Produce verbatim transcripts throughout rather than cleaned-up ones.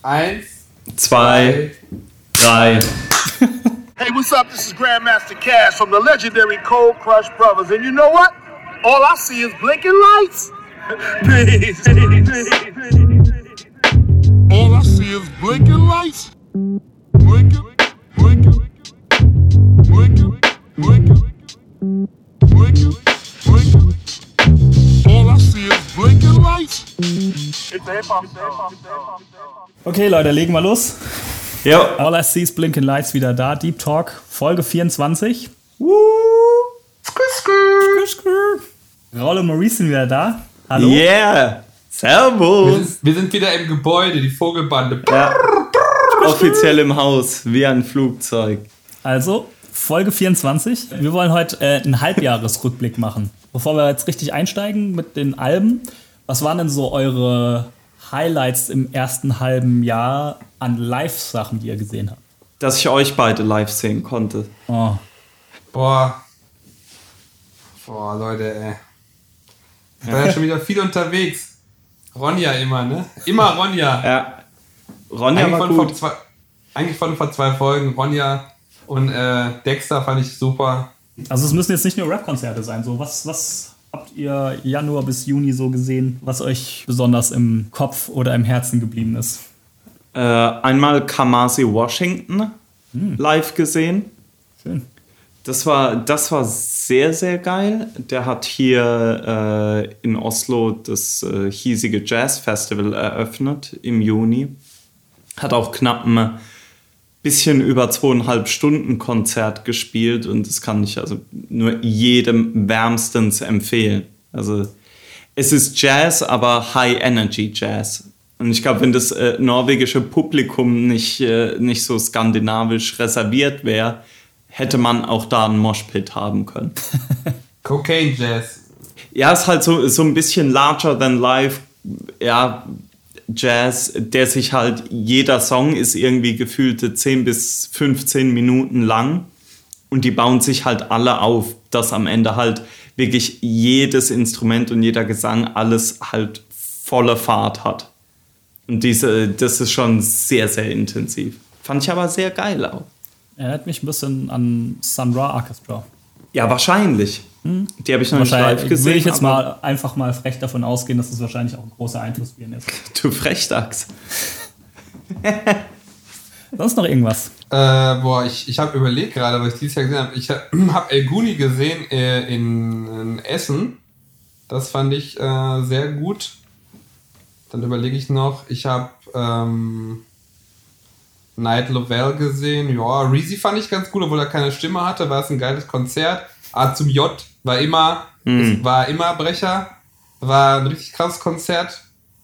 Eins, zwei, drei. Hey, what's up? This is Grandmaster Cash from the legendary Cold Crush Brothers. And you know what? All I see is blinking lights. Peace, peace, peace. All I see is blinking lights. Blinking, blinking, blinking, blinking, blinking, blinking. All I see is blinking lights. It's a hip-hop song. Okay, Leute, legen wir los. Jo. All I See is Blinking Lights wieder da. Deep Talk, Folge vierundzwanzig. Woo. Skr, skr. Raul und Maurice sind wieder da. Hallo. Yeah. Servus. Wir sind, wir sind wieder im Gebäude, die Vogelbande. Ja. Offiziell im Haus, wie ein Flugzeug. Also, Folge vierundzwanzig. Wir wollen heute äh, einen Halbjahresrückblick machen. Bevor wir jetzt richtig einsteigen mit den Alben, was waren denn so eure Highlights im ersten halben Jahr an Live-Sachen, die ihr gesehen habt? Dass ich euch beide live sehen konnte. Oh. Boah. Boah, Leute, ey. Ich war ja schon wieder viel unterwegs. Ronja immer, ne? Immer Ronja. Ja. Ronja eigentlich, war von gut. vor zwei, eigentlich von vor zwei Folgen. Ronja und äh, Dexter fand ich super. Also es müssen jetzt nicht nur Rap-Konzerte sein. So, was, was habt ihr Januar bis Juni so gesehen, was euch besonders im Kopf oder im Herzen geblieben ist? Äh, einmal Kamasi Washington Hm. live gesehen. Schön. Das war, das war sehr, sehr geil. Der hat hier äh, in Oslo das äh, hiesige Jazz Festival eröffnet im Juni. Hat auch knapp ein bisschen über zweieinhalb Stunden Konzert gespielt und das kann ich also nur jedem wärmstens empfehlen. Also es ist Jazz, aber High-Energy-Jazz. Und ich glaube, wenn das äh, norwegische Publikum nicht, äh, nicht so skandinavisch reserviert wäre, hätte man auch da einen Moshpit haben können. Cocaine Jazz. Ja, es ist halt so, so ein bisschen larger than life, ja, Jazz, der sich halt, jeder Song ist irgendwie gefühlte zehn bis fünfzehn Minuten lang und die bauen sich halt alle auf, dass am Ende halt wirklich jedes Instrument und jeder Gesang alles halt volle Fahrt hat. Und diese, das ist schon sehr, sehr intensiv. Fand ich aber sehr geil auch. Erinnert mich ein bisschen an Sun Ra Orchestra. Ja, wahrscheinlich. Hm? Die habe ich noch nicht live gesehen. Würde ich jetzt aber mal einfach mal frech davon ausgehen, dass es wahrscheinlich auch ein großer Einfluss für ihn ist. Du Frechdachs. Sonst noch irgendwas? Äh, boah, ich, ich habe überlegt gerade, was ich dieses Jahr gesehen habe. Ich habe El Guni gesehen äh, in, in Essen. Das fand ich äh, sehr gut. Dann überlege ich noch, ich habe ähm, Night Lovell gesehen. Ja, Reezy fand ich ganz gut, obwohl er keine Stimme hatte. War es ein geiles Konzert. A zum J war immer, Mhm. es war immer Brecher. War ein richtig krasses Konzert.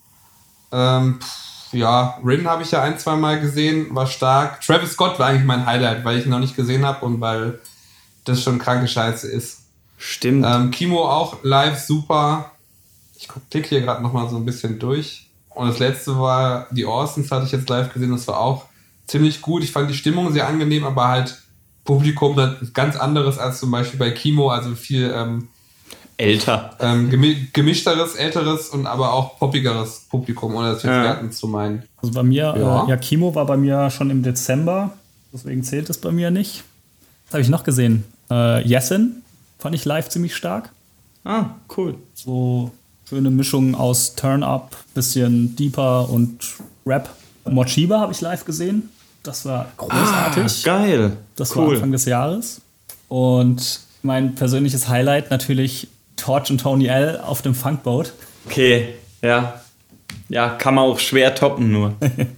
Ähm, pff, ja, Rin habe ich ja ein, zwei Mal gesehen, war stark. Travis Scott war eigentlich mein Highlight, weil ich ihn noch nicht gesehen habe und weil das schon kranke Scheiße ist. Stimmt. Ähm, Kimo auch live super. Ich klicke hier gerade nochmal so ein bisschen durch. Und das letzte war die Orsons, hatte ich jetzt live gesehen. Das war auch ziemlich gut. Ich fand die Stimmung sehr angenehm, aber halt Publikum das ganz anderes als zum Beispiel bei Kimo. Also viel ähm, Älter. ähm, gemi- gemischteres, älteres und aber auch poppigeres Publikum, ohne das jetzt Ja. werten zu meinen. Also bei mir, Ja. äh, ja, Kimo war bei mir schon im Dezember, deswegen zählt es bei mir nicht. Was habe ich noch gesehen? Äh, Yesin fand ich live ziemlich stark. Ah, cool. So schöne Mischung aus Turn-Up, bisschen Deeper und Rap. Mochiba habe ich live gesehen. Das war großartig. Ah, geil. Das war cool. Anfang des Jahres. Und mein persönliches Highlight natürlich Torch und Tony L auf dem Funkboat. Okay, ja. Ja, kann man auch schwer toppen nur.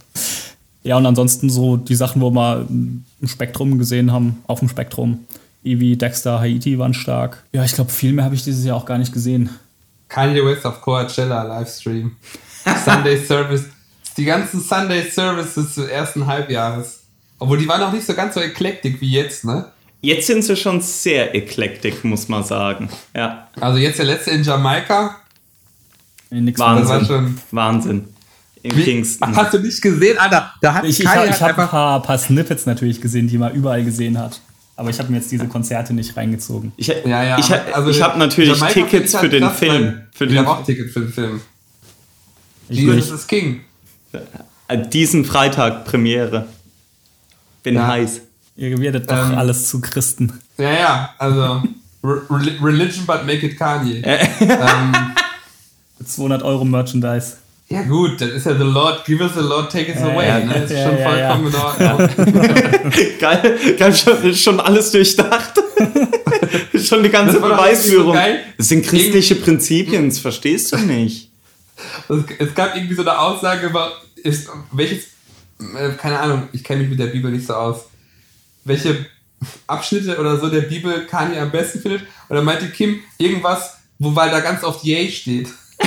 Ja, und ansonsten so die Sachen, wo wir im Spektrum gesehen haben, auf dem Spektrum. Eevee, Dexter, Haiti waren stark. Ja, ich glaube, viel mehr habe ich dieses Jahr auch gar nicht gesehen. Kanye West auf Coachella Livestream. Sunday Service. Die ganzen Sunday Services des ersten Halbjahres. Obwohl die waren auch nicht so ganz so eklektik wie jetzt, ne? Jetzt sind sie schon sehr eklektik, muss man sagen. Ja. Also jetzt der letzte in Jamaika. Nee, nix Das war Wahnsinn. schon. Wahnsinn. In Wie, Kingston. hast du nicht gesehen, Alter? Da hat Ich, ich Kanye habe halt ich hab ein einfach. paar, paar Snippets natürlich gesehen, die man überall gesehen hat. Aber ich habe mir jetzt diese Konzerte nicht reingezogen. Ich, Ja, ja. ich, also ich habe natürlich Jamaika Tickets finde ich für halt den krass, Film. weil- Für Ich den, habe auch Tickets für den Film. Ich Jesus nicht. is King. Äh, diesen Freitag Premiere. Bin Ja. heiß. Ihr werdet doch Ähm. alles zu Christen. Ja, ja, also Re- Religion but make it Kanye. ähm, zweihundert Euro Merchandise. ja gut, das ist ja the Lord, give us the Lord, take us Ja, away. ja, Ne? Das ist ja, schon ja, vollkommen in Ordnung. Geil, geil schon, schon alles durchdacht. Schon die ganze Das war doch Beweisführung. irgendwie so geil. Das sind christliche Prinzipien, das verstehst du nicht. Es, es gab irgendwie so eine Aussage über, ist, welches, äh, keine Ahnung, ich kenne mich mit der Bibel nicht so aus, welche Abschnitte oder so der Bibel Kanye am besten findet. Und dann meinte Kim irgendwas, wo weil da ganz oft Yay steht.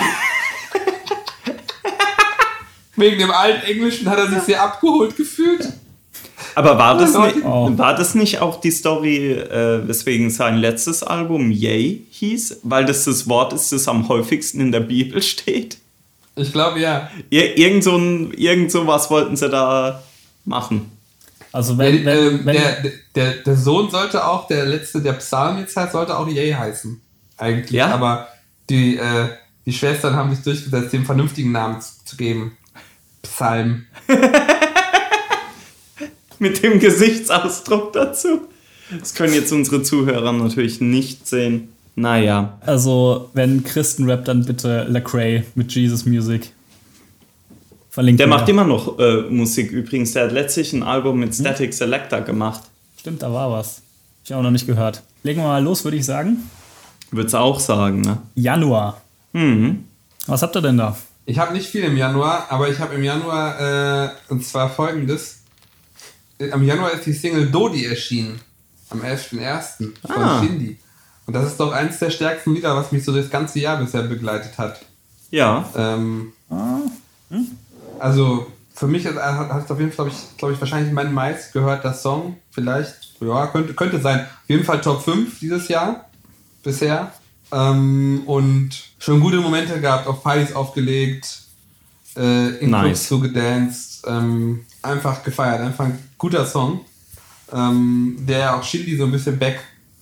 Wegen dem alten Englischen hat er sich sehr abgeholt gefühlt. Aber war das, nicht, Oh. war das nicht auch die Story, äh, weswegen sein letztes Album Yay hieß? Weil das das Wort ist, das am häufigsten in der Bibel steht? Ich glaube, ja. Ir irgend, so ein, irgend so was wollten sie da machen. Also Der, wenn, wenn, ähm, wenn der, der, der Sohn sollte auch, der letzte, der Psalm jetzt heißt, sollte auch Yay heißen. Eigentlich. Ja? Aber die, äh, die Schwestern haben sich durchgesetzt, dem vernünftigen Namen zu, zu geben. Psalm. Mit dem Gesichtsausdruck dazu. Das können jetzt unsere Zuhörer natürlich nicht sehen. Naja. also wenn Christenrap, dann bitte Lecrae mit Jesus Music. Verlinkt Der mir. macht immer noch äh, Musik übrigens. Der hat letztlich ein Album mit Static Selector gemacht. Stimmt, da war was. Ich habe auch noch nicht gehört. Legen wir mal los, würde ich sagen. Würd's auch sagen, ne? Januar. Mhm. Was habt ihr denn da? Ich habe nicht viel im Januar, aber ich habe im Januar, äh, und zwar folgendes. Am Januar ist die Single Dodi erschienen. Am elften ersten von Ah. Shindy. Und das ist doch eines der stärksten Lieder, was mich so das ganze Jahr bisher begleitet hat. Ja. Ähm, Also für mich hat, hat es auf jeden Fall, glaube ich, glaub ich, wahrscheinlich mein meist gehörter Song. Vielleicht, ja, könnte, könnte sein. Auf jeden Fall Top fünf dieses Jahr bisher. Ähm, und schon gute Momente gehabt, auf Partys aufgelegt, äh, in Nice. Clubs so gedanced. Ähm, einfach gefeiert, einfach ein guter Song, ähm, der auch Shindy so ein bisschen back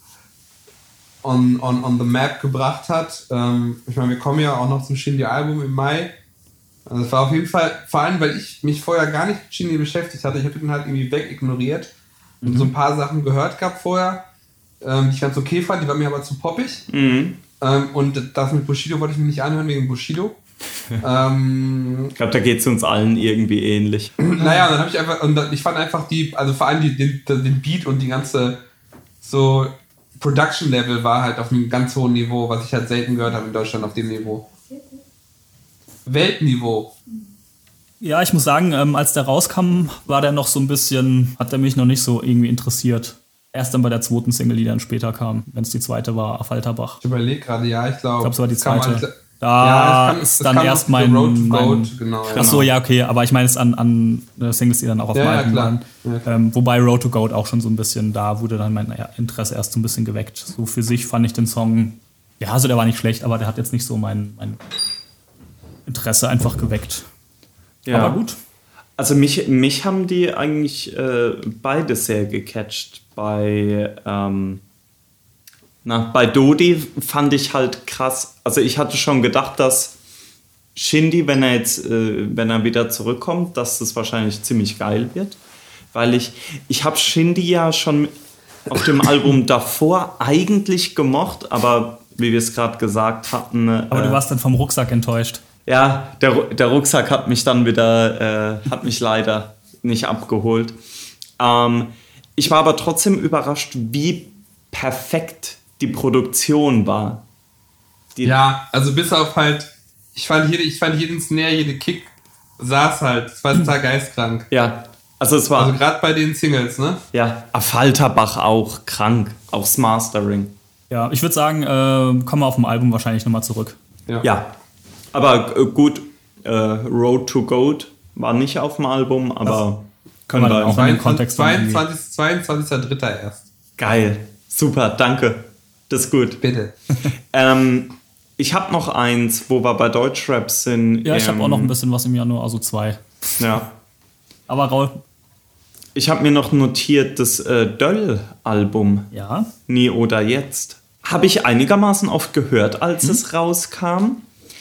on, on, on the map gebracht hat. Ähm, ich meine, wir kommen ja auch noch zum Shindy-Album im Mai. Also es war auf jeden Fall, vor allem, weil ich mich vorher gar nicht mit Shindy beschäftigt hatte. Ich habe ihn halt irgendwie wegignoriert und Mhm. so ein paar Sachen gehört gehabt vorher, ähm, die ich ganz okay fand, die waren mir aber zu poppig. Mhm. Ähm, und das mit Bushido wollte ich mir nicht anhören wegen Bushido. ähm, Ich glaube, da geht es uns allen irgendwie ähnlich. naja, und dann habe ich einfach, und ich fand einfach die, also vor allem die, den, den Beat und die ganze so Production Level war halt auf einem ganz hohen Niveau, was ich halt selten gehört habe in Deutschland auf dem Niveau. Weltniveau. Ja, ich muss sagen, ähm, als der rauskam, war der noch so ein bisschen, hat er mich noch nicht so irgendwie interessiert. Erst dann bei der zweiten Single, die dann später kam, wenn es die zweite war, auf Falterbach. Ich überlege gerade, ja, ich glaube. Ich glaube, es war die zweite. Kam, Da ja, es kam, ist es dann kam erst noch mein, The Road to mein Goat, genau. Ach so, ja, okay, aber ich meine es an, an äh, Singles, die dann auch auf Ja, dem ja, Album klar. waren. Ja, klar. ähm, wobei Road to Goat auch schon so ein bisschen, da wurde dann mein Interesse erst so ein bisschen geweckt. So für sich fand ich den Song, ja, also der war nicht schlecht, aber der hat jetzt nicht so mein, mein Interesse einfach geweckt. Ja. Aber gut. Also mich, mich haben die eigentlich äh, beide sehr gecatcht. Bei, ähm, na, bei Dodi fand ich halt krass. Also ich hatte schon gedacht, dass Shindy, wenn er jetzt, äh, wenn er wieder zurückkommt, dass das wahrscheinlich ziemlich geil wird. Weil ich, ich habe Shindy ja schon auf dem Album davor eigentlich gemocht, aber wie wir es gerade gesagt hatten. Aber äh, du warst dann vom Rucksack enttäuscht. Ja, der, Ru- der Rucksack hat mich dann wieder, äh, hat mich leider nicht abgeholt. Ähm, ich war aber trotzdem überrascht, wie perfekt die Produktion war. Die, Ja, also bis auf halt, ich fand, jede, ich fand jeden Snare, jede Kick saß halt. Es war total geistkrank. ja, also es war, Also gerade bei den Singles, ne? ja, Falterbach auch krank, aufs Mastering. Ja, ich würde sagen, äh, kommen wir auf dem Album wahrscheinlich nochmal zurück. Ja, aber äh, gut, äh, Road to Goat war nicht auf dem Album, aber können man wir dann auch in den Kontext dann irgendwie- zweiundzwanzigster zweiundzwanzigster dritter erst. Geil, super, danke, das ist gut. Bitte. Ähm, ich habe noch eins, wo wir bei Deutschrap sind. Ja, ich habe ähm, auch noch ein bisschen was im Januar, also zwei. Ja. Aber Raul, Ich habe mir noch notiert, das äh, Döll-Album, ja, Nie oder Jetzt, habe ich einigermaßen oft gehört, als es rauskam.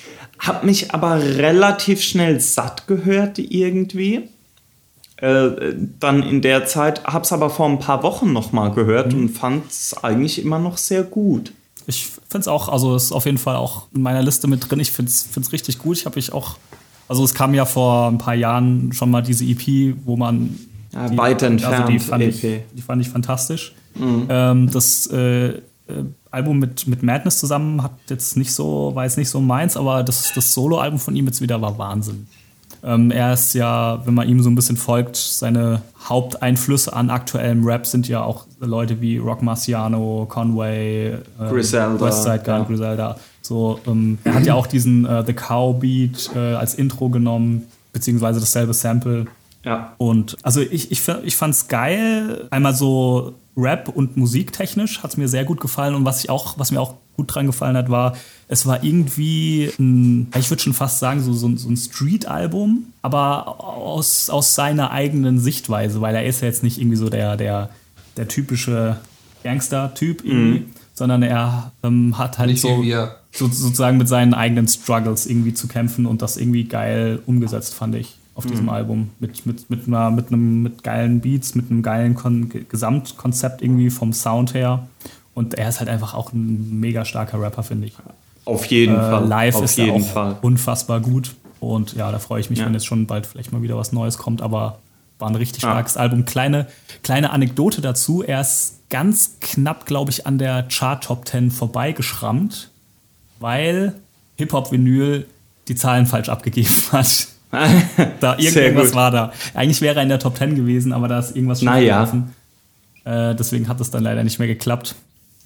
Hab mich aber relativ schnell satt gehört irgendwie. Äh, dann in der Zeit, hab's aber vor ein paar Wochen nochmal gehört mhm. und fand's eigentlich immer noch sehr gut. Ich finde es auch, also ist auf jeden Fall auch in meiner Liste mit drin. Ich finde es richtig gut. Ich habe ich auch, also es kam ja vor ein paar Jahren schon mal diese E P, wo man ja, die, weit entfernt also die fand E ich, P. die fand ich fantastisch. Mhm. Ähm, das äh, äh, Album mit, mit Madness zusammen hat jetzt nicht so, war jetzt nicht so meins, aber das, das Solo-Album von ihm jetzt wieder war Wahnsinn. Ähm, er ist ja, wenn man ihm so ein bisschen folgt, seine Haupteinflüsse an aktuellem Rap sind ja auch Leute wie Rock Marciano, Conway, äh, Griselda, Westside Gun, ja. Griselda. So, ähm, er hat ja auch diesen äh, The Cow Beat äh, als Intro genommen, beziehungsweise dasselbe Sample. Ja. Und also ich, ich, ich fand's geil, einmal so Rap- und musiktechnisch hat es mir sehr gut gefallen. Und was ich auch, was mir auch gut dran gefallen hat, war, es war irgendwie ein, ich würde schon fast sagen, so, so, so ein Street-Album, aber aus, aus seiner eigenen Sichtweise, weil er ist ja jetzt nicht irgendwie so der, der, der typische Gangster-Typ irgendwie, mhm. sondern er ähm, hat halt so, so sozusagen mit seinen eigenen Struggles irgendwie zu kämpfen und das irgendwie geil umgesetzt, fand ich. Auf diesem mhm. Album. Mit, mit, mit, einer, mit einem mit geilen Beats, mit einem geilen Kon- Gesamtkonzept irgendwie vom Sound her. Und er ist halt einfach auch ein mega starker Rapper, finde ich. Auf jeden äh, Fall. Live Auf ist jeden er auch Fall. unfassbar gut. Und ja, da freue ich mich, ja. wenn jetzt schon bald vielleicht mal wieder was Neues kommt. Aber war ein richtig ja. starkes Album. Kleine, kleine Anekdote dazu. Er ist ganz knapp, glaube ich, an der Chart-Top zehn vorbeigeschrammt, weil Hip-Hop-Vinyl die Zahlen falsch abgegeben hat. Da irgendwas war da. Eigentlich wäre er in der Top zehn gewesen, aber da ist irgendwas schief gelaufen. Äh, deswegen hat es dann leider nicht mehr geklappt.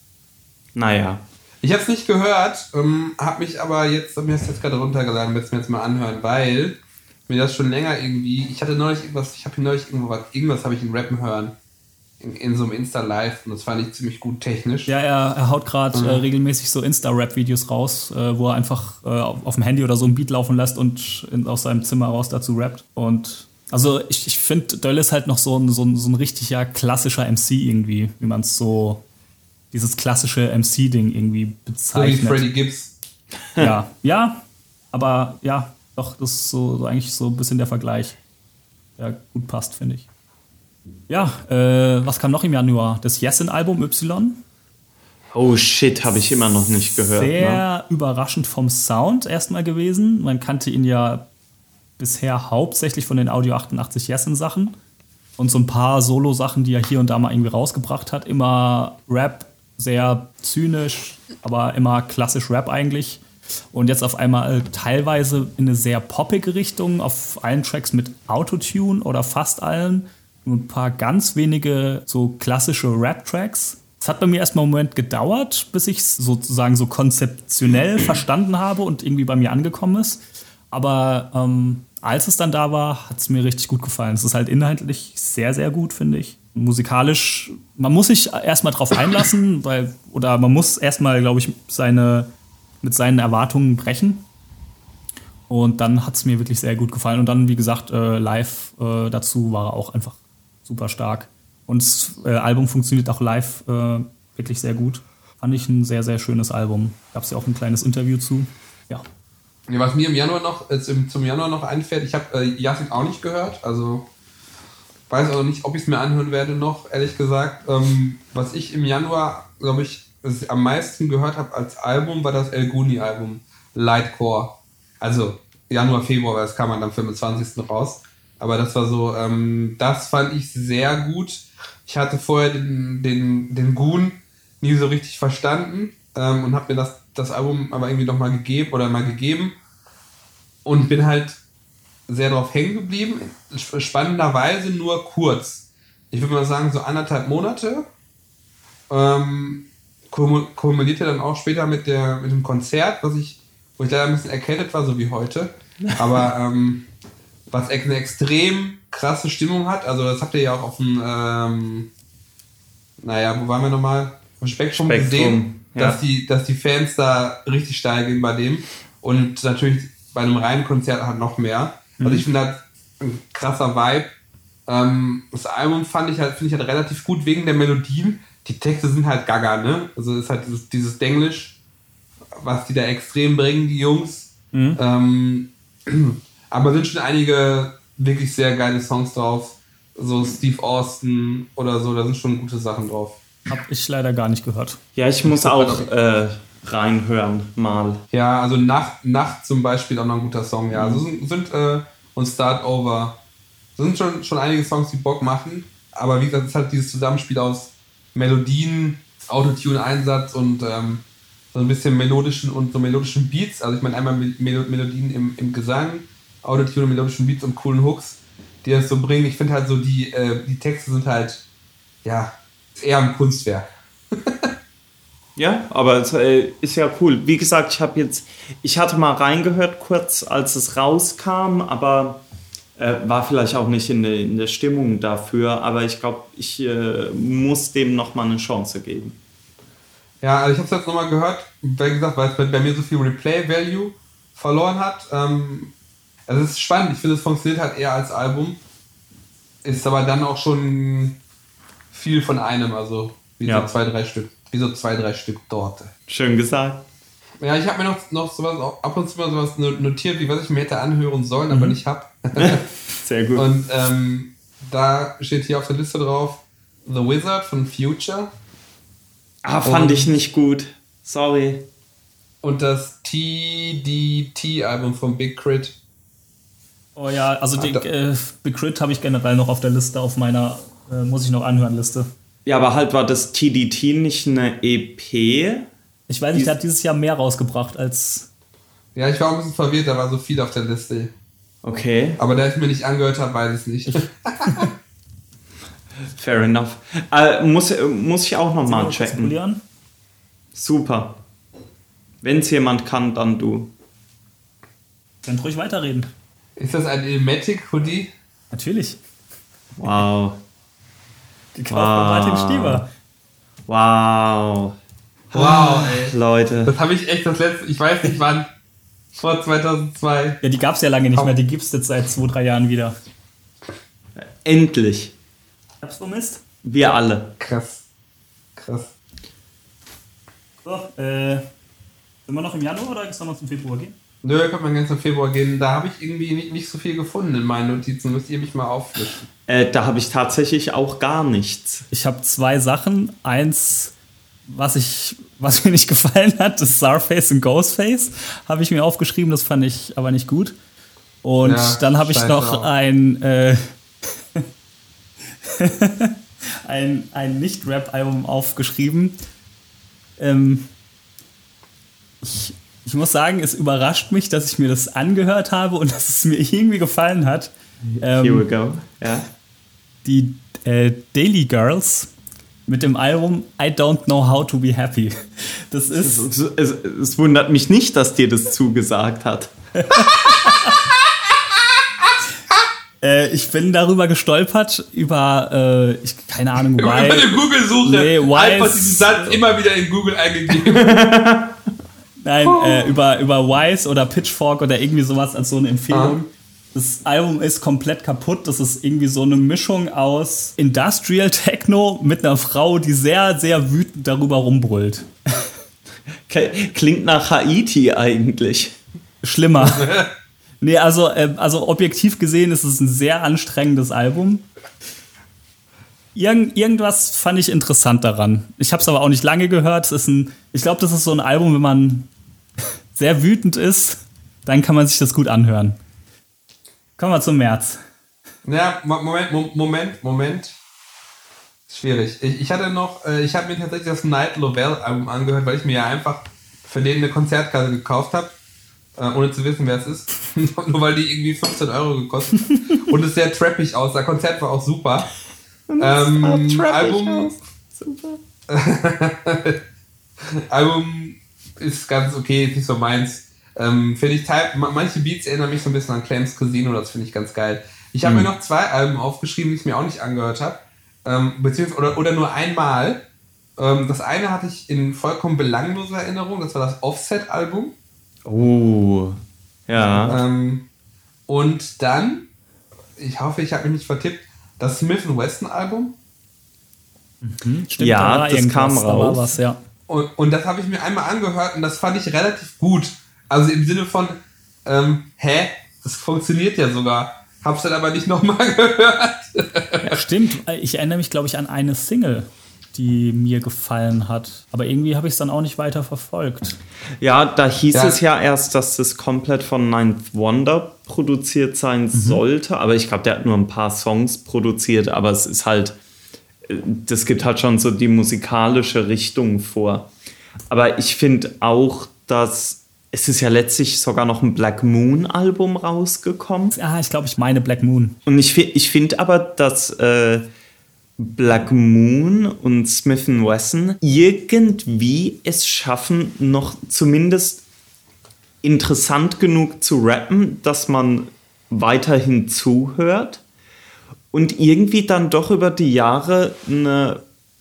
Naja. Ich habe es nicht gehört, ähm, habe mich aber jetzt, mir ist jetzt gerade runtergeladen, werde es mir jetzt mal anhören, weil mir das schon länger irgendwie, ich hatte neulich irgendwas, ich habe neulich irgendwas, irgendwas habe ich in Rappen hören. In, in so einem Insta-Live und das fand ich ziemlich gut technisch. Ja, er, er haut gerade mhm. äh, regelmäßig so Insta-Rap-Videos raus, äh, wo er einfach äh, auf, auf dem Handy oder so ein Beat laufen lässt und in, aus seinem Zimmer raus dazu rappt. Und also ich, ich finde, Döll ist halt noch so ein, so, ein, so ein richtiger klassischer M C irgendwie, wie man es so, dieses klassische M C-Ding irgendwie bezeichnet. So wie Freddie Gibbs. Ja, ja, aber ja, doch, das ist so, so eigentlich so ein bisschen der Vergleich, der gut passt, finde ich. Ja, äh, was kam noch im Januar? Das Yesin-Album Y. Oh shit, habe ich immer noch nicht gehört. Sehr ne? überraschend vom Sound erstmal gewesen. Man kannte ihn ja bisher hauptsächlich von den Audio achtundachtzig Yesin-Sachen und so ein paar Solo-Sachen, die er hier und da mal irgendwie rausgebracht hat. Immer Rap, sehr zynisch, aber immer klassisch Rap eigentlich. Und jetzt auf einmal teilweise in eine sehr poppige Richtung, auf allen Tracks mit Autotune oder fast allen. Nur ein paar ganz wenige so klassische Rap-Tracks. Es hat bei mir erstmal einen Moment gedauert, bis ich es sozusagen so konzeptionell verstanden habe und irgendwie bei mir angekommen ist. Aber ähm, als es dann da war, hat es mir richtig gut gefallen. Es ist halt inhaltlich sehr, sehr gut, finde ich. Musikalisch, man muss sich erstmal drauf einlassen, weil, oder man muss erstmal, glaube ich, seine, mit seinen Erwartungen brechen. Und dann hat es mir wirklich sehr gut gefallen. Und dann, wie gesagt, äh, live äh, dazu war er auch einfach super stark. Und das äh, Album funktioniert auch live äh, wirklich sehr gut. Fand ich ein sehr, sehr schönes Album. Gab es ja auch ein kleines Interview zu. Ja. Ja, was mir im Januar noch, äh, zum Januar noch einfällt, ich habe äh, Yasin auch nicht gehört. Also weiß auch nicht, ob ich es mir anhören werde noch, ehrlich gesagt. Ähm, was ich im Januar, glaube ich, am meisten gehört habe als Album, war das El Guni-Album. Lightcore. Also Januar, Februar, weil das kam dann am fünfundzwanzigsten raus. Aber das war so, ähm, das fand ich sehr gut. Ich hatte vorher den, den, den Goon nie so richtig verstanden ähm, und habe mir das, das Album aber irgendwie noch mal gegeben oder mal gegeben und bin halt sehr drauf hängen geblieben. Spannenderweise nur kurz. Ich würde mal sagen, so anderthalb Monate. Ähm, kumulierte dann auch später mit, der, mit dem Konzert, was ich, wo ich leider ein bisschen erkältet war, so wie heute. Aber ähm, was eine extrem krasse Stimmung hat. Also das habt ihr ja auch auf dem, ähm, naja, wo waren wir nochmal? Auf dem Spektrum, Spektrum gesehen, ja. dass, die, dass die Fans da richtig steil gehen bei dem. Und natürlich bei einem reinen Konzert halt noch mehr. Mhm. Also ich finde das ein krasser Vibe. Ähm, das Album fand ich halt, finde ich halt relativ gut wegen der Melodien. Die Texte sind halt gaga, ne? Also es ist halt dieses, dieses Denglisch, was die da extrem bringen, die Jungs. Mhm. Ähm, aber sind schon einige wirklich sehr geile Songs drauf. So Steve Austin oder so, da sind schon gute Sachen drauf. Hab ich leider gar nicht gehört. Ja, ich muss auch äh, reinhören mal. Ja, also Nacht, Nacht zum Beispiel auch noch ein guter Song. Ja, also sind, sind äh, und Start Over. Das sind schon, schon einige Songs, die Bock machen. Aber wie gesagt, es ist halt dieses Zusammenspiel aus Melodien, Autotune-Einsatz und ähm, so ein bisschen melodischen und so melodischen Beats. Also ich meine einmal Mel- Melodien im, im Gesang, Autotune und melodischen Beats und coolen Hooks, die das so bringen. Ich finde halt so, die, äh, die Texte sind halt, ja, eher ein Kunstwerk. Ja, aber es äh, ist ja cool. Wie gesagt, ich habe jetzt, ich hatte mal reingehört kurz, als es rauskam, aber äh, war vielleicht auch nicht in der, in der Stimmung dafür. Aber ich glaube, ich äh, muss dem nochmal eine Chance geben. Ja, also ich habe es jetzt nochmal gehört, wie gesagt, weil es bei, bei mir so viel Replay-Value verloren hat. Ähm, also es ist spannend, ich finde, es funktioniert halt eher als Album. Ist aber dann auch schon viel von einem, also wie Ja. so zwei, drei Stück, wie so zwei, drei Stück Torte. Schön gesagt. Ja, ich habe mir noch, noch sowas, auch ab und zu mal sowas notiert, wie was ich mir hätte anhören sollen, aber nicht hab. Sehr gut. Und ähm, da steht hier auf der Liste drauf The Wizard von Future. Ah, fand Und- ich nicht gut. Sorry. Und das T D T-Album von Big Crit. Oh ja, also die Ah, da- äh, Big Crit habe ich generell noch auf der Liste, auf meiner äh, muss ich noch anhören Liste. Ja, aber halt war das T D T nicht eine E P? Ich weiß nicht, der hat dieses Jahr mehr rausgebracht als. Ja, ich war auch ein bisschen verwirrt, da war so viel auf der Liste. Okay, Aber da ich mir nicht angehört habe, weiß ich es nicht. fair enough. Äh, muss, muss ich auch nochmal Kurz checken. polieren. Super. Wenn es jemand kann, dann du. Könnt ruhig weiterreden. Ist das ein Ilmatic Hoodie? Natürlich. Wow. Gekauft bei Martin Stieber. Wow. Wow, ey. Leute. Das habe ich echt das letzte, ich weiß nicht wann, vor zweitausendzwei. Ja, die gab es ja lange nicht mehr, die gibt es jetzt seit zwei, drei Jahren wieder. Endlich. Hab's vermisst. Wir alle. Krass. Krass. So, äh, sind wir noch im Januar oder soll man zum Februar gehen? Nö, kann man ganz im Februar gehen. Da habe ich irgendwie nicht, nicht so viel gefunden in meinen Notizen. Müsst ihr mich mal auffrischen. Äh, da habe ich tatsächlich auch gar nichts. Ich habe zwei Sachen. Eins, was ich, was mir nicht gefallen hat, das Starface und Ghostface, habe ich mir aufgeschrieben, das fand ich aber nicht gut. Und Ja, dann habe ich scheiße noch auch. ein, äh, ein, ein Nicht-Rap-Album aufgeschrieben. Ähm, ich, ich muss sagen, es überrascht mich, dass ich mir das angehört habe und dass es mir irgendwie gefallen hat. Ähm, Here we go. Ja. die äh, Daily Girls mit dem Album I Don't Know How to Be Happy. Das ist. Es, es, es wundert mich nicht, dass dir das zugesagt hat. Äh, ich bin darüber gestolpert, über, äh, ich, keine Ahnung, Über why. eine Google-Suche. Nee, why Einfach is- diesen Satz immer wieder in Google eingegeben. Nein, äh, über, über Wise oder Pitchfork oder irgendwie sowas als so eine Empfehlung. Ah. Das Album ist komplett kaputt. Das ist irgendwie so eine Mischung aus Industrial Techno mit einer Frau, die sehr, sehr wütend darüber rumbrüllt. Klingt nach Haiti eigentlich. Schlimmer. Nee, also, äh, also objektiv gesehen ist es ein sehr anstrengendes Album. Irgend, irgendwas fand ich interessant daran. Ich habe es aber auch nicht lange gehört. Es ist ein, ich glaube, das ist so ein Album, wenn man sehr wütend ist, dann kann man sich das gut anhören. Kommen wir zum März. Ja, Mo- Moment, Mo- Moment, Moment. Schwierig. Ich, ich hatte noch, äh, ich habe mir tatsächlich das Night Lovell Album angehört, weil ich mir ja einfach für den eine Konzertkarte gekauft habe, äh, ohne zu wissen, wer es ist. Nur weil die irgendwie fünfzehn Euro gekostet hat. Und es sehr trappig aus. Das Konzert war auch super. Ähm, Album, Album ist ganz okay, ist nicht so meins. Ähm, finde ich teil, ma- manche Beats erinnern mich so ein bisschen an Clams Casino, das finde ich ganz geil. Ich habe Mhm. mir noch zwei Alben aufgeschrieben, die ich mir auch nicht angehört habe. Ähm, beziehungsweise, oder, oder nur einmal. Ähm, das eine hatte ich in vollkommen belangloser Erinnerung, das war das Offset-Album. Oh. Ja. Ähm, und dann, ich hoffe, ich habe mich nicht vertippt, das Smith and Wesson Album. Stimmt, Ja, da war das irgendwas, kam da war raus. was, ja. Und, und das habe ich mir einmal angehört und das fand ich relativ gut. Also im Sinne von, ähm, hä? Das funktioniert ja sogar. Hab's dann aber nicht nochmal gehört. Stimmt, ich erinnere mich, glaube ich, an eine Single, die mir gefallen hat. Aber irgendwie habe ich es dann auch nicht weiter verfolgt. Ja, da hieß Ja. es ja erst, dass das komplett von Ninth Wonder produziert sein mhm. sollte. Aber ich glaube, der hat nur ein paar Songs produziert. Aber es ist halt, das gibt halt schon so die musikalische Richtung vor. Aber ich finde auch, dass es ist ja letztlich sogar noch ein Black Moon Album rausgekommen. Ah, ich glaube, ich meine Black Moon. Und ich, ich finde aber, dass äh, Black Moon und Smith and Wesson irgendwie es schaffen, noch zumindest interessant genug zu rappen, dass man weiterhin zuhört und irgendwie dann doch über die Jahre einen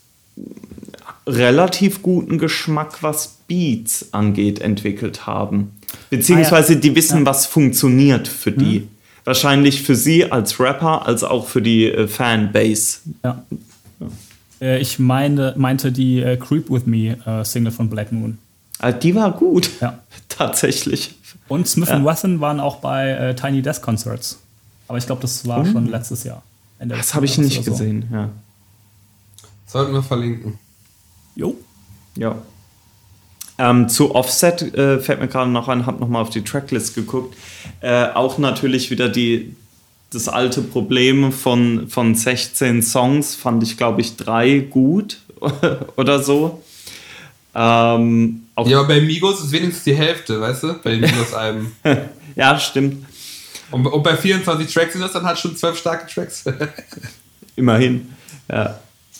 relativ guten Geschmack, was Beats angeht, entwickelt haben. Beziehungsweise die wissen, ja. was funktioniert für die. Hm. Wahrscheinlich für sie als Rapper, als auch für die äh, Fanbase. Ja. ja. Äh, ich meine, meinte die äh, Creep With Me äh, Single von Black Moon. Also die war gut. Ja. Tatsächlich. Und Smith ja. and Wesson waren auch bei äh, Tiny Desk Concerts. Aber ich glaube, das war mhm. schon letztes Jahr. Ende das habe ich nicht gesehen, so. ja. Sollten wir verlinken. Jo. Ja. Ähm, zu Offset äh, fällt mir gerade noch ein, habe nochmal auf die Tracklist geguckt. Äh, auch natürlich wieder die, das alte Problem von, von sechzehn Songs, fand ich, glaube ich, drei gut oder so. Ähm, auch ja, aber bei Migos ist wenigstens die Hälfte, weißt du? Bei den Migos-Alben. Ja, stimmt. Und, und bei vierundzwanzig Tracks sind das dann halt schon zwölf starke Tracks. Immerhin. Ja.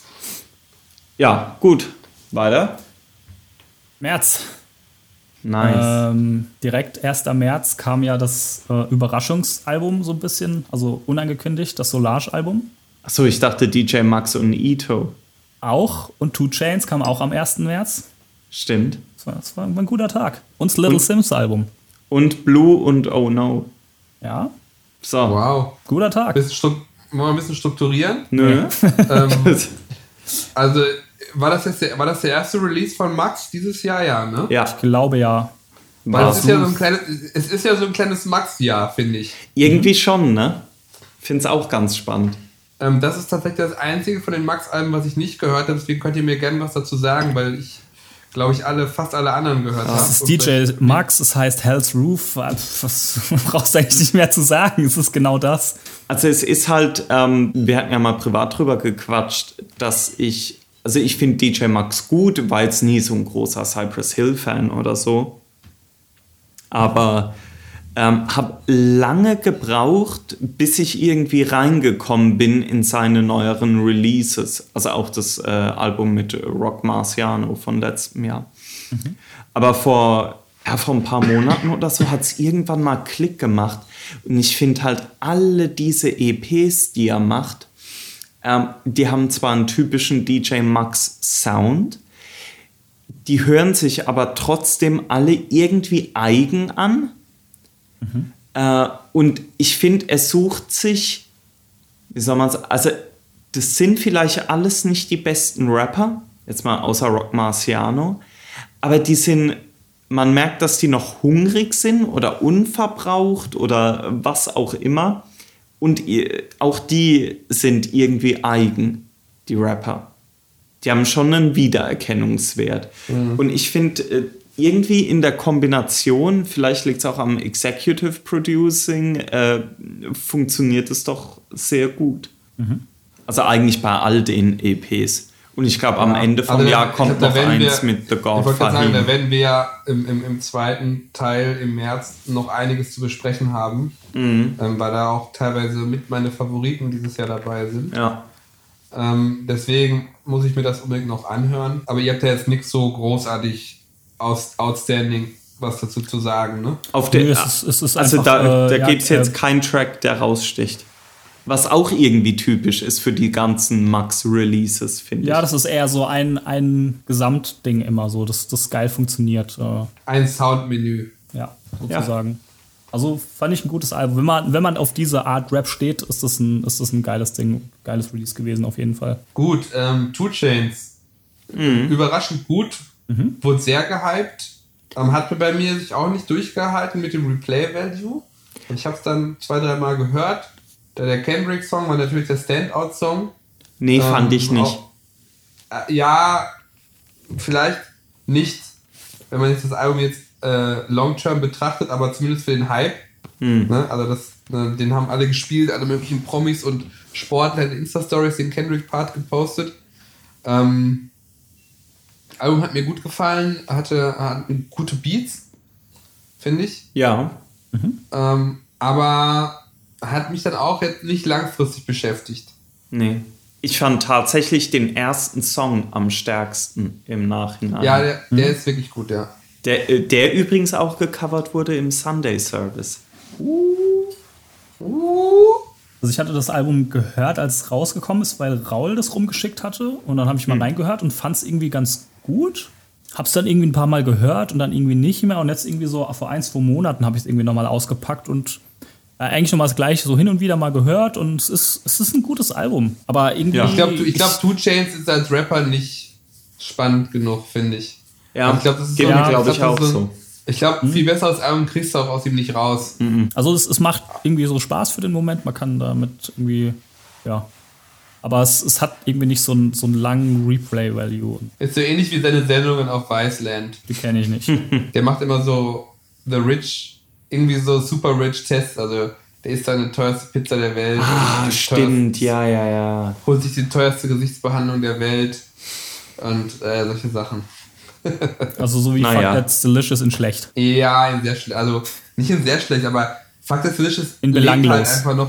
Ja, gut. Weiter. März. Nice. Ähm, direkt erster März kam ja das äh, Überraschungsalbum so ein bisschen, also unangekündigt, das Solange-Album. Achso, ich dachte D J Max und Ito. Auch. Und Two Chainz kam auch am ersten März. Stimmt. Das war, das war ein guter Tag. Und das Little und, Sims-Album. Und Blue und Oh No. Ja. So. Wow. Guter Tag. Bisschen Wollen wir ein bisschen strukturieren? Nö. ähm, also, war das, jetzt der, war das der erste Release von Max dieses Jahr, ja, ne? Ja. Ich glaube, ja. Weil es ist, ja so ein kleines, es ist ja so ein kleines Max-Jahr, finde ich. Irgendwie mhm. schon, ne? Finde es auch ganz spannend. Ähm, das ist tatsächlich das einzige von den Max-Alben, was ich nicht gehört habe. Deswegen könnt ihr mir gerne was dazu sagen, weil ich, glaube ich, alle, fast alle anderen gehört habe. Das ist D J Max, es heißt Hell's Roof. Was brauchst du eigentlich nicht mehr zu sagen? Es ist genau das. Also es ist halt, ähm, wir hatten ja mal privat drüber gequatscht, dass ich, also ich finde D J Max gut, war jetzt nie so ein großer Cypress Hill-Fan oder so. Aber ähm, habe lange gebraucht, bis ich irgendwie reingekommen bin in seine neueren Releases. Also auch das äh, Album mit Rock Marciano von letztem Jahr. Mhm. Aber vor, ja, vor ein paar Monaten oder so hat es irgendwann mal Klick gemacht. Und ich finde halt alle diese E Ps, die er macht, ähm, die haben zwar einen typischen D J Max Sound, die hören sich aber trotzdem alle irgendwie eigen an. Mhm. Äh, und ich finde, er sucht sich, wie soll man sagen, also das sind vielleicht alles nicht die besten Rapper, jetzt mal außer Rock Marciano, aber die sind, man merkt, dass die noch hungrig sind oder unverbraucht oder was auch immer. Und auch die sind irgendwie eigen, die Rapper. Die haben schon einen Wiedererkennungswert. Mhm. Und ich finde, irgendwie in der Kombination, vielleicht liegt es auch am Executive Producing, äh, funktioniert es doch sehr gut. Mhm. Also eigentlich bei all den E Ps. Und ich glaube, am ja, Ende vom also Jahr kommt noch eins wir, mit The God. Ich wollte gerade sagen, da werden wir ja im, im, im zweiten Teil im März noch einiges zu besprechen haben, mhm. ähm, weil da auch teilweise mit meine Favoriten dieses Jahr dabei sind. Ja. Ähm, deswegen muss ich mir das unbedingt noch anhören. Aber ihr habt ja jetzt nichts so großartig aus, outstanding was dazu zu sagen, ne? Auf der, nee, es ist, es ist also einfach, da, da äh, gibt es ja, jetzt äh, keinen Track, der raussticht. Was auch irgendwie typisch ist für die ganzen Max-Releases, finde ich. Ja, das ist eher so ein, ein Gesamtding immer so, dass das geil funktioniert. Ein Soundmenü. Ja, sozusagen. Ja. Also fand ich ein gutes Album. Wenn man, wenn man auf diese Art Rap steht, ist das ein, ist das ein geiles Ding, geiles Release gewesen auf jeden Fall. Gut, ähm, Two Chainz. Mhm. Überraschend gut. Mhm. Wurde sehr gehypt. Ähm, hat bei mir sich auch nicht durchgehalten mit dem Replay-Value. Ich habe es dann zwei, drei Mal gehört. Der Kendrick-Song war natürlich der Standout-Song. Nee, ähm, fand ich nicht. Auch, äh, ja, vielleicht nicht, wenn man jetzt das Album jetzt äh, long-term betrachtet, aber zumindest für den Hype. Hm. Ne? Also das, äh, den haben alle gespielt, alle möglichen Promis und Sportler in Insta-Stories den Kendrick-Part gepostet. Ähm, Album hat mir gut gefallen, hatte, hatte gute Beats, finde ich. Ja. Mhm. Ähm, aber hat mich dann auch jetzt nicht langfristig beschäftigt. Nee. Ich fand tatsächlich den ersten Song am stärksten im Nachhinein. Ja, der, der mhm. ist wirklich gut, ja. Der, der übrigens auch gecovert wurde im Sunday Service. Uh. Uh. Also ich hatte das Album gehört, als es rausgekommen ist, weil Raul das rumgeschickt hatte. Und dann habe ich mal mhm. reingehört und fand es irgendwie ganz gut. Hab's dann irgendwie ein paar Mal gehört und dann irgendwie nicht mehr. Und jetzt irgendwie so vor ein, zwei Monaten habe ich es irgendwie nochmal ausgepackt und äh, eigentlich nochmal das Gleiche so hin und wieder mal gehört. Und es ist, es ist ein gutes Album. Aber irgendwie... Ja. Ich glaube, ich glaub, two Chainz ist als Rapper nicht spannend genug, finde ich. Ja, ich glaube, das ist so, ja, glaube ich, auch so. so. Ich glaube, mhm. viel besseres Album kriegst du auch aus ihm nicht raus. Mhm. Also es, es macht irgendwie so Spaß für den Moment. Man kann damit irgendwie... ja. Aber es, es hat irgendwie nicht so einen, so einen langen Replay-Value. Ist so ähnlich wie seine Sendungen auf Viceland. Die kenne ich nicht. Der macht immer so The Rich, irgendwie so super rich Tests. Also der isst seine teuerste Pizza der Welt. Ah, stimmt, ja, ja, ja. Holt sich die teuerste Gesichtsbehandlung der Welt und äh, solche Sachen. Also so wie Na Fuck ja. That's Delicious in schlecht. Ja, in sehr schlecht. Also nicht in sehr schlecht, aber Fuck That's Delicious in belanglos. Halt einfach noch.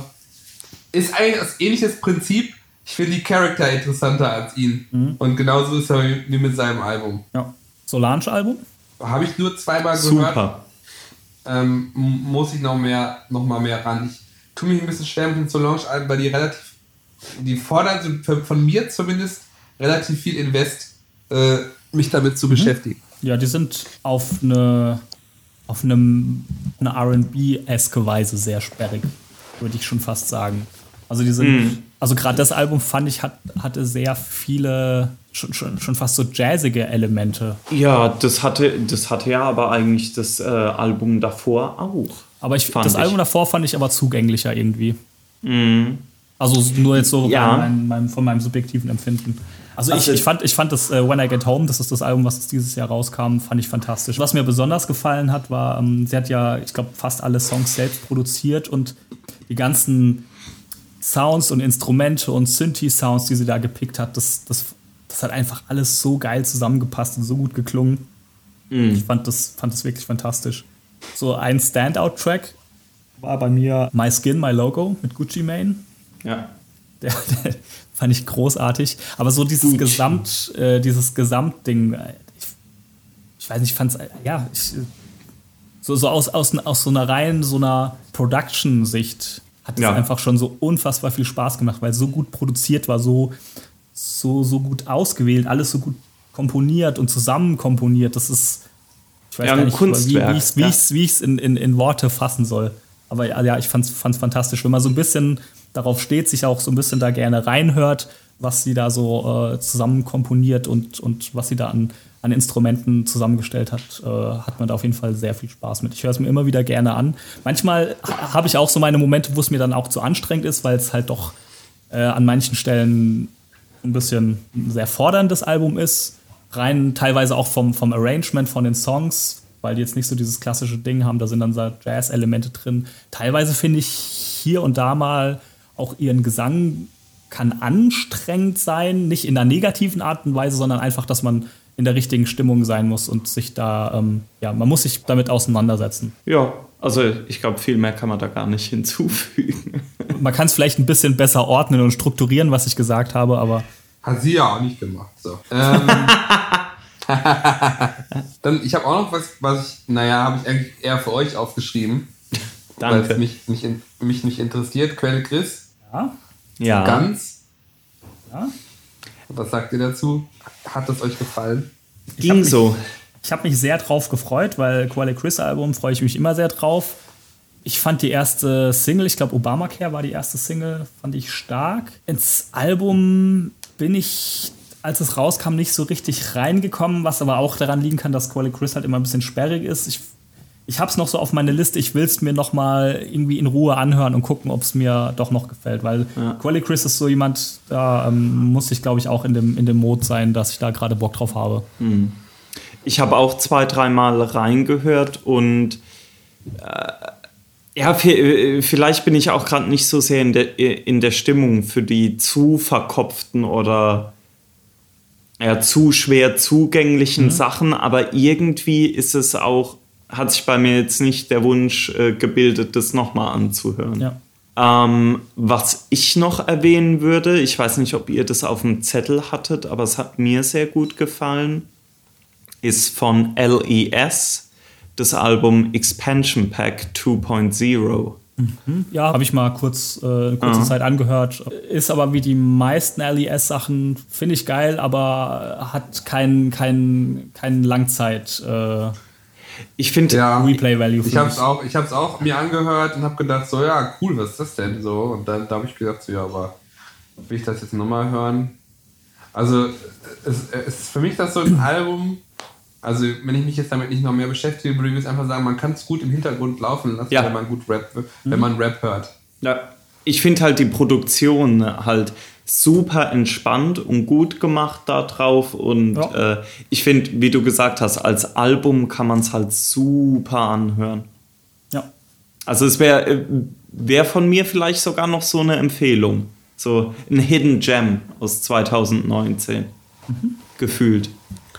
Ist eigentlich ein ähnliches Prinzip. Ich finde die Charakter interessanter als ihn. Mhm. Und genauso ist er wie mit seinem Album. Ja. Solange-Album? Habe ich nur zweimal Super. gehört. Ähm, muss ich noch mehr, noch mal mehr ran. Ich tue mich ein bisschen schwer mit den Solange-Alben, weil die relativ, die fordern von mir zumindest relativ viel Invest, äh, mich damit zu mhm. beschäftigen. Ja, die sind auf eine, auf einem, eine R and B-eske Weise sehr sperrig, würde ich schon fast sagen. Also die sind, mhm. also gerade das Album fand ich hat, hatte sehr viele schon, schon, schon fast so jazzige Elemente. Ja, das hatte, das hatte ja aber eigentlich das äh, Album davor auch. Aber ich, das ich. Album davor fand ich aber zugänglicher irgendwie. Mhm. Also nur jetzt so ja. mein, mein, von meinem subjektiven Empfinden. Also, also ich, ich fand, ich fand das uh, When I Get Home, das ist das Album, was dieses Jahr rauskam, fand ich fantastisch. Was mir besonders gefallen hat, war, ähm, sie hat ja, ich glaube, fast alle Songs selbst produziert und die ganzen Sounds und Instrumente und Synthi-Sounds, die sie da gepickt hat, das, das, das hat einfach alles so geil zusammengepasst und so gut geklungen. Mm. Ich fand das, fand das wirklich fantastisch. So ein Standout-Track war bei mir My Skin, My Logo mit Gucci Mane. Ja. Der, der fand ich großartig. Aber so dieses Gucci. Gesamt, äh, dieses Gesamtding, ich, ich weiß nicht, ich fand's, ja, ich, so, so aus, aus, aus so einer reinen, so einer Production-Sicht hat es ja. einfach schon so unfassbar viel Spaß gemacht, weil es so gut produziert war, so, so, so gut ausgewählt, alles so gut komponiert und zusammen komponiert. Das ist, ich weiß ja, gar nicht, Kunstwerk, wie, wie ich es wie ich's in, in, in Worte fassen soll. Aber ja, ich fand es fantastisch, wenn man so ein bisschen darauf steht, sich auch so ein bisschen da gerne reinhört, was sie da so äh, zusammen komponiert und, und was sie da an, an Instrumenten zusammengestellt hat, äh, hat man da auf jeden Fall sehr viel Spaß mit. Ich höre es mir immer wieder gerne an. Manchmal ha- habe ich auch so meine Momente, wo es mir dann auch zu anstrengend ist, weil es halt doch äh, an manchen Stellen ein bisschen ein sehr forderndes Album ist. Rein teilweise auch vom, vom Arrangement von den Songs, weil die jetzt nicht so dieses klassische Ding haben, da sind dann so Jazz-Elemente drin. Teilweise finde ich hier und da mal auch ihren Gesang kann anstrengend sein, nicht in einer negativen Art und Weise, sondern einfach, dass man in der richtigen Stimmung sein muss und sich da, ähm, ja, man muss sich damit auseinandersetzen. Ja, also ich glaube, viel mehr kann man da gar nicht hinzufügen. Man kann es vielleicht ein bisschen besser ordnen und strukturieren, was ich gesagt habe, aber... Hat sie ja auch nicht gemacht. So. Ähm, dann, ich habe auch noch was, was ich, naja, habe ich eigentlich eher für euch aufgeschrieben. Danke. Weil es mich, mich, mich nicht interessiert. Quelle Chris. Ja. Ja. Ganz. Ja. Was sagt ihr dazu? Hat es euch gefallen? Ging ich so. Mich, ich habe mich sehr drauf gefreut, weil Quelle Chris Album freue ich mich immer sehr drauf. Ich fand die erste Single, ich glaube Obamacare war die erste Single, fand ich stark. Ins Album bin ich als es rauskam, nicht so richtig reingekommen, was aber auch daran liegen kann, dass Quelle Chris halt immer ein bisschen sperrig ist. Ich, ich hab's noch so auf meiner Liste, ich will es mir noch mal irgendwie in Ruhe anhören und gucken, ob es mir doch noch gefällt, weil ja. Quelle Chris ist so jemand, da ähm, muss ich, glaube ich, auch in dem, in dem Mode sein, dass ich da gerade Bock drauf habe. Mhm. Ich habe auch zwei, dreimal reingehört und äh, ja, vielleicht bin ich auch gerade nicht so sehr in der, in der Stimmung für die zu verkopften oder ja, zu schwer zugänglichen mhm. Sachen, aber irgendwie ist es auch, hat sich bei mir jetzt nicht der Wunsch äh, gebildet, das nochmal anzuhören. Ja. Ähm, was ich noch erwähnen würde, ich weiß nicht, ob ihr das auf dem Zettel hattet, aber es hat mir sehr gut gefallen, ist von L E S das Album Expansion Pack zwei Punkt null. Mhm. Ja, habe ich mal kurz äh, kurze ah. Zeit angehört. Ist aber wie die meisten L E S-Sachen, finde ich geil, aber hat keinen kein, kein Langzeit äh, ich finde ja, Replay-Value. Ich, ich habe es auch, ich hab's auch mir angehört und habe gedacht, so ja, cool, was ist das denn so? Und dann da habe ich gedacht, so ja, aber will ich das jetzt nochmal hören? Also es, es ist für mich das so ein Album. Also, wenn ich mich jetzt damit nicht noch mehr beschäftige, würde ich jetzt einfach sagen, man kann es gut im Hintergrund laufen lassen, ja. wenn man gut Rap, wenn man Rap hört. Ja. Ich finde halt die Produktion halt super entspannt und gut gemacht da drauf. Und ja. äh, ich finde, wie du gesagt hast, als Album kann man es halt super anhören. Ja. Also, es wäre wär von mir vielleicht sogar noch so eine Empfehlung. So ein Hidden Gem aus zwanzig neunzehn. Mhm. Gefühlt.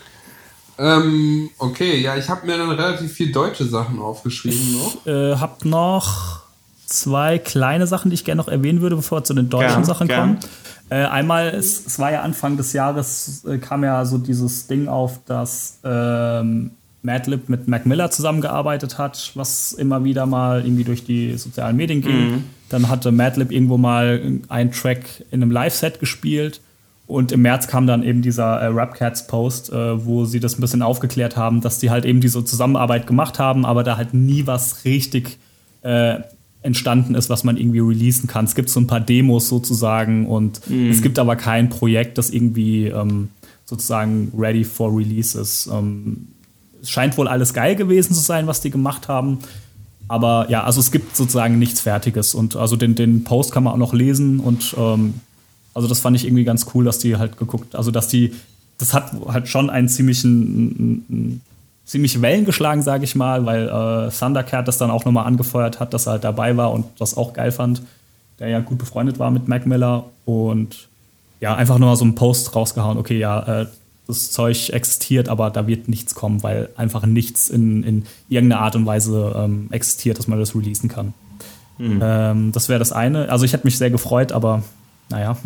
Ähm, okay, ja, ich habe mir dann relativ viel deutsche Sachen aufgeschrieben noch. Ich äh, habe noch zwei kleine Sachen, die ich gerne noch erwähnen würde, bevor wir zu den deutschen gern, Sachen gern. kommen. Äh, einmal, es, es war ja Anfang des Jahres, äh, kam ja so dieses Ding auf, dass ähm, Madlib mit Mac Miller zusammengearbeitet hat, was immer wieder mal irgendwie durch die sozialen Medien ging. Mhm. Dann hatte Madlib irgendwo mal einen Track in einem Live-Set gespielt. Und im März kam dann eben dieser äh, Rapcats-Post, äh, wo sie das ein bisschen aufgeklärt haben, dass die halt eben diese Zusammenarbeit gemacht haben, aber da halt nie was richtig äh, entstanden ist, was man irgendwie releasen kann. Es gibt so ein paar Demos sozusagen und mm. es gibt aber kein Projekt, das irgendwie ähm, sozusagen ready for release ist. Ähm, es scheint wohl alles geil gewesen zu sein, was die gemacht haben. Aber ja, also es gibt sozusagen nichts Fertiges. Und also den, den Post kann man auch noch lesen und ähm, also das fand ich irgendwie ganz cool, dass die halt geguckt, also dass die, das hat halt schon einen ziemlichen, einen, ziemlich Wellen geschlagen, sage ich mal, weil äh, Thundercat das dann auch nochmal angefeuert hat, dass er halt dabei war und das auch geil fand, der ja gut befreundet war mit Mac Miller und ja, einfach nur mal so einen Post rausgehauen, okay, ja, äh, das Zeug existiert, aber da wird nichts kommen, weil einfach nichts in, in irgendeiner Art und Weise ähm, existiert, dass man das releasen kann. Mhm. Ähm, das wäre das eine. Also ich hätte mich sehr gefreut, aber naja,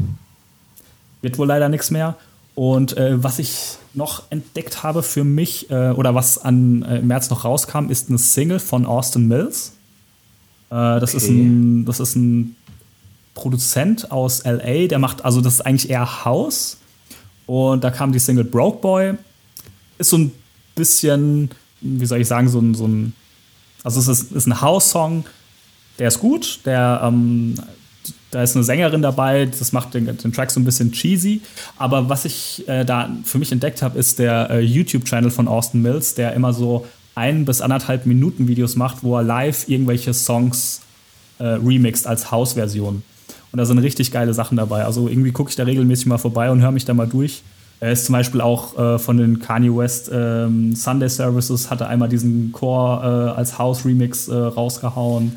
wird wohl leider nichts mehr. Und äh, was ich noch entdeckt habe für mich, äh, oder was an, äh, im März noch rauskam, ist eine Single von Austin Mills. Äh, das, okay. ist ein, das ist ein Produzent aus L A, der macht, also das ist eigentlich eher House. Und da kam die Single Broke Boy. Ist so ein bisschen, wie soll ich sagen, so ein, so ein also es ist, ist ein House-Song, der ist gut, der ähm, da ist eine Sängerin dabei, das macht den, den Track so ein bisschen cheesy. Aber was ich äh, da für mich entdeckt habe, ist der äh, YouTube-Channel von Austin Mills, der immer so ein bis anderthalb Minuten Videos macht, wo er live irgendwelche Songs äh, remixt als House-Version. Und da sind richtig geile Sachen dabei. Also irgendwie gucke ich da regelmäßig mal vorbei und höre mich da mal durch. Er ist zum Beispiel auch äh, von den Kanye West ähm, Sunday Services, hat er einmal diesen Core äh, als House-Remix äh, rausgehauen.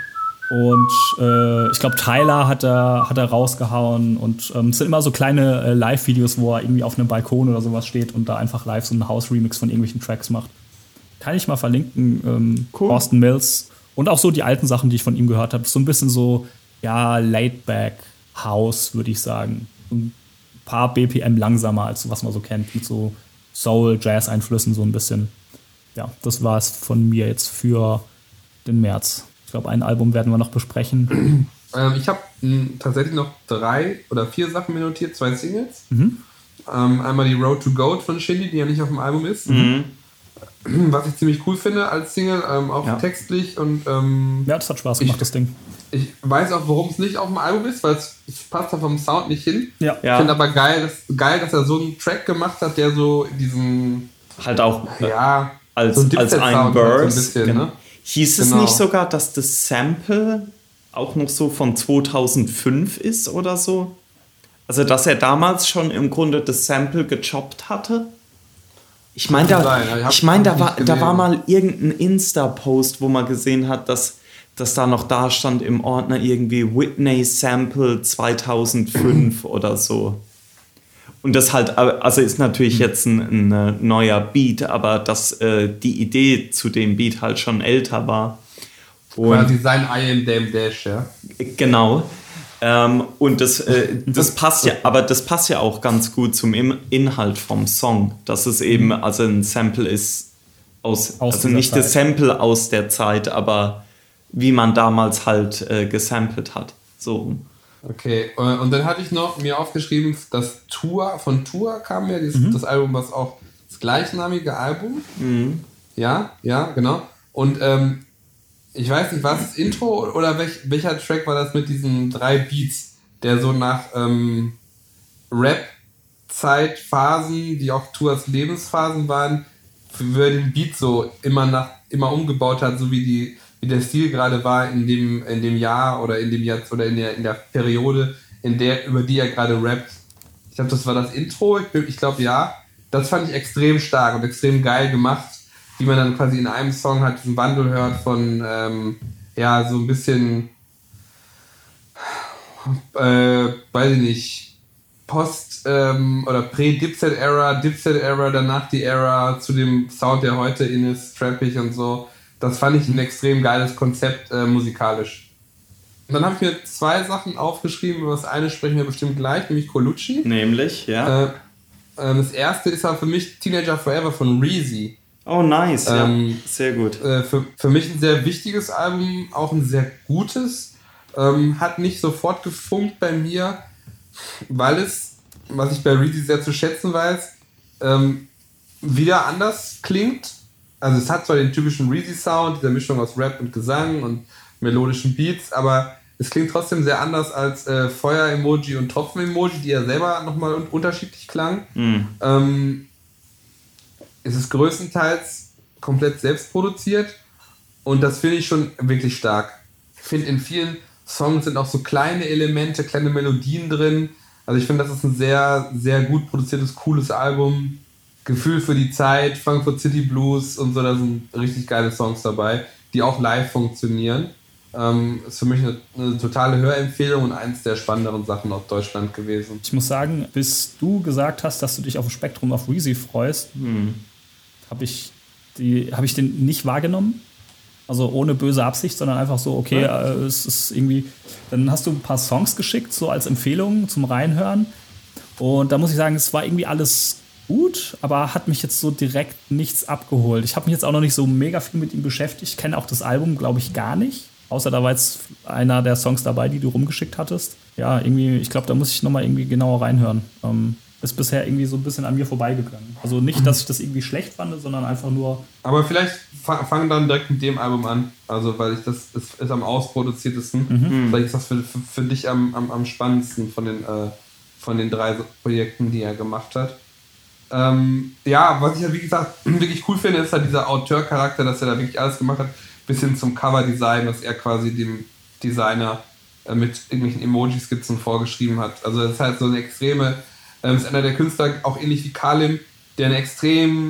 Und äh, ich glaube, Tyler hat er, hat er rausgehauen. Und ähm, es sind immer so kleine äh, Live-Videos, wo er irgendwie auf einem Balkon oder sowas steht und da einfach live so einen House-Remix von irgendwelchen Tracks macht. Kann ich mal verlinken. Ähm, cool. Austin Mills. Und auch so die alten Sachen, die ich von ihm gehört habe. So ein bisschen so, ja, laid-back House, würde ich sagen. Ein paar B P M langsamer, als was man so kennt. Mit so Soul-Jazz-Einflüssen so ein bisschen. Ja, das war es von mir jetzt für den März. Ich glaube, ein Album werden wir noch besprechen. Ähm, ich habe tatsächlich noch drei oder vier Sachen mir notiert, zwei Singles. Mhm. Ähm, einmal die Road to Goat von Shindy, die ja nicht auf dem Album ist. Mhm. Was ich ziemlich cool finde als Single, ähm, auch ja. textlich und ähm, ja, das hat Spaß gemacht, ich, das Ding. ich weiß auch, warum es nicht auf dem Album ist, weil es, es passt da vom Sound nicht hin. Ja. Ich finde aber geil dass, geil, dass er so einen Track gemacht hat, der so in diesem Halt auch ja, als, so als ein Dipset-Sound hat, Verse. so ein bisschen, genau. ne? Hieß es Genau. nicht sogar, dass das Sample auch noch so von zweitausendfünf ist oder so? Also, dass er damals schon im Grunde das Sample gechoppt hatte? Ich meine, Kann da, sein, aber ich hab- ich mein, hab da, nicht war, da gelesen. war mal irgendein Insta-Post, wo man gesehen hat, dass, dass da noch da stand im Ordner irgendwie Whitney Sample zweitausendfünf oder so. Und das halt, also ist natürlich jetzt ein, ein neuer Beat, aber dass äh, die Idee zu dem Beat halt schon älter war. Und Quasi sein I Am Damn Dash, ja. genau. Ähm, und das, äh, das passt ja, aber das passt ja auch ganz gut zum Im- Inhalt vom Song, dass es eben also ein Sample ist aus, Aus also dieser nicht Zeit. das Sample aus der Zeit, aber wie man damals halt äh, gesampelt hat. So. Okay, äh, und dann hatte ich noch mir aufgeschrieben, dass Tour, von Tour kam ja dieses, das Album, was auch das gleichnamige Album. Ja, ja, genau. Und ähm, ich weiß nicht, war es das Intro oder welch, welcher Track war das mit diesen drei Beats, der so nach ähm, Rap-Zeitphasen, die auch Tours Lebensphasen waren, für den Beat so immer nach immer umgebaut hat, so wie die wie der Stil gerade war in dem in dem Jahr oder in dem Jahr oder in der in der Periode, in der über die er gerade rappt. Ich glaube, das war das Intro. Ich, bin- ich glaube ja. Das fand ich extrem stark und extrem geil gemacht, wie man dann quasi in einem Song halt diesen Wandel hört von ähm, ja so ein bisschen äh, weiß ich nicht, Post- ähm, oder Prä-Dipset-Ära, Dipset-Ära, danach die Ära zu dem Sound, der heute in ist, trappig und so. Das fand ich ein extrem geiles Konzept äh, musikalisch. Und dann habe ich mir zwei Sachen aufgeschrieben, über das eine sprechen wir bestimmt gleich, nämlich Colucci. Nämlich, ja. Äh, ähm, das erste ist halt für mich Teenager Forever von Reezy. Oh, nice, ähm, ja. Sehr gut. Äh, für, für mich ein sehr wichtiges Album, auch ein sehr gutes. Ähm, hat nicht sofort gefunkt bei mir, weil es, was ich bei Reezy sehr zu schätzen weiß, ähm, wieder anders klingt. Also es hat zwar den typischen Reezy-Sound, diese Mischung aus Rap und Gesang und melodischen Beats, aber es klingt trotzdem sehr anders als äh, Feuer-Emoji und Tropfen-Emoji, die ja selber nochmal un- unterschiedlich klangen. Mhm. Ähm, es ist größtenteils komplett selbst produziert und das finde ich schon wirklich stark. Ich finde, in vielen Songs sind auch so kleine Elemente, kleine Melodien drin. Also ich finde, das ist ein sehr, sehr gut produziertes, cooles Album. Gefühl für die Zeit, Frankfurt City Blues und so, da sind richtig geile Songs dabei, die auch live funktionieren. Ähm, ist für mich eine, eine totale Hörempfehlung und eins der spannenderen Sachen aus Deutschland gewesen. Ich muss sagen, bis du gesagt hast, dass du dich auf dem Spektrum auf Reezy freust, habe ich, die- hab ich den nicht wahrgenommen. Also ohne böse Absicht, sondern einfach so, okay, Ja. äh, es ist irgendwie. Dann hast du ein paar Songs geschickt, so als Empfehlung zum Reinhören. Und da muss ich sagen, es war irgendwie alles gut, aber hat mich jetzt so direkt nichts abgeholt. Ich habe mich jetzt auch noch nicht so mega viel mit ihm beschäftigt. Ich kenne auch das Album, glaube ich, gar nicht. Außer da war jetzt einer der Songs dabei, die du rumgeschickt hattest. Ja, irgendwie, ich glaube, da muss ich nochmal irgendwie genauer reinhören. Ähm, ist bisher irgendwie so ein bisschen an mir vorbeigegangen. Also nicht, dass ich das irgendwie schlecht fand, sondern einfach nur. Aber vielleicht fa- fang dann direkt mit dem Album an. Also, weil ich das ist, ist am ausproduziertesten. Vielleicht ist das für, für, für dich am, am, am spannendsten von den, äh, von den drei Projekten, die er gemacht hat. Ähm, ja, was ich halt wie gesagt wirklich cool finde, ist halt dieser Auteur-Charakter, dass er da wirklich alles gemacht hat, bis hin zum Cover-Design, dass er quasi dem Designer äh, mit irgendwelchen Emoji-Skizzen vorgeschrieben hat. Also das ist halt so eine extreme, ähm, ist einer der Künstler, auch ähnlich wie Kalim, der eine extrem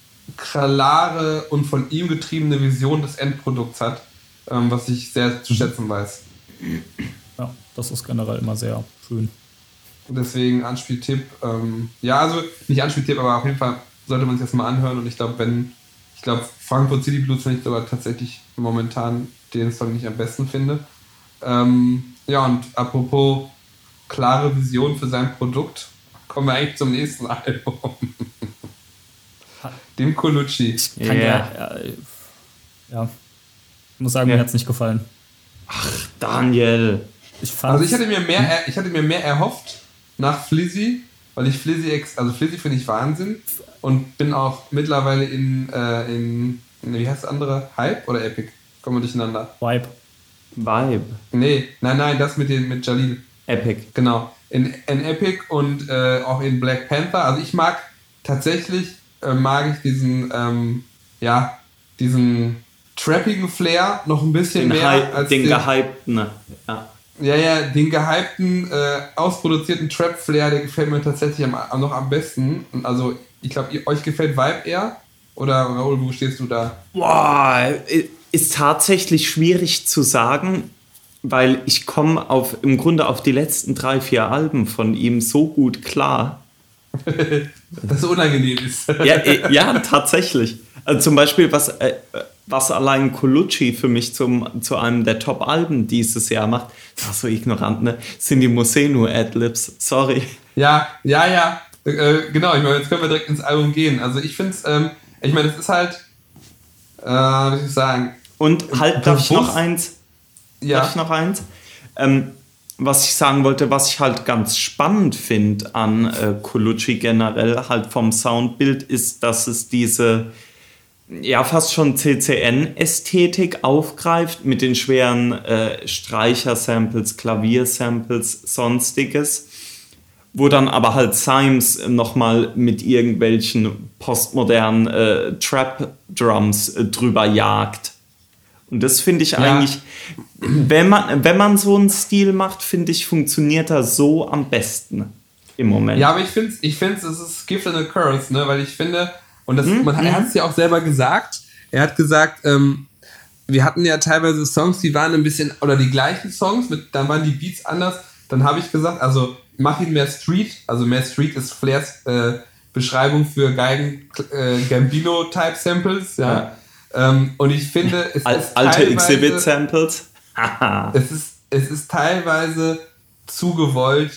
klare und von ihm getriebene Vision des Endprodukts hat, ähm, was ich sehr zu schätzen weiß. Ja, das ist generell immer sehr schön. Deswegen Anspieltipp. Ähm, ja, also nicht Anspieltipp, aber auf jeden Fall sollte man sich das mal anhören. Und ich glaube, wenn, ich glaube, Frankfurt City Blues finde ich sogar tatsächlich momentan den Song, den ich am besten finde. Ähm, ja, und apropos klare Vision für sein Produkt, kommen wir eigentlich zum nächsten Album. Dem Colucci. Kann Yeah. ja, äh, ja. Ich muss sagen, Ja. mir hat es nicht gefallen. Daniel. Ich fand Also ich hatte mir mehr, er- ich hatte mir mehr erhofft nach Flizzy, weil ich Flizzy, ex- also Flizzy finde ich Wahnsinn und bin auch mittlerweile in, äh, in, in wie heißt das andere? Hype oder Epic? Kommen wir durcheinander. Vibe. Vibe. Nee, nein, nein, das mit, den, mit Jalil. Epic. Genau. In, in Epic und äh, auch in Black Panther. Also ich mag tatsächlich, äh, mag ich diesen, ähm, ja, diesen trappigen Flair noch ein bisschen Den, mehr. Hy- als den den gehypten, ne? Ja. Ja, ja, den gehypten, äh, ausproduzierten Trap-Flair, der gefällt mir tatsächlich am, am, noch am besten. Und also, ich glaube, euch gefällt Vibe eher? Oder Raoul, wo stehst du da? Boah, ist tatsächlich schwierig zu sagen, weil ich komme auf im Grunde auf die letzten drei, vier Alben von ihm so gut klar. Dass es unangenehm ist. Ja, äh, ja tatsächlich. Also zum Beispiel, was, äh, was allein Colucci für mich zum, zu einem der Top-Alben dieses Jahr macht, ach so ignorant, ne? Sind die Mosenu-Adlibs. Sorry. Ja, ja, ja. Äh, genau, ich meine, jetzt können wir direkt ins Album gehen. Also ich finde es, ähm, ich meine, es ist halt, äh, wie soll ich sagen. Und halt, darf ich noch eins? Ja. Darf ich noch eins? Ähm, was ich sagen wollte, was ich halt ganz spannend finde an äh, Colucci generell, halt vom Soundbild, ist, dass es diese ja fast schon C C N-Ästhetik aufgreift mit den schweren äh, Streicher-Samples, Klavier-Samples, sonstiges, wo dann aber halt Symes nochmal mit irgendwelchen postmodernen äh, Trap-Drums äh, drüber jagt. Und das finde ich ja. eigentlich, wenn man, wenn man so einen Stil macht, finde ich, funktioniert er so am besten im Moment. Ja, aber ich finde ich finde es ist Gift and a Curse, ne, weil ich finde, und das, mhm. man, er hat es ja auch selber gesagt, er hat gesagt, ähm, wir hatten ja teilweise Songs, die waren ein bisschen, oder die gleichen Songs, mit, dann waren die Beats anders, dann habe ich gesagt, also mach ihn mehr Street, also mehr Street ist Flairs äh, Beschreibung für Geigen äh, Gambino-Type-Samples, ja. ja. Ähm, und ich finde, es Al- ist alte Exhibit-Samples. es ist es ist teilweise zu gewollt.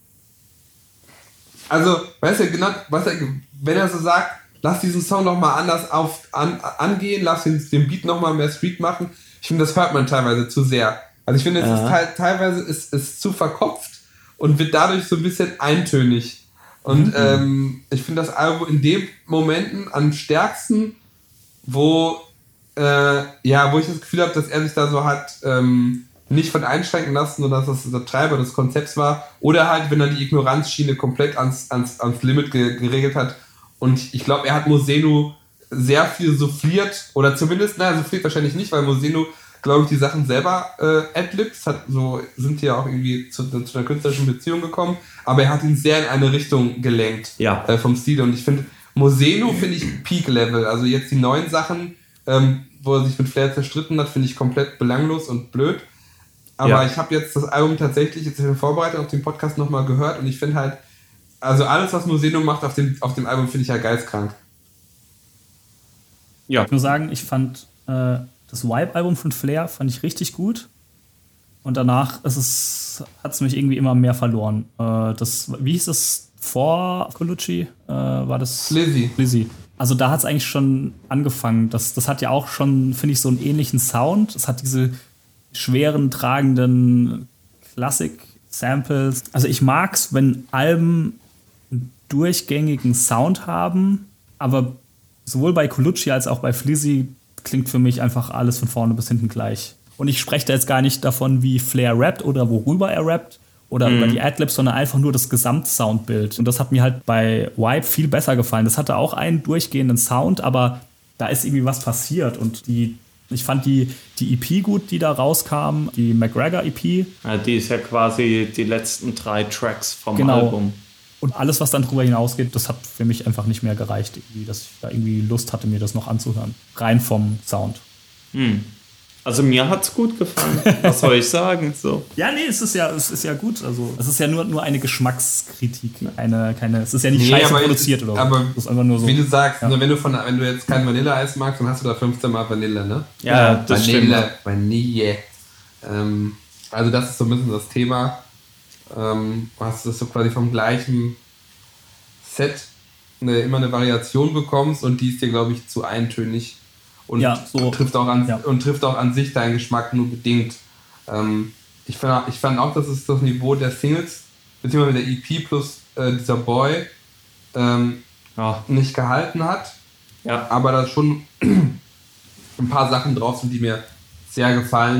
Also, weißt du, genau, was er, wenn er so sagt, lass diesen Song nochmal anders auf, an, angehen, lass den, den Beat nochmal mehr Street machen. Ich finde, das hört man teilweise zu sehr. Also ich finde, es ja. ist te- teilweise ist, ist zu verkopft und wird dadurch so ein bisschen eintönig. Und mhm. ähm, ich finde das Album in den Momenten am stärksten, wo äh, ja, wo ich das Gefühl habe, dass er sich da so hat ähm, nicht von einschränken lassen, sondern dass das der Treiber des Konzepts war. Oder halt, wenn er die Ignoranzschiene komplett ans, ans, ans Limit ge- geregelt hat. Und ich glaube, er hat Mosenu sehr viel souffliert, oder zumindest, naja, souffliert wahrscheinlich nicht, weil Mosenu, glaube ich, die Sachen selber äh, Adlibs, hat, so sind die ja auch irgendwie zu, zu einer künstlerischen Beziehung gekommen, aber er hat ihn sehr in eine Richtung gelenkt, ja. äh, vom Stil. Und ich finde, Mosenu finde ich Peak-Level, also jetzt die neuen Sachen, ähm, wo er sich mit Flair zerstritten hat, finde ich komplett belanglos und blöd. Aber ja. ich habe jetzt das Album tatsächlich jetzt in Vorbereitung auf den Podcast nochmal gehört und ich finde halt, also alles, was Mosenu macht auf dem, auf dem Album, finde ich ja geistkrank. Ja. Ich muss sagen, ich fand äh, das Vibe-Album von Flair fand ich richtig gut. Und danach ist es, hat es mich irgendwie immer mehr verloren. Äh, das, wie hieß es vor Colucci? Äh, war das Lizzy. Lizzy. Also da hat es eigentlich schon angefangen. Das, das hat ja auch schon, finde ich, so einen ähnlichen Sound. Es hat diese schweren, tragenden Klassik-Samples. Also ich mag es, wenn Alben einen durchgängigen Sound haben, aber sowohl bei Colucci als auch bei Flizzy klingt für mich einfach alles von vorne bis hinten gleich. Und ich spreche da jetzt gar nicht davon, wie Flair rappt oder worüber er rappt oder mhm. über die Adlibs, sondern einfach nur das Gesamtsoundbild. Und das hat mir halt bei Vibe viel besser gefallen. Das hatte auch einen durchgehenden Sound, aber da ist irgendwie was passiert. Und die, ich fand die, die E P gut, die da rauskam, die McGregor-E P. Ja, die ist ja quasi die letzten drei Tracks vom genau. Album. Und alles, was dann drüber hinausgeht, das hat für mich einfach nicht mehr gereicht, irgendwie, dass ich da irgendwie Lust hatte, mir das noch anzuhören. Rein vom Sound. Hm. Also mir hat's gut gefallen. Was soll ich sagen? So. Ja, nee, es ist ja, es ist ja gut. Also es ist ja nur, nur eine Geschmackskritik. Eine, keine, es ist ja nicht nee, scheiße aber produziert ich, oder so. Aber das ist einfach nur so. Wie du sagst, ja. nur wenn du von, wenn du jetzt kein Vanilleeis magst, dann hast du da fünfzehn Mal Vanille, ne? Ja, das Vanille, stimmt. Vanille. Ähm, also das ist so ein bisschen das Thema. Ähm, hast du das so quasi vom gleichen Set eine, immer eine Variation bekommst und die ist dir, glaube ich, zu eintönig und, ja, so. trifft auch an, ja. und trifft auch an sich deinen Geschmack nur bedingt. Ähm, ich, fand, ich fand auch, dass es das Niveau der Singles, beziehungsweise der E P plus äh, dieser Boy ähm, ja. nicht gehalten hat, ja. aber da schon ein paar Sachen drauf sind, die mir sehr gefallen.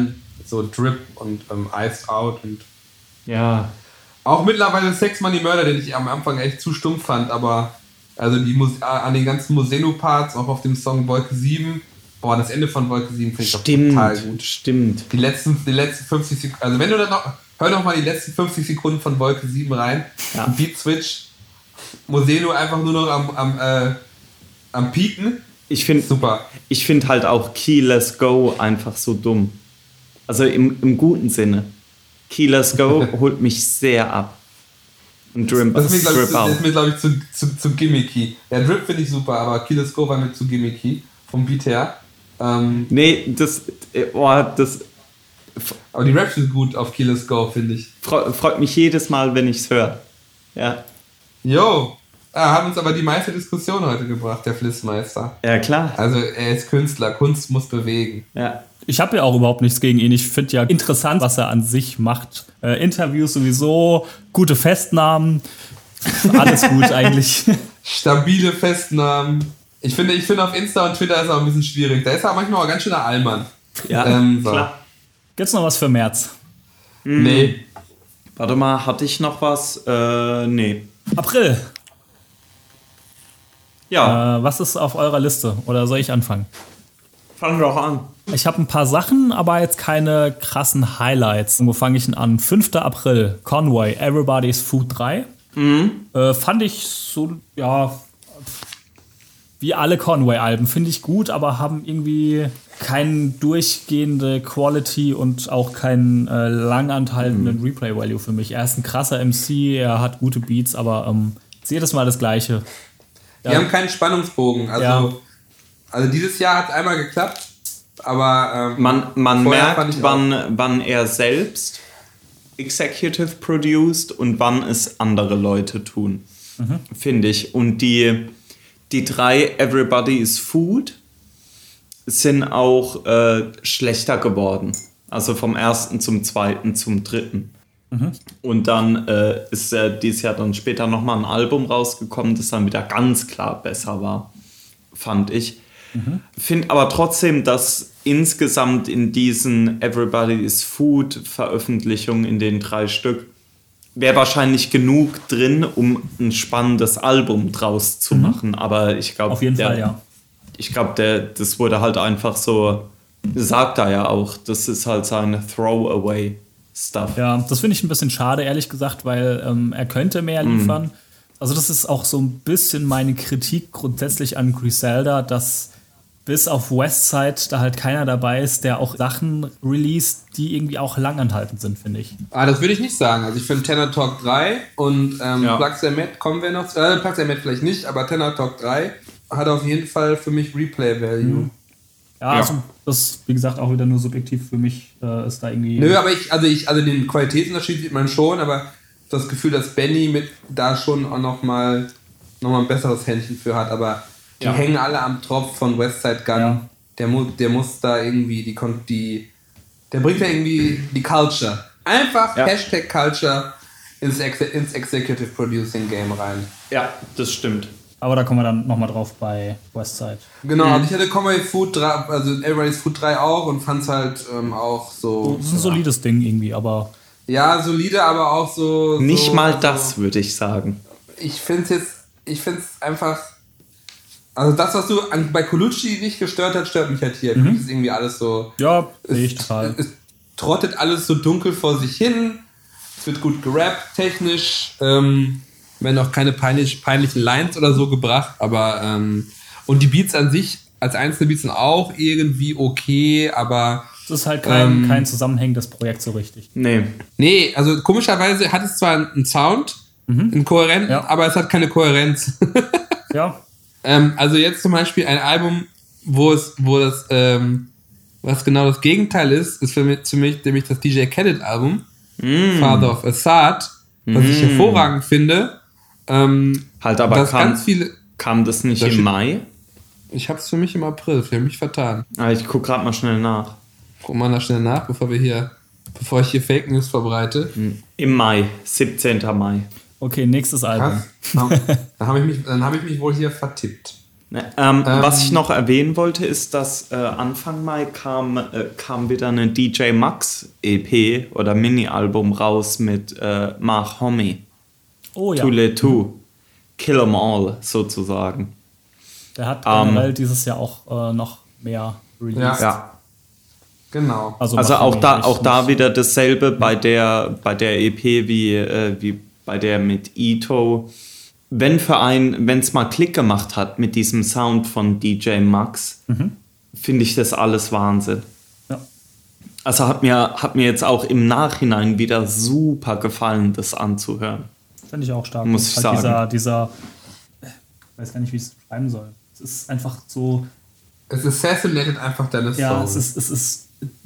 so Drip und ähm, Iced Out und Ja. auch mittlerweile Sex Money Murder, den ich am Anfang echt zu stumpf fand, aber also die Mus- an den ganzen Moseno-Parts, auch auf dem Song Wolke sieben, boah, das Ende von Wolke sieben finde ich doch total gut. Stimmt. Die letzten, die letzten fünfzig Sekunden, also wenn du dann noch, hör doch mal die letzten fünfzig Sekunden von Wolke sieben rein, Ja. Beat Switch, Moseno einfach nur noch am, am, äh, am Pieken. Ich finde Super. ich find halt auch Key Let's Go einfach so dumm. Also im, im guten Sinne. Key Let's Go holt mich sehr ab. Und Drip, Das ist mir, glaube ich, Drip zu, auch. das ist mir, glaub ich zu, zu, zu gimmicky. Ja, Drip finde ich super, aber Kill the Score war mir zu gimmicky vom Beat her. Ähm, Nee, das, äh, oh, das aber die Raps sind gut auf Kill the Score, finde ich. freu, freut mich jedes Mal, wenn ich es höre. Ja. Jo, er hat uns aber die meiste Diskussion heute gebracht, der Flissmeister. Ja, klar. Also er ist Künstler, Kunst muss bewegen. Ja. Ich habe ja auch überhaupt nichts gegen ihn. Ich finde ja interessant, was er an sich macht. Äh, Interviews sowieso, gute Festnahmen, alles gut eigentlich. Stabile Festnahmen. Ich finde, ich finde auf Insta und Twitter ist er auch ein bisschen schwierig. Da ist er manchmal auch ganz schöner Allmann. Ja, Ähm, so. klar. Gibt's noch was für März? Nee. Warte mal, hatte ich noch was? Äh, nee. April. Ja, Äh, was ist auf eurer Liste? Oder soll ich anfangen? fang doch an. Ich habe ein paar Sachen, aber jetzt keine krassen Highlights. Wo fange ich denn an? fünfter April, Conway, Everybody's Food drei. Äh, fand ich so, ja, wie alle Conway-Alben, finde ich gut, aber haben irgendwie keine durchgehende Quality und auch keinen äh, langanhaltenden Replay-Value für mich. Er ist ein krasser M C, er hat gute Beats, aber ähm, ist jedes Mal das Gleiche. Wir haben keinen Spannungsbogen. Also, Ja. also dieses Jahr hat es einmal geklappt, aber ähm, Man, man vorher fand merkt, ich wann, wann er selbst executive produced und wann es andere Leute tun, finde ich. Und die, die drei Everybody is Food sind auch äh, schlechter geworden. Also vom ersten zum zweiten zum dritten. Und dann äh, ist äh, dieses Jahr dann später nochmal ein Album rausgekommen, das dann wieder ganz klar besser war, fand ich. Finde aber trotzdem, dass insgesamt in diesen Everybody is Food Veröffentlichungen, in den drei Stück, wäre wahrscheinlich genug drin, um ein spannendes Album draus zu machen. Aber ich glaube, Auf jeden der, Fall, ja. ich glaube, der, das wurde halt einfach so, sagt er ja auch, das ist halt sein Throwaway-Stuff. Ja, das finde ich ein bisschen schade, ehrlich gesagt, weil ähm, er könnte mehr liefern. Also das ist auch so ein bisschen meine Kritik grundsätzlich an Griselda, dass bis auf Westside da halt keiner dabei ist, der auch Sachen released, die irgendwie auch langanhaltend sind, finde ich. Ah, das würde ich nicht sagen. Also ich finde Tenor Talk drei und ähm, Ja. Plugs and Matt kommen wir noch. Äh, Plugs and Matt vielleicht nicht, aber Tenor Talk drei hat auf jeden Fall für mich Replay-Value. Ja, also das, wie gesagt, auch wieder nur subjektiv für mich äh, ist da irgendwie... Nö, aber ich, also ich, also den Qualitätsunterschied sieht man schon, aber das Gefühl, dass Benny mit da schon auch nochmal noch mal ein besseres Händchen für hat, aber die Ja. hängen alle am Tropf von Westside Gun. Ja. Der, mu der muss da irgendwie die, Kon- die der bringt da irgendwie die Culture. Einfach Ja. Hashtag Culture ins, Ex ins Executive Producing Game rein. Ja, das stimmt. Aber da kommen wir dann nochmal drauf bei Westside. Genau, also ich hatte Conway Food drei, also Everybody's Food drei auch und fand's halt ähm, auch so. Das ist ein solides Ding irgendwie, aber... Ja, solide, aber auch so. Nicht so, mal so, das, würde ich sagen. Ich find's jetzt, ich find's einfach. Also das, was du an, bei Colucci nicht gestört hat, stört mich halt hier. Mhm. Das ist irgendwie alles so. Ja, sehe ich es, total. Es, es trottet alles so dunkel vor sich hin. Es wird gut gerappt, technisch. Ähm, werden auch keine peinlich, peinlichen Lines oder so gebracht, aber ähm, und die Beats an sich als einzelne Beats sind auch irgendwie okay, aber Das ist halt kein, ähm, kein zusammenhängendes Projekt so richtig. Nee. nee, also komischerweise hat es zwar einen Sound, Mhm. einen kohärenten, Ja. aber es hat keine Kohärenz. Ja, ähm, also jetzt zum Beispiel ein Album, wo es, wo das, ähm, was genau das Gegenteil ist, ist für mich, für mich nämlich das D J Khaled Album, Mm. Father of Assad, was ich hervorragend finde. Ähm, Halt, aber dass kam, ganz viele. kam das nicht Das im steht- Mai? Ich hab's für mich im April, ich habe mich vertan. Ah, ich guck gerade mal schnell nach. Guck mal da schnell nach, bevor wir hier, bevor ich hier Fake News verbreite. Im Mai, siebzehnten Mai. okay, nächstes Album. Krass. dann habe ich, mich- dann hab ich mich wohl hier vertippt. Ne, ähm, Ähm, was ich noch erwähnen wollte, ist, dass äh, Anfang Mai kam, äh, kam wieder eine D J Max E P oder Mini-Album raus mit äh, Mach Homie. Oh ja. Tous les Tout. Kill 'em all, sozusagen. Der hat Ähm, generell dieses Jahr auch äh, noch mehr released. Ja. Genau. Also machen auch wir da, nicht- auch da nicht- wieder dasselbe bei der, bei der E P wie, äh, wie bei der mit Ito. Wenn für ein, wenn es mal Klick gemacht hat mit diesem Sound von D J Max, finde ich das alles Wahnsinn. Ja. Also hat mir, hat mir jetzt auch im Nachhinein wieder super gefallen, das anzuhören. Finde ich auch stark. Muss Das ich ist sagen. Dieser, dieser, ich weiß gar nicht, wie ich es beschreiben soll. Es ist einfach so, Es assassinated einfach deine Soul. ja, es ist, es ist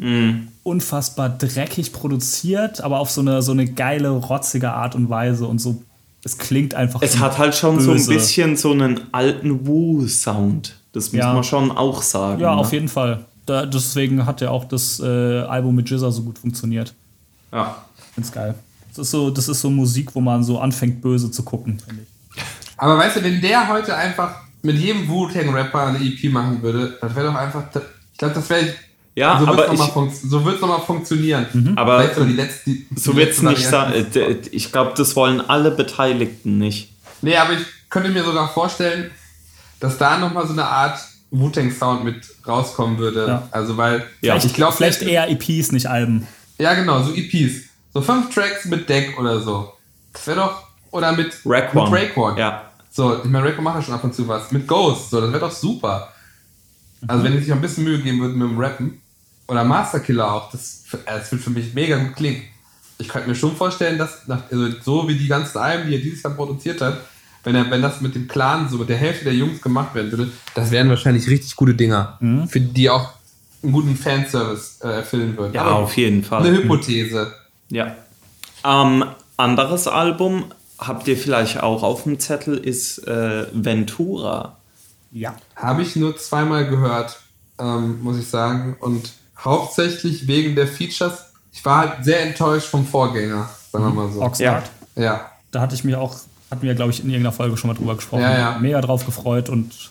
unfassbar dreckig produziert, aber auf so eine, so eine geile, rotzige Art und Weise und so, es klingt einfach Es hat halt schon so ein böse. bisschen so einen alten Woo-Sound. Das muss Ja. man schon auch sagen. Ja, ne? auf jeden Fall. Da, deswegen hat ja auch das äh, Album mit Jizza so gut funktioniert. Ja. Find's geil. Das ist so, das ist so Musik, wo man so anfängt, böse zu gucken, finde ich. Aber weißt du, wenn der heute einfach mit jedem Wu-Tang-Rapper eine E P machen würde, das wäre doch einfach. Ich glaube, das wäre. Ja, so aber wird's noch ich- mal funkt- so wird es nochmal funktionieren. Aber Vielleicht so die letzte, die, so die wird es letzte nicht sein. Variante. Äh, d- Ich glaube, das wollen alle Beteiligten nicht. Nee, aber ich könnte mir sogar vorstellen, dass da nochmal so eine Art Wu-Tang-Sound mit rauskommen würde. Ja. Also, weil. Ja. ich glaube, Vielleicht eher E Ps, nicht Alben. Ja, genau, so E Ps. So fünf Tracks mit Deck oder so. Das wäre doch. Oder mit, Raekwon. mit Raekwon. Ja. So, ich meine, Raekwon macht ja schon ab und zu was. Mit Ghost, so, das wäre doch super. Also, wenn die sich noch ein bisschen Mühe geben würden mit dem Rappen. Oder Master Killer auch, das, das wird für mich mega gut klingen. Ich könnte mir schon vorstellen, dass, nach, also so wie die ganzen Alben, die er dieses Jahr produziert hat, wenn, er, wenn das mit dem Clan, so mit der Hälfte der Jungs gemacht werden würde, das wären wahrscheinlich richtig gute Dinger, für die auch einen guten Fanservice äh, erfüllen würden. Ja, Aber auf jeden Fall. eine Hypothese. Ja. Ähm, anderes Album, habt ihr vielleicht auch auf dem Zettel, ist äh, Ventura. Ja. Habe ich nur zweimal gehört, ähm, muss ich sagen. Und hauptsächlich wegen der Features. Ich war halt sehr enttäuscht vom Vorgänger, sagen wir mal so. Oxnard. Ja. Da hatte ich mich auch, hatten wir, glaube ich, in irgendeiner Folge schon mal drüber gesprochen. Ja, ja. Mega drauf gefreut und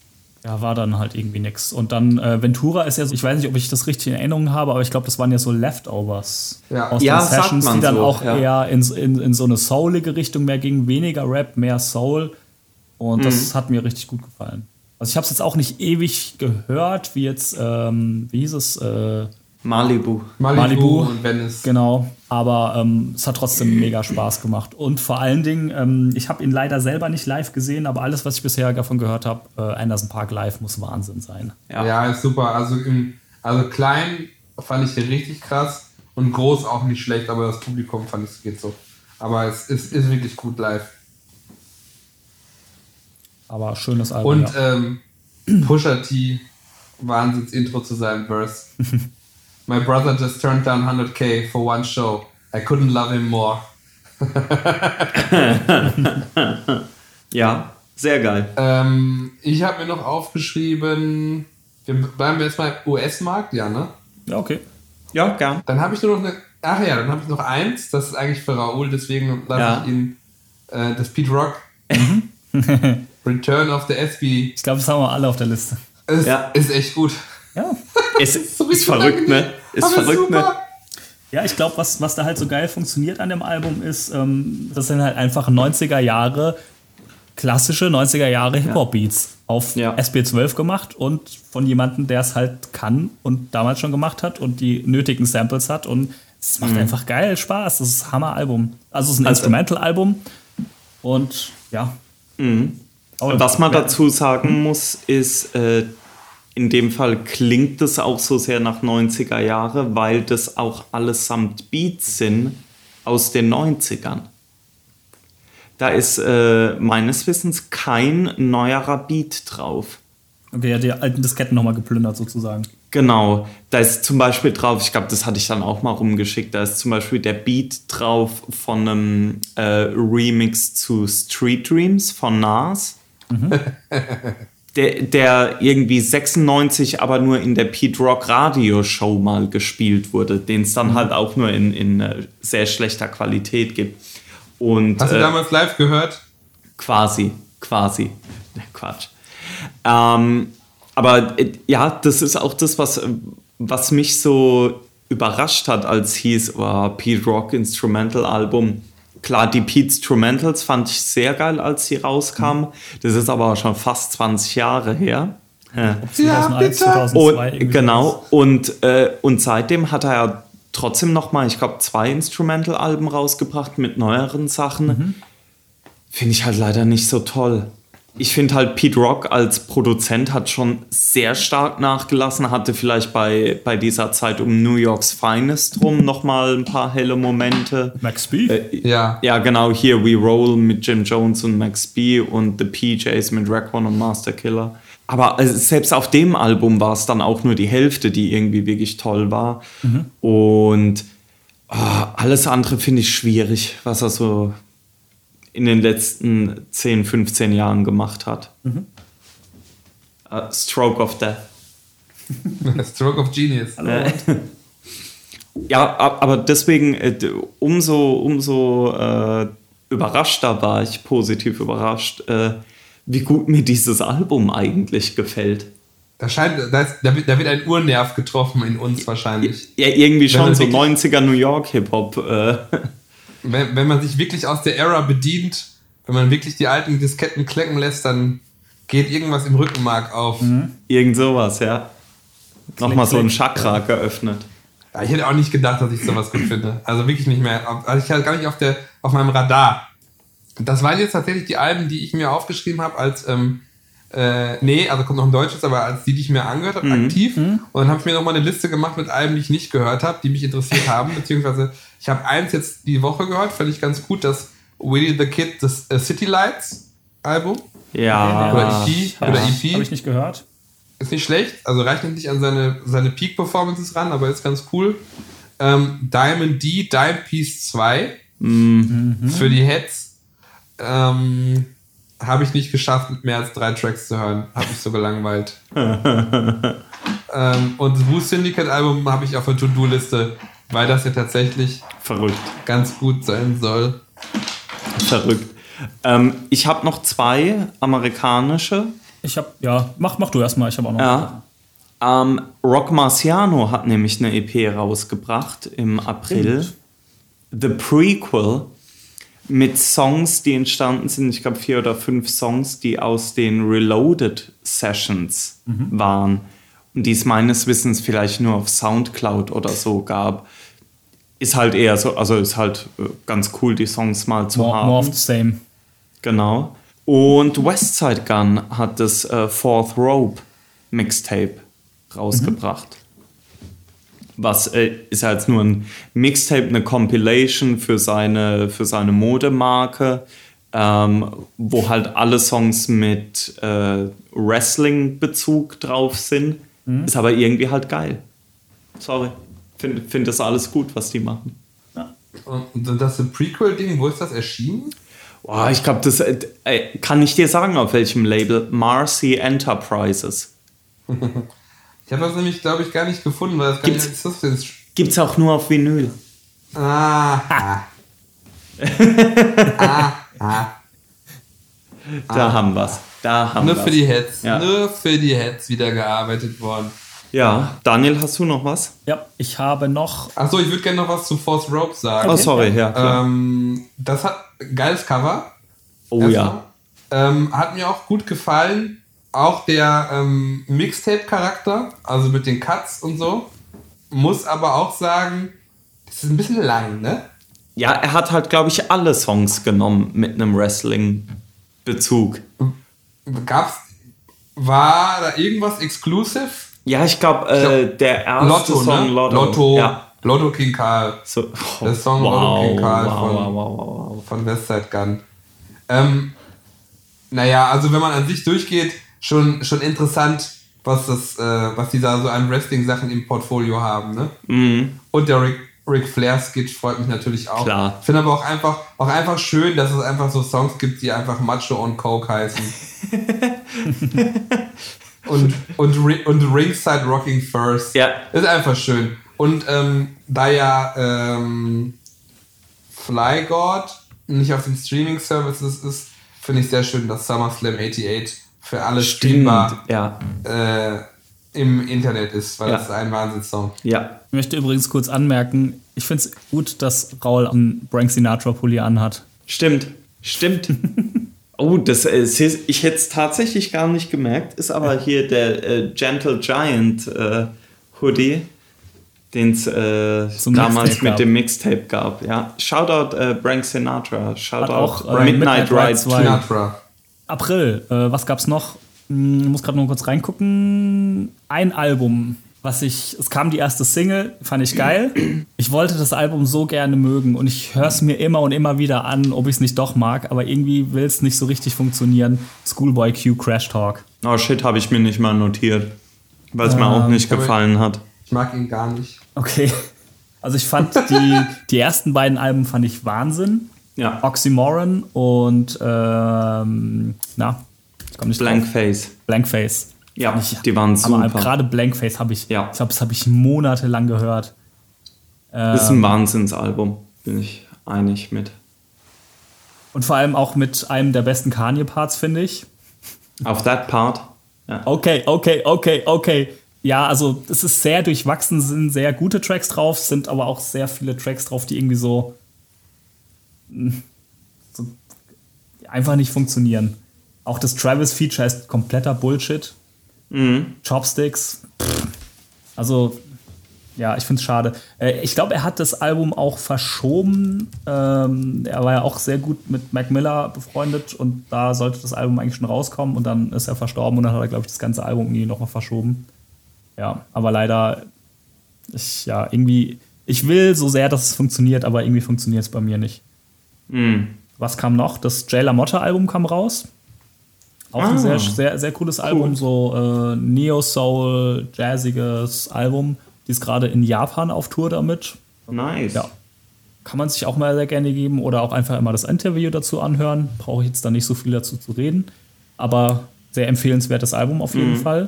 ja, war dann halt irgendwie nix. Und dann äh, Ventura ist ja so, ich weiß nicht, ob ich das richtig in Erinnerung habe, aber ich glaube, das waren ja so Leftovers Ja. aus Ja, den sagt Sessions, man die dann so, auch ja. eher in, in, in so eine soulige Richtung mehr gingen, weniger Rap, mehr Soul. Und Mhm. das hat mir richtig gut gefallen. Also ich habe es jetzt auch nicht ewig gehört, wie jetzt, ähm, wie hieß es, äh, Malibu. Malibu, Malibu. und Venice. Genau, aber ähm, es hat trotzdem mega Spaß gemacht. Und vor allen Dingen, ähm, ich habe ihn leider selber nicht live gesehen, aber alles, was ich bisher davon gehört habe, äh, Anderson Park live muss Wahnsinn sein. Ja. Ja, ist super. Also, im, also klein fand ich den richtig krass und groß auch nicht schlecht, aber das Publikum fand ich, es geht so. Aber es ist, ist wirklich gut live. Aber schönes Album. Und ja. ähm, Pusha T, Wahnsinns-Intro zu seinem Verse. My brother just turned down one hundred K for one show. I couldn't love him more. Ja, sehr geil. Ähm, ich habe mir noch aufgeschrieben, wir bleiben wir jetzt mal im U S-Markt, ja, ne? ja, okay. Ja, gern. Dann habe ich nur noch eine. Ach ja, dann habe ich noch eins. Das ist eigentlich für Raoul, deswegen lasse Ja. ich ihn. Äh, das Pete Rock. Return of the S B. Ich glaube, das haben wir alle auf der Liste. Ist, Ja. ist echt gut. Ja, Es So ist verrückt, ne? Ist Aber verrückt, ne? super. ja ich glaube, was, was da halt so geil funktioniert an dem Album ist, ähm, das sind halt einfach neunziger Jahre, klassische neunziger Jahre Hip-Hop-Beats auf Ja. S B zwölf gemacht und von jemandem, der es halt kann und damals schon gemacht hat und die nötigen Samples hat und es macht einfach geil Spaß. Das ist ein Hammer-Album. Also es ist ein Also- Instrumental-Album und ja. Oh, Was man ja. dazu sagen muss, ist, äh, in dem Fall klingt es auch so sehr nach neunziger Jahre, weil das auch allesamt Beats sind aus den neunzigern. Da ist äh, meines Wissens kein neuerer Beat drauf. Okay, ja, die alten Disketten nochmal geplündert sozusagen. Genau, da ist zum Beispiel drauf, ich glaube, das hatte ich dann auch mal rumgeschickt, da ist zum Beispiel der Beat drauf von einem äh, Remix zu Street Dreams von Nas. Der, der irgendwie sechsundneunzig aber nur in der Pete Rock Radio Show mal gespielt wurde, den es dann halt auch nur in, in äh, sehr schlechter Qualität gibt. Und, Hast du äh, damals live gehört? Quasi, quasi. Quatsch. Ähm, aber äh, ja, das ist auch das, was, was mich so überrascht hat, als hieß, oh, Pete Rock Instrumental Album. Klar, die Pete Instrumentals fand ich sehr geil, als sie rauskamen. Das ist aber schon fast zwanzig Jahre her. Ja. zweitausendeins, zweitausendzwei. Und, genau. Und, äh, und seitdem hat er ja trotzdem noch mal, ich glaube, zwei Instrumental-Alben rausgebracht mit neueren Sachen. Mhm. Finde ich halt leider nicht so toll. Ich finde halt, Pete Rock als Produzent hat schon sehr stark nachgelassen, hatte vielleicht bei, bei dieser Zeit um New York's Finest rum noch mal ein paar helle Momente. Max B? Äh, ja. Ja, genau, hier We Roll mit Jim Jones und Max B und The P Js mit Raekwon und Master Killer. Aber also selbst auf dem Album war es dann auch nur die Hälfte, die irgendwie wirklich toll war. Mhm. Und oh, alles andere finde ich schwierig, was er so in den letzten zehn, fünfzehn Jahren gemacht hat. Mhm. Uh, Stroke of Death. Stroke of Genius. Äh, ja, aber deswegen äh, umso, umso äh, überraschter war ich, positiv überrascht, äh, wie gut mir dieses Album eigentlich gefällt. Da, scheint, da, ist, da, wird, da wird ein Urnerv getroffen in uns wahrscheinlich. Ja, irgendwie schon so neunziger New York Hip-Hop. Äh. Wenn, wenn man sich wirklich aus der Ära bedient, wenn man wirklich die alten Disketten klecken lässt, dann geht irgendwas im Rückenmark auf. Mhm. Irgend sowas, ja. Nochmal so ein Chakra geöffnet. Ja, ich hätte auch nicht gedacht, dass ich sowas gut finde. Also wirklich nicht mehr. Also ich hatte gar nicht auf, der, auf meinem Radar. Das waren jetzt tatsächlich die Alben, die ich mir aufgeschrieben habe als, ähm, äh, nee, also kommt noch ein deutsches, aber als die, die ich mir angehört habe, mhm. aktiv. Mhm. Und dann habe ich mir nochmal eine Liste gemacht mit Alben, die ich nicht gehört habe, die mich interessiert haben, beziehungsweise ich habe eins jetzt die Woche gehört, fand ich ganz gut, das Willie the Kid, das uh, City Lights Album. Ja. Oder E P. Ja. Oder E P. Habe ich nicht gehört. Ist nicht schlecht, also reicht nicht an seine, seine Peak-Performances ran, aber ist ganz cool. Ähm, Diamond D, Dime Piece zwei mhm. für die Heads. Ähm, habe ich nicht geschafft, mit mehr als drei Tracks zu hören. Habe mich so gelangweilt. ähm, und das Wu Syndicate Album habe ich auf der To-Do-Liste, weil das ja tatsächlich verrückt ganz gut sein soll. Verrückt. Ähm, ich habe noch zwei amerikanische. Ich habe, ja, mach, mach du erstmal, ich habe auch noch. Ja. Ähm, Rock Marciano hat nämlich eine E P rausgebracht im April. Stimmt. The Prequel. Mit Songs, die entstanden sind, ich glaube vier oder fünf Songs, die aus den Reloaded Sessions mhm. waren und die es meines Wissens vielleicht nur auf Soundcloud oder so gab. Ist halt eher so, also ist halt ganz cool, die Songs mal zu more, haben. More of the same. Genau. Und Westside Gun hat das äh, Fourth Rope Mixtape rausgebracht. Mhm. Was äh, ist ja jetzt nur ein Mixtape, eine Compilation für seine, für seine Modemarke, ähm, wo halt alle Songs mit äh, Wrestling-Bezug drauf sind. Mhm. Ist aber irgendwie halt geil. Sorry. Finde find das alles gut, was die machen. Ja. Und das ist ein Prequel-Ding, wo ist das erschienen? Boah, ich glaube, das äh, kann ich dir sagen, auf welchem Label. Marcy Enterprises. Ich habe das nämlich, glaube ich, gar nicht gefunden, weil das gar nicht existent. Gibt's auch nur auf Vinyl. Ah. ah. ah. ah. Da ah. haben wir's. Da haben Nur wir's. für die Heads. Ja. Nur für die Heads wieder gearbeitet worden. Ja, Daniel, hast du noch was? Ja, ich habe noch... Achso, ich würde gerne noch was zu Fourth Rope sagen. Okay. Oh, sorry, ja. Klar. Ähm, das hat ein geiles Cover. Oh ja. Ähm, hat mir auch gut gefallen. Auch der ähm, Mixtape-Charakter, also mit den Cuts und so. Muss aber auch sagen, das ist ein bisschen lang, ne? Ja, er hat halt, glaube ich, alle Songs genommen mit einem Wrestling-Bezug. Gab's, war da irgendwas exclusive? Ja, ich glaube, äh, glaub, der erste Lotto, Song, ne? Lotto. Lotto, ja. Lotto King Karl. So, oh, der Song wow, Lotto King Karl wow, von, wow, wow, wow. von Westside Gun. Ähm, naja, also wenn man an sich durchgeht, schon, schon interessant, was das, äh, was die da so an Wrestling-Sachen im Portfolio haben, ne? Mhm. Und der Ric, Ric Flair-Skit freut mich natürlich auch. Klar. Ich finde aber auch einfach, auch einfach schön, dass es einfach so Songs gibt, die einfach Macho on Coke heißen. und, und, und Ringside Rocking First. Ja. Ist einfach schön. Und ähm, da ja ähm, Fly God nicht auf den Streaming-Services ist, finde ich sehr schön, dass SummerSlam achtundachtzig für alle Stimmt, spielbar ja. äh, im Internet ist, weil Ja. das ist ein Wahnsinnssong. Ja. Ich möchte übrigens kurz anmerken, ich finde es gut, dass Raul einen Frank Sinatra-Pulli anhat. Stimmt, stimmt. Oh, das ist, ich hätte es tatsächlich gar nicht gemerkt, ist aber hier der äh, Gentle Giant äh, Hoodie, den es äh, damals Mixtape mit gab. dem Mixtape gab. Ja. Shoutout äh, Frank Sinatra, Shoutout auch, äh, Midnight, Midnight Ride Ride zwei. Sinatra. April, äh, was gab's noch? Hm, muss gerade noch kurz reingucken. Ein Album, was ich, es kam die erste Single, fand ich geil. Ich wollte das Album so gerne mögen und ich höre es mir immer und immer wieder an, ob ich es nicht doch mag, aber irgendwie will es nicht so richtig funktionieren. Schoolboy Q Crash Talk. Oh shit, habe ich mir nicht mal notiert, weil es mir auch nicht aber- gefallen hat. Ich mag ihn gar nicht. Okay. Also ich fand die, die ersten beiden Alben fand ich Wahnsinn. Ja. Oxymoron und ähm, na, ich komme nicht Blank drauf. Face. Blankface. Ja, Fand ich- die waren Aber super. gerade Blankface habe ich, Ja. ich glaube, das habe ich monatelang gehört. Das ist ein Wahnsinnsalbum, bin ich einig mit. Und vor allem auch mit einem der besten Kanye-Parts, finde ich. Auf that part. Ja. Okay, okay, okay, okay. Ja, also es ist sehr durchwachsen, sind sehr gute Tracks drauf, sind aber auch sehr viele Tracks drauf, die irgendwie so, mh, so einfach nicht funktionieren. Auch das Travis-Feature ist kompletter Bullshit. Mhm. Chopsticks. Pff. Also, ja, ich finde es schade. Äh, ich glaube, er hat das Album auch verschoben. Ähm, er war ja auch sehr gut mit Mac Miller befreundet und da sollte das Album eigentlich schon rauskommen und dann ist er verstorben und dann hat er, glaube ich, das ganze Album irgendwie nochmal verschoben. Ja, aber leider, ich, ja, irgendwie, ich will so sehr, dass es funktioniert, aber irgendwie funktioniert es bei mir nicht. Mhm. Was kam noch? Das Jay LaMotta-Album kam raus. Auch ein Ah. sehr, sehr, sehr cooles Album, so äh, Neo-Soul, jazziges Album. Die ist gerade in Japan auf Tour damit. Nice. Ja. Kann man sich auch mal sehr gerne geben oder auch einfach immer das Interview dazu anhören. Brauche ich jetzt da nicht so viel dazu zu reden. Aber sehr empfehlenswertes Album auf jeden Mhm. Fall.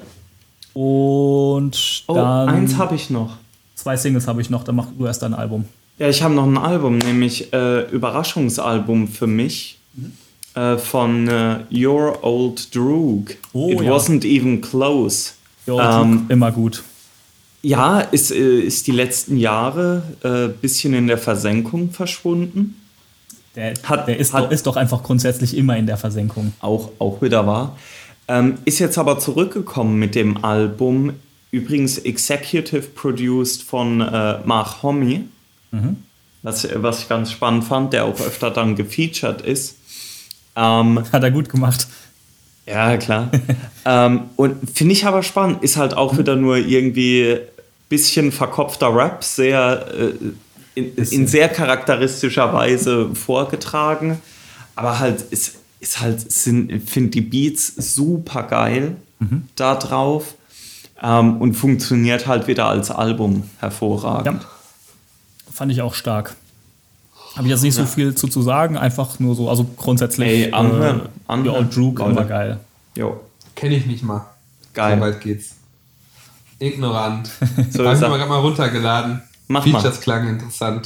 Und Oh, dann eins habe ich noch. zwei Singles habe ich noch, dann mach du erst dein Album. Ja, ich habe noch ein Album, nämlich äh, Überraschungsalbum für mich äh, von äh, Your Old Droog. Oh, It ja. wasn't even close. Jo, Ähm, immer gut. Ja, ist, äh, ist die letzten Jahre ein äh, bisschen in der Versenkung verschwunden. Der, hat- der ist, hat- doch, ist doch einfach grundsätzlich immer in der Versenkung. Auch, auch wieder wahr. Ähm, ist jetzt aber zurückgekommen mit dem Album. Übrigens executive produced von äh, Mark Homme. Was, was ich ganz spannend fand, der auch öfter dann gefeatured ist. Ähm, Hat er gut gemacht. Ja, klar. ähm, und finde ich aber spannend, ist halt auch wieder nur irgendwie bisschen verkopfter Rap, sehr äh, in, in sehr charakteristischer Weise vorgetragen. Aber halt ist, ist halt, sind, finde die Beats super geil da drauf ähm, und funktioniert halt wieder als Album hervorragend. Ja. Fand ich auch stark. Habe ich jetzt nicht so viel zu, zu sagen, einfach nur so, also grundsätzlich. Ey, anhören, äh, anhören, The Old Droog, Leute. immer geil. Jo, Kenne ich nicht mal. geil. So weit geht's. Ignorant. So Habe ist ich er. mal gerade mal runtergeladen. Mach mal. Features klangen interessant.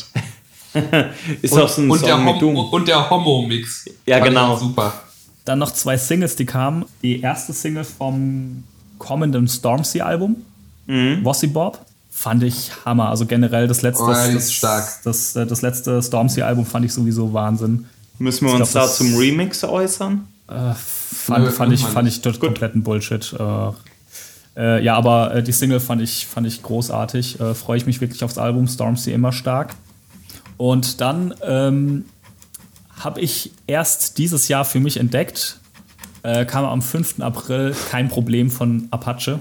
Ist Und, auch so ein und, Song der mit Hom Doom. und der Homo-Mix. Ja, Fand ich genau. auch Super. Dann noch zwei Singles, die kamen. Die erste Single vom kommenden Stormzy-Album, Mhm. Wossy Bob, fand ich Hammer. Also generell das letzte, Oh, ja, die das, ist stark. Das, das, das letzte Stormzy-Album fand ich sowieso Wahnsinn. Müssen wir Ich uns glaub, da das- zum Remix äußern? Äh, fand, Nö, fand, ich, muss man fand nicht. ich dort kompletten Bullshit. Äh, äh, ja, aber äh, die Single fand ich, fand ich großartig. Äh, Freue ich mich wirklich aufs Album. Stormzy immer stark. Und dann ähm, habe ich erst dieses Jahr für mich entdeckt, äh, kam am fünften April Kein Problem von Apache.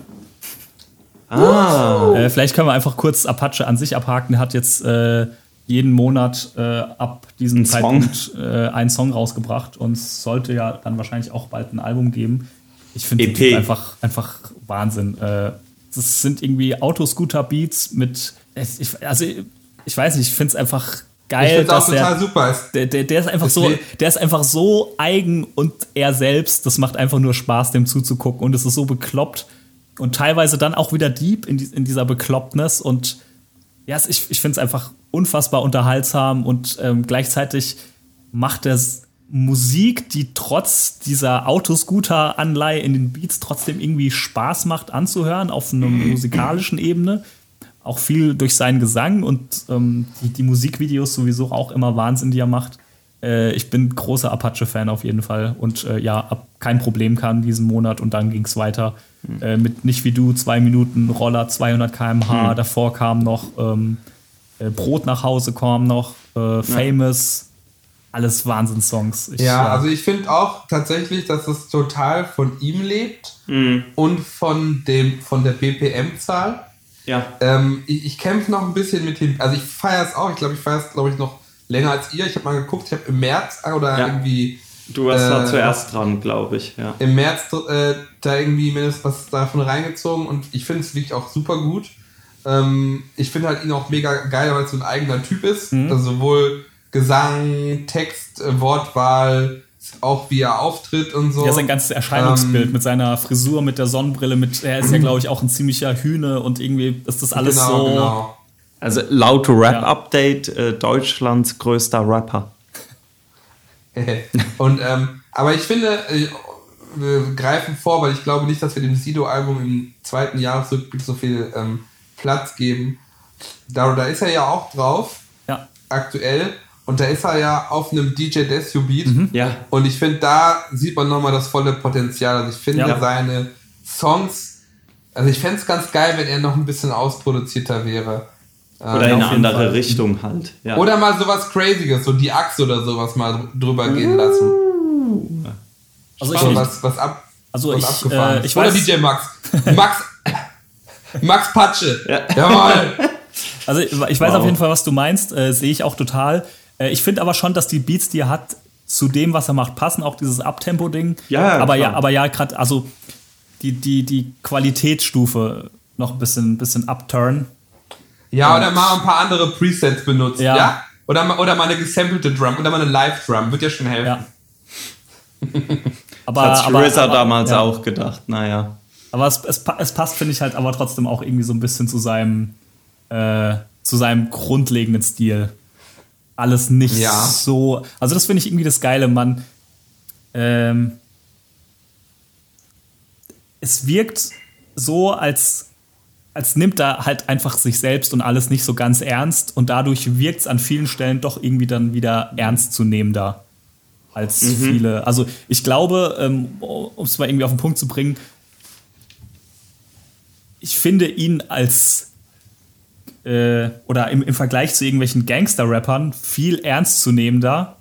Ah, Äh, vielleicht können wir einfach kurz Apache an sich abhaken. Der hat jetzt äh, jeden Monat äh, ab diesem Ein Song. Zeitpunkt äh, einen Song rausgebracht und es sollte ja dann wahrscheinlich auch bald ein Album geben. Ich finde E P. es einfach, einfach Wahnsinn. Äh, das sind irgendwie Autoscooter-Beats mit, ich, also ich weiß nicht, ich finde es einfach Ich geil, finde es auch dass der, total super. Es- der, der, der ist einfach so, Deswegen- der ist einfach so eigen und er selbst, das macht einfach nur Spaß, dem zuzugucken und es ist so bekloppt und teilweise dann auch wieder deep in, die, in dieser Beklopptness und ja, es- ich, ich finde es einfach unfassbar unterhaltsam und ähm, gleichzeitig macht er Musik, die trotz dieser Autoscooter-Anleihe in den Beats trotzdem irgendwie Spaß macht anzuhören auf einer musikalischen Ebene. Auch viel durch seinen Gesang und ähm, die, die Musikvideos sowieso auch immer Wahnsinn, die er macht. Äh, ich bin großer Apache-Fan auf jeden Fall und äh, ja, ab, kein Problem kam diesen Monat und dann ging es weiter. Mhm. Äh, mit Nicht wie du, zwei Minuten, Roller, zweihundert Kilometer pro Stunde. Mhm. Davor kam noch ähm, äh, Brot nach Hause, kam noch äh, Famous. Ja. Alles Wahnsinnssongs. Ich, ja, also ich finde auch tatsächlich, dass es total von ihm lebt mhm. und von, dem, von der B P M-Zahl. Ja. Ähm, ich ich kämpfe noch ein bisschen mit dem, also ich feiere es auch, ich glaube, ich feiere es, glaube ich, noch länger als ihr. Ich habe mal geguckt, ich habe im März oder ja. irgendwie... Du warst äh, da zuerst dran, glaube ich. Ja. Im März äh, da irgendwie mindestens was davon reingezogen und ich finde es wirklich auch super gut. Ähm, ich finde halt ihn auch mega geil, weil es so ein eigener Typ ist. Mhm. Also sowohl Gesang, Text, Wortwahl, auch wie er auftritt und so. Ja, sein ganzes Erscheinungsbild ähm, mit seiner Frisur, mit der Sonnenbrille, mit er ist ja, glaube ich, auch ein ziemlicher Hühne und irgendwie ist das alles genau, so... Genau. Also laut Rap-Update, äh, Deutschlands größter Rapper. und, ähm, aber ich finde, äh, wir greifen vor, weil ich glaube nicht, dass wir dem Sido-Album im zweiten Jahresrückblick so viel ähm, Platz geben. Da, da ist er ja auch drauf, ja. aktuell. Und da ist er ja auf einem D J Desu Beat. Mhm. Ja. Und ich finde, da sieht man nochmal das volle Potenzial. Also ich finde ja. seine Songs, also ich fände es ganz geil, wenn er noch ein bisschen ausproduzierter wäre. Oder ähm, in eine andere Fall. Richtung halt. Ja. Oder mal sowas Crazyes, so die Axt oder sowas mal drüber gehen lassen. Also ich, so, was, was, ab, also was ich, abgefahren äh, ich Oder weiß, D J Max. Max, Max Patsche. Ja. Jawohl. Also ich, ich weiß wow. auf jeden Fall, was du meinst. Äh, sehe ich auch total. Äh, ich finde aber schon, dass die Beats, die er hat, zu dem, was er macht, passen. Auch dieses Abtempo-Ding. Ja, aber klar. ja, aber ja, gerade also die, die, die Qualitätsstufe noch ein bisschen, bisschen upturn. Ja, oder mal ein paar andere Presets benutzen, ja? ja? Oder, mal, oder mal eine gesampelte Drum oder mal eine Live-Drum, wird ja schon helfen. Ja. aber, das hat aber, RZA aber, damals ja. auch gedacht, naja. Aber es, es, es passt, finde ich, halt aber trotzdem auch irgendwie so ein bisschen zu seinem, äh, zu seinem grundlegenden Stil. Alles nicht ja. so... Also das finde ich irgendwie das Geile, man... Ähm, es wirkt so, als... als nimmt er halt einfach sich selbst und alles nicht so ganz ernst und dadurch wirkt es an vielen Stellen doch irgendwie dann wieder ernstzunehmender als mhm. viele. Also ich glaube, ähm, um es mal irgendwie auf den Punkt zu bringen, ich finde ihn als äh, oder im, im Vergleich zu irgendwelchen Gangster-Rappern viel ernstzunehmender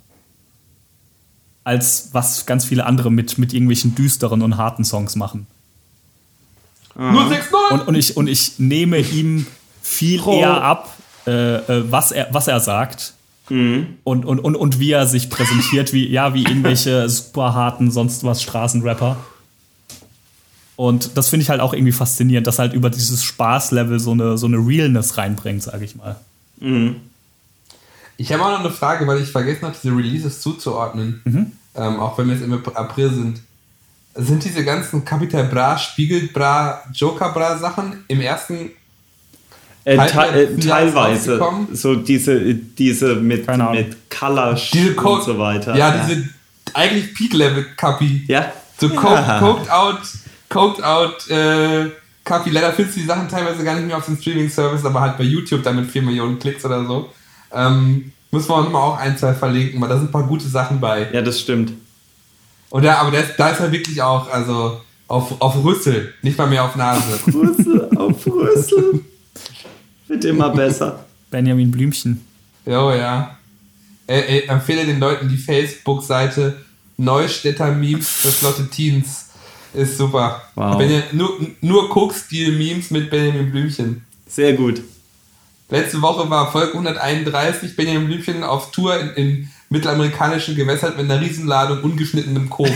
als was ganz viele andere mit, mit irgendwelchen düsteren und harten Songs machen. null sechs neun Und, und, ich, und ich nehme ihm viel oh. eher ab, äh, was, er, was er sagt mhm. und, und, und, und wie er sich präsentiert, wie, ja, wie irgendwelche super harten, sonst was Straßenrapper. Und das finde ich halt auch irgendwie faszinierend, dass halt über dieses Spaßlevel so eine, so eine Realness reinbringt, sage ich mal. Mhm. Ich habe auch noch eine Frage, weil ich vergessen habe, diese Releases zuzuordnen, mhm. ähm, auch wenn wir jetzt im April sind. Sind diese ganzen Capital Bra, Spiegel Bra, Joker Bra Sachen im ersten äh, te- äh, teilweise so diese diese mit mit Color diese Co- und so weiter. Ja, ja. diese eigentlich Peak Level Capi. Ja. So ja. Coked out Coked out äh, Capi. Leider findest du die Sachen teilweise gar nicht mehr auf den Streaming Service, aber halt bei YouTube dann mit vier Millionen Klicks oder so. Ähm, muss man mal auch ein, zwei verlinken, weil da sind ein paar gute Sachen bei. Ja, das stimmt. Und da, aber das, da ist er wirklich auch, also auf, auf Rüssel, nicht mal mehr auf Nase. Rüssel, auf Rüssel. Wird immer besser. Benjamin Blümchen. Jo, ja. Äh, äh, empfehle den Leuten die Facebook-Seite Neustädter Memes für flotte Teens. Ist super. Wow. Wenn ihr nur, nur Cook-Stil-Memes mit Benjamin Blümchen. Sehr gut. Letzte Woche war Folge hunderteinunddreißig, Benjamin Blümchen auf Tour in, in mittelamerikanischen Gewässern mit einer Riesenladung ungeschnittenem Koks.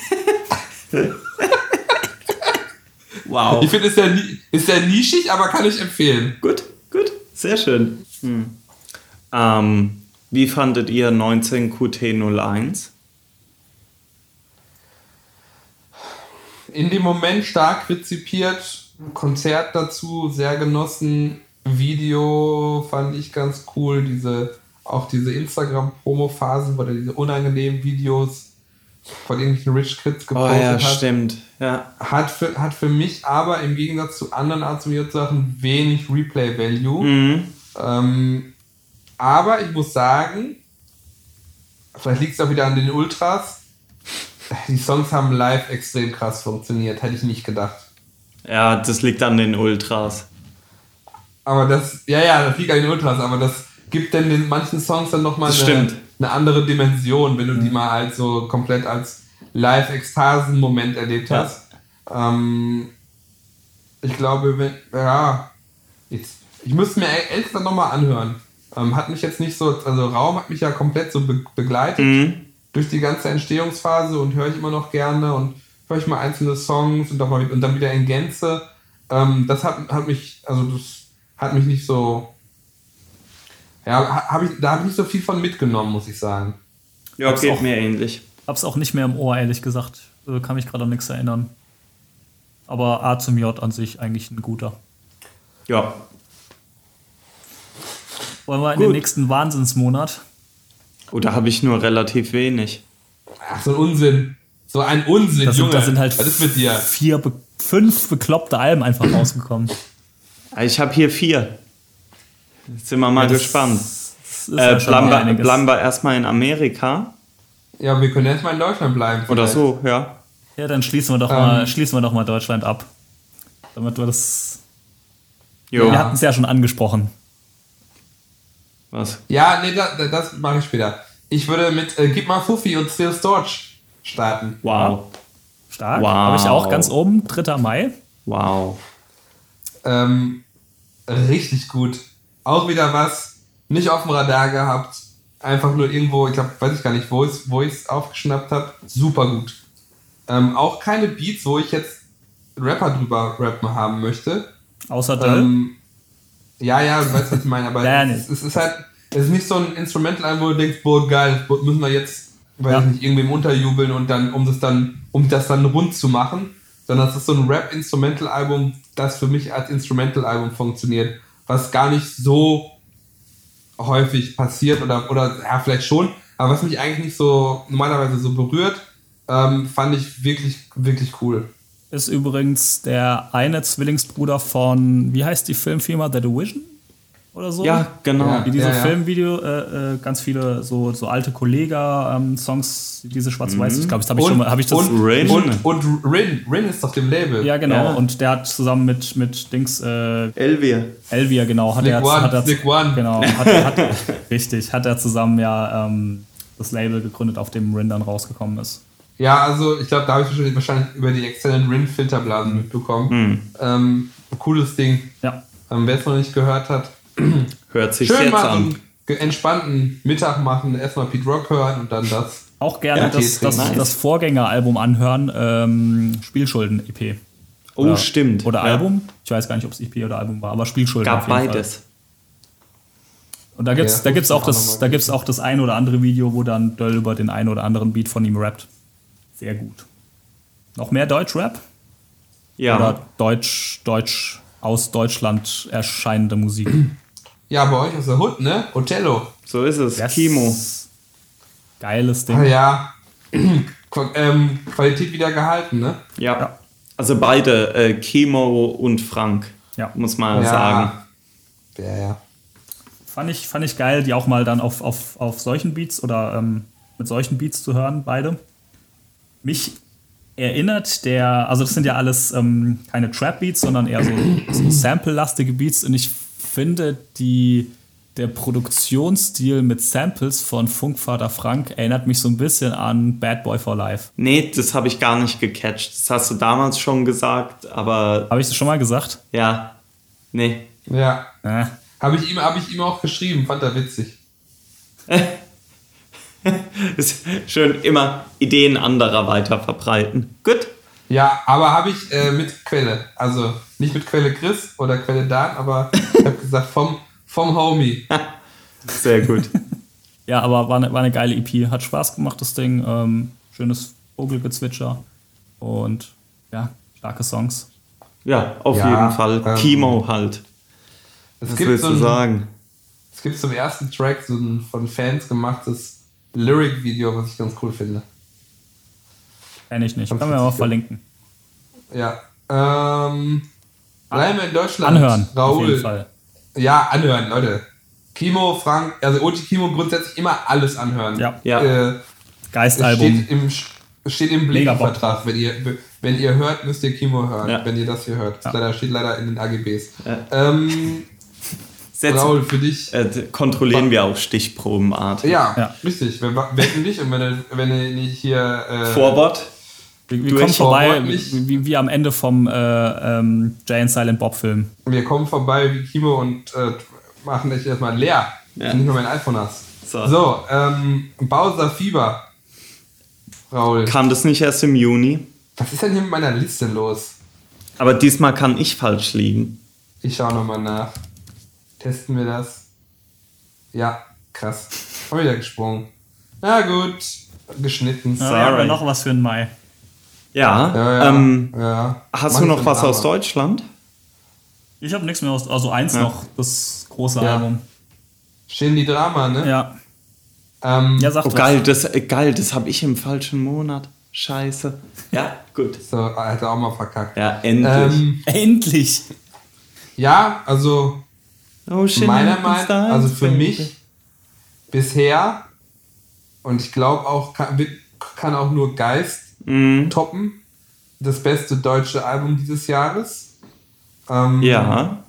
Wow. Ich finde, ist sehr, ist sehr nischig, aber kann ich empfehlen. Gut, gut. Sehr schön. Hm. Ähm, wie fandet ihr neunzehn Q T null eins? In dem Moment stark rezipiert, Konzert dazu sehr genossen, Video fand ich ganz cool, diese auch diese Instagram-Promo-Phasen, wo er diese unangenehmen Videos von irgendwelchen Rich Kids Oh gepostet ja, hat. stimmt. Ja. Hat für, hat für mich aber im Gegensatz zu anderen Arzt-Sachen wenig Replay-Value. Mhm. Ähm, aber ich muss sagen, vielleicht liegt es auch wieder an den Ultras, die Songs haben live extrem krass funktioniert, hätte ich nicht gedacht. Ja, das liegt an den Ultras. Aber das, ja, ja, das liegt an den Ultras, aber das gibt denn den manchen Songs dann nochmal Das eine, stimmt. eine andere Dimension, wenn du die mal halt so komplett als Live-Ekstasen-Moment erlebt Ja. hast. Ähm, ich glaube, wenn, ja, jetzt, ich müsste mir Elf dann nochmal anhören. Ähm, hat mich jetzt nicht so, also Raum hat mich ja komplett so be- begleitet Mhm. durch die ganze Entstehungsphase und höre ich immer noch gerne und höre ich mal einzelne Songs und, auch mal, und dann wieder in Gänze. Ähm, das hat, hat mich, also das hat mich nicht so, ja, hab ich, da habe ich nicht so viel von mitgenommen, muss ich sagen. Ja, Hab's geht auch- mir ähnlich. Hab's auch nicht mehr im Ohr, ehrlich gesagt. Äh, Kann mich gerade an nichts erinnern. Aber A zum J an sich eigentlich ein guter. Ja. Wollen wir in Gut. den nächsten Wahnsinnsmonat? Oh, da habe ich nur relativ wenig. Ach, so ein Unsinn. So ein Unsinn, Da sind, Junge. da sind halt Was ist mit dir? vier, be fünf bekloppte Alben einfach rausgekommen. Ich habe hier vier. Jetzt sind wir mal Das- gespannt. das ist Äh, ja schon bleiben, mal wir, einiges. bleiben wir erstmal in Amerika. Ja, wir können jetzt mal in Deutschland bleiben. Oder vielleicht. so, ja. Ja, dann schließen wir doch Ähm. mal, schließen wir doch mal Deutschland ab. Damit wir das. Jo. Wir hatten es ja schon angesprochen. Was? Ja, nee, da, da, das mache ich später. Ich würde mit äh, Gib mal Fuffi und Still Storch starten. Wow. Stark. Wow. Habe ich auch ganz oben, dritter Mai. Wow. Ähm, richtig gut. Auch wieder was, nicht auf dem Radar gehabt. Einfach nur irgendwo, ich glaube, weiß ich gar nicht, wo ich es wo ich's aufgeschnappt habe. Super gut. Ähm, auch keine Beats, wo ich jetzt Rapper drüber rappen haben möchte. Außer Döll. Ähm, ja, ja, du weißt, was ich meine, aber Ja, es, es ist halt, es ist nicht so ein Instrumental, wo du denkst, boah, geil, das müssen wir jetzt, weiß Ja. ich nicht, irgendwem unterjubeln und dann, um das dann, um das dann rund zu machen, sondern es ist so ein Rap-Instrumental-Album, das für mich als Instrumental-Album funktioniert, was gar nicht so häufig passiert oder, oder, ja, vielleicht schon, aber was mich eigentlich nicht so, normalerweise so berührt, ähm, fand ich wirklich, wirklich cool. Ist übrigens der eine Zwillingsbruder von, wie heißt die Filmfirma, The Division? Oder so? Ja, genau. Ja. Die diese ja. Filmvideo, äh, äh, ganz viele so, so alte Kollega-Songs, diese schwarz-weiß, ich glaube, das habe ich Und, schon mal, habe ich das. und, Rin? und, und Rin, Rin ist doch dem Label. Ja, genau. Ja. Und der hat zusammen mit, mit Dings, äh, Elvia. Elvia, genau, hat Slick er, One, hat er, Slick One. genau, hat, hat, richtig, hat er zusammen ja ähm, das Label gegründet, auf dem Rin dann rausgekommen ist. Ja, also ich glaube, da habe ich wahrscheinlich, wahrscheinlich über die externen Rin-Filterblasen mitbekommen. Ähm, cooles Ding. Ja. Ähm, Wer es noch nicht gehört hat, Hört sich schön jetzt machen, an. ge- entspannten Mittag machen, erstmal Pete Rock hören und dann das. Auch gerne Ja, das, das, nice. das Vorgängeralbum anhören, ähm, Spielschulden-E P. Oh, Oder- stimmt. Oder Ja. Album. Ich weiß gar nicht, ob es E P oder Album war, aber Spielschulden Gab auf jeden beides. Fall. Und da gibt's, Ja, da gibt's muss auch man auch das, noch mal da gibt's auch das ein oder andere Video, wo dann Döll über den einen oder anderen Beat von ihm rappt. Sehr gut. Noch mehr Deutschrap? Ja. Oder Deutsch, Deutsch, aus Deutschland erscheinende Musik? Ja, bei euch aus der Hood, ne? Othello. So ist es. Das Kimo. Geiles Ding. Ah, ja. Qu- ähm, Qualität wieder gehalten, ne? Ja. Ja. Also beide, äh, Kimo und Frank, Ja. muss man sagen. Ja, ja. Fand ich, fand ich geil, die auch mal dann auf, auf, auf solchen Beats oder ähm, mit solchen Beats zu hören, beide. Mich erinnert der, also das sind ja alles ähm, keine Trap-Beats, sondern eher so, so sample-lastige Beats und ich finde, die, der Produktionsstil mit Samples von Funkvater Frank erinnert mich so ein bisschen an Bad Boy for Life. Nee, das habe ich gar nicht gecatcht. Das hast du damals schon gesagt, aber Habe ich das schon mal gesagt? ja, nee. Ja. Äh. Habe ich, ihm- hab ich ihm auch geschrieben, fand er witzig. Ist schön immer Ideen anderer weiter verbreiten. Gut. Ja, aber habe ich äh, mit Quelle. Also nicht mit Quelle Chris oder Quelle Dan, aber ich habe gesagt vom, vom Homie. Sehr gut. Ja, aber war eine, war eine geile E P. Hat Spaß gemacht, das Ding. Ähm, schönes Vogelgezwitscher und ja, starke Songs. Ja, auf Ja, jeden Fall. ähm, Kimo halt. Es Was gibt willst so du ein, sagen? Es gibt zum ersten Track so ein von Fans gemachtes Lyric-Video, was ich ganz cool finde. Kenn ich nicht. Können wir mal verlinken. Ja. Ähm, bleiben wir in Deutschland. Anhören, Raoul. auf jeden Fall. Ja, anhören, Leute. Kimo, Frank, also O G Kimo grundsätzlich immer alles anhören. Ja. Ja. Äh, Geistalbum. Steht im, steht im Mega Bock. Blinkenvertrag. Wenn ihr, wenn ihr hört, müsst ihr Kimo hören. Ja. Wenn ihr das hier hört. Das Ja. leider, steht leider in den A G Bs. Ja. Ähm, Setzen, Raoul, für dich. äh, kontrollieren wir auch Stichprobenart. Ja, Ja. richtig. Wir wetten dich und wenn ihr, wenn ihr nicht hier. Äh, Vorwort. Wir, wir Du kommen echt vorbei, wortwörtlich? wie, wie, wie am Ende vom äh, ähm, Jay and Silent Bob Film. Wir kommen vorbei wie Kimo und äh, machen dich erstmal leer. Ja. Wenn du nicht nur mein iPhone hast. So. So, ähm, Bowser Fieber. Raoul. Kam das nicht erst im Juni? Was ist denn hier mit meiner Liste los? Aber diesmal kann ich falsch liegen. Ich schau nochmal nach. Testen wir das. Ja, krass. Hab wieder gesprungen. Na gut. Geschnitten. Ja, Sorry. wir haben ja noch was für den Mai. Ja. Ja, ja, Ähm, ja. hast Mann, du ich noch bin was aus armer. Deutschland? Ich habe nichts mehr aus, also eins Ja. noch, das große Ja. Album. Shindy Drama, ne? Ja, Ähm, ja sag Oh was. geil, das, äh, geil, das habe ich im falschen Monat. Scheiße. Ja, gut. So, hat er auch mal verkackt. Ja, endlich. Ähm, Endlich! ja, also oh, shit, meiner it's Meinung time, also für baby. mich bisher und ich glaube auch, kann, wird- kann auch nur Geist Mhm. toppen. Das beste deutsche Album dieses Jahres. Ähm, Ja.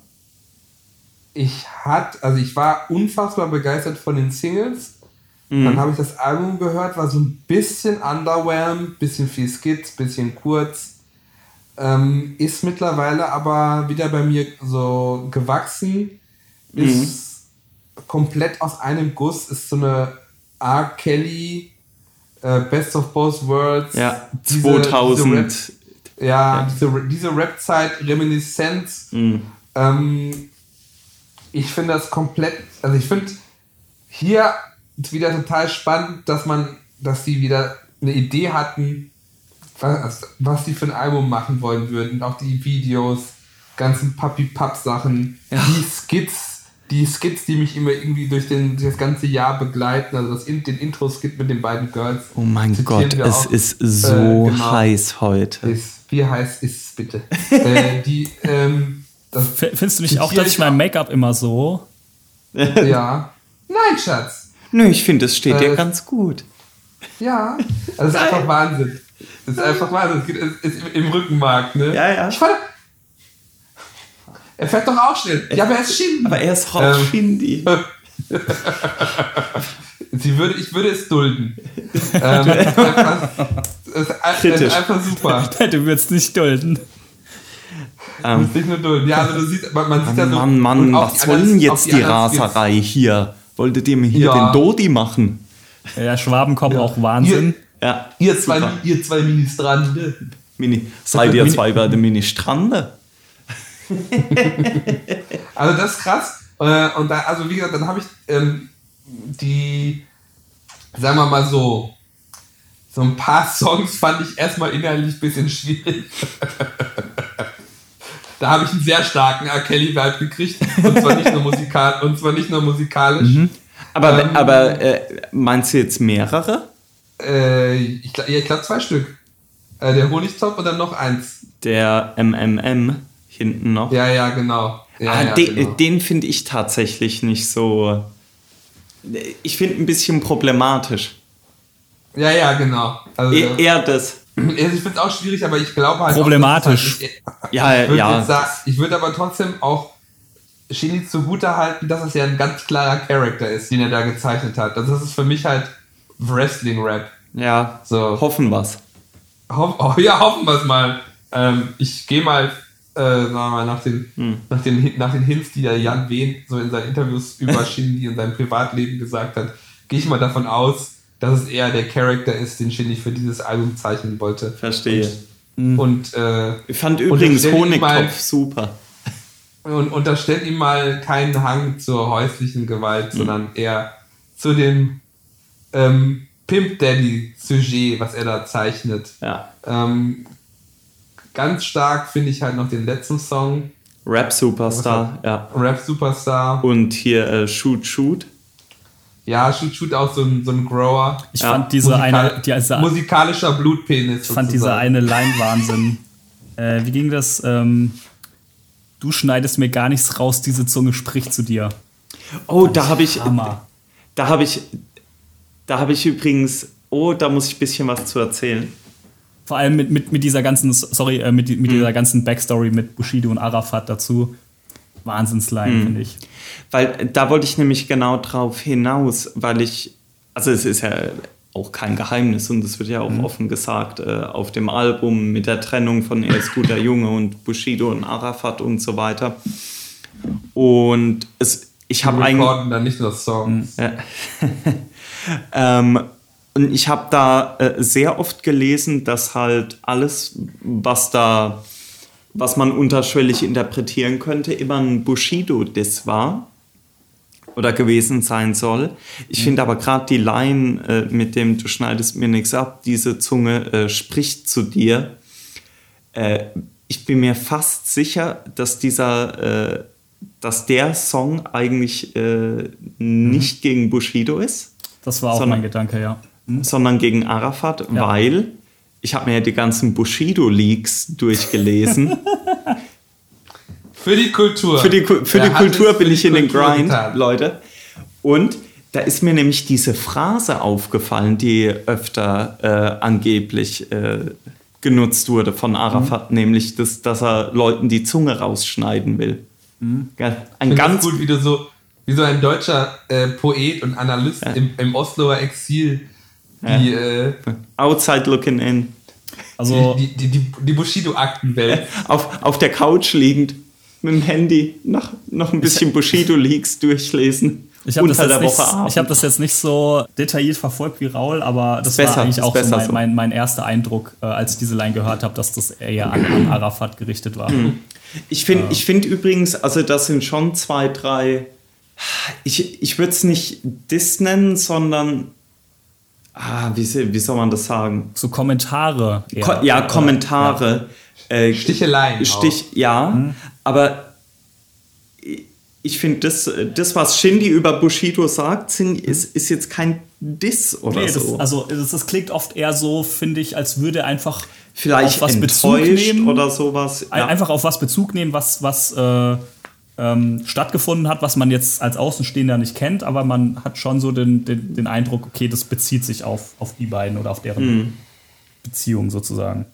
Ich hat, also ich war unfassbar begeistert von den Singles. Mhm. Dann habe ich das Album gehört, war so ein bisschen underwhelmed, bisschen viel Skits, bisschen kurz. Ähm, ist mittlerweile aber wieder bei mir so gewachsen. Ist komplett aus einem Guss, ist so eine R. Kelly äh, Best of Both Worlds. Ja, Diese- zweitausend. Diese Rap, ja, diese, diese Rap-Zeit, Reminiszenz. Mhm. Ähm, ich finde das komplett, also ich finde hier wieder total spannend, dass man, dass sie wieder eine Idee hatten, was, was sie für ein Album machen wollen würden. Auch die Videos, ganzen Papi-Papp-Sachen, Ja. die Skits, die Skits, die mich immer irgendwie durch, den, durch das ganze Jahr begleiten. Also das, In- den Intro-Skit mit den beiden Girls. Oh mein Zitieren Gott, wir es auch. ist so Äh, genau. heiß heute. Ist, wie heiß ist es bitte? äh, die, ähm, das, F- Findest du nicht auch, Zitiere dass ich ich mein auch. Make-up immer so... ja. Nein, Schatz. Nö, ich finde, es steht dir Äh, ganz gut. Ja, das ist einfach Wahnsinn. Das ist einfach Wahnsinn. Es geht- es ist im- im Rückenmark, ne? Ja, ja. Ich fand, er fährt doch auch schnell. Ja, aber er ist Shindy. Aber er ist Ähm, Rob Shindy. Sie würde, ich würde es dulden. ähm, es ist einfach, es ist ein- es Kritisch. ist einfach super. Du würdest nicht dulden. Du musst nicht nur dulden. Ja, also du siehst, man, man sieht ja so. Mann, Mann, und auch was die soll denn anderen- jetzt auch die anderen Skits. Raserei hier? Wolltet ihr mir hier Ja. den Dodi machen? Ja, Schwabenkopp Ja. auch Wahnsinn. Ja, Ihr zwei, super. ihr zwei Ministrande. Mini. Seid ihr Mini- zwei bei der Mini-Strande? Also das ist krass. Äh, Und da, also wie gesagt, dann habe ich ähm, die, sagen wir mal so, so ein paar Songs fand ich erstmal inhaltlich ein bisschen schwierig. Da habe ich einen sehr starken R. Kelly-Vibe gekriegt. Und zwar nicht nur, musikal und zwar nicht nur musikalisch. Aber, Ähm, aber äh, meinst du jetzt mehrere? Äh, ich glaube, ja, ich glaub zwei Stück. Äh, der Honigtopf und dann noch eins. Der M M M hinten noch. Ja, ja, genau. Ja, ah, ja, de, genau. Den finde ich tatsächlich nicht so. Ich finde ein bisschen problematisch. ja, ja, genau. Also, E eher das. also ich finde es auch schwierig, aber ich glaube halt. Problematisch. Auch, dass es halt nicht, Ja, Ich würde ja. jetzt sagen, ich würde aber trotzdem auch Shindy zugute halten, dass es ja ein ganz klarer Charakter ist, den er da gezeichnet hat. Also das ist für mich halt Wrestling-Rap. Ja, So. hoffen wir's. Hoff, oh, ja, hoffen wir es mal. Ähm, ich gehe mal, äh, sagen wir mal, nach den, Hm. nach, den, nach den Hints, die der Jan Wehn so in seinen Interviews über Shindy und sein Privatleben gesagt hat, gehe ich mal davon aus, dass es eher der Charakter ist, den Shindy für dieses Album zeichnen wollte. Verstehe. Und, äh, Ich fand Und übrigens dann stell dir mal- Honigtopf super. Und unterstellt ihm mal keinen Hang zur häuslichen Gewalt, Mhm. sondern eher zu dem ähm, Pimp Daddy-Sujet, was er da zeichnet. Ja. Ähm, ganz stark finde ich halt noch den letzten Song, Rap-Superstar, ja. Rap-Superstar. Und hier äh, Shoot Shoot. Ja, Shoot Shoot auch so ein, so ein Grower. Ich ja. fand diese Musikal- eine... Diese, musikalischer Blutpenis. ich fand diese eine Line Wahnsinn. äh, wie ging das? Ähm, du schneidest mir gar nichts raus, diese Zunge spricht zu dir. Oh, da habe ich... Hammer. Da habe ich... Da habe ich übrigens... Oh, da muss ich ein bisschen was zu erzählen. Vor allem mit, mit, mit dieser ganzen, sorry, äh, mit, mit mhm. dieser ganzen Backstory mit Bushido und Arafat dazu. Wahnsinnsline, mhm. finde ich. Weil da wollte ich nämlich genau drauf hinaus, weil ich, also es ist ja auch kein Geheimnis und es wird ja auch mhm. offen gesagt, äh, auf dem Album mit der Trennung von Er ist guter Junge und Bushido und Arafat und so weiter. Und es, ich habe eigentlich... recorden dann nicht nur Songs. Mhm. ähm, Und ich habe da äh, sehr oft gelesen, dass halt alles, was da, was man unterschwellig interpretieren könnte, immer ein Bushido-Diss war oder gewesen sein soll. Ich mhm. finde aber gerade die Line äh, mit dem Du schneidest mir nichts ab, diese Zunge äh, spricht zu dir. Äh, ich bin mir fast sicher, dass dieser, äh, dass der Song eigentlich äh, nicht mhm. gegen Bushido ist. Das war auch sondern, mein Gedanke, ja. sondern gegen Arafat, ja. weil ich habe mir ja die ganzen Bushido-Leaks durchgelesen. Für die Kultur. Für die, für die Kultur bin ich in den Grind, getan. Leute. Und da ist mir nämlich diese Phrase aufgefallen, die öfter äh, angeblich äh, genutzt wurde von Arafat, mhm. nämlich, das, dass er Leuten die Zunge rausschneiden will. Mhm. Ein ich ganz gut, wie du so, wie so ein deutscher äh, Poet und Analyst ja. im, im Osloer Exil die, ja. äh, Outside looking in. Also die, die, die, die Bushido-Aktenwelt. auf, auf der Couch liegend, mit dem Handy noch, noch ein bisschen Bushido-Leaks durchlesen. Ich habe das, hab das jetzt nicht so detailliert verfolgt wie Raul, aber das besser, war eigentlich auch so mein, so mein, mein erster Eindruck, äh, als ich diese Line gehört habe, dass das eher an, an Arafat gerichtet war. Mhm. Ich finde äh. find übrigens, also das sind schon zwei, drei, ich, ich würde es nicht Diss nennen, sondern Ah, wie, wie soll man das sagen? So Kommentare. Ko- ja, Kommentare. Ja. Äh, Sticheleien. Stich, ja, mhm. aber ich finde, das, das, was Shindy über Bushido sagt, sind, ist, ist jetzt kein Diss oder nee, so. Das, also das, das klingt oft eher so, finde ich, als würde er einfach vielleicht auf was Bezug nehmen. Oder sowas. Ja. Einfach auf was Bezug nehmen, was, was äh, Ähm, stattgefunden hat, was man jetzt als Außenstehender nicht kennt, aber man hat schon so den, den, den Eindruck, okay, das bezieht sich auf, auf die beiden oder auf deren mhm. Beziehung sozusagen.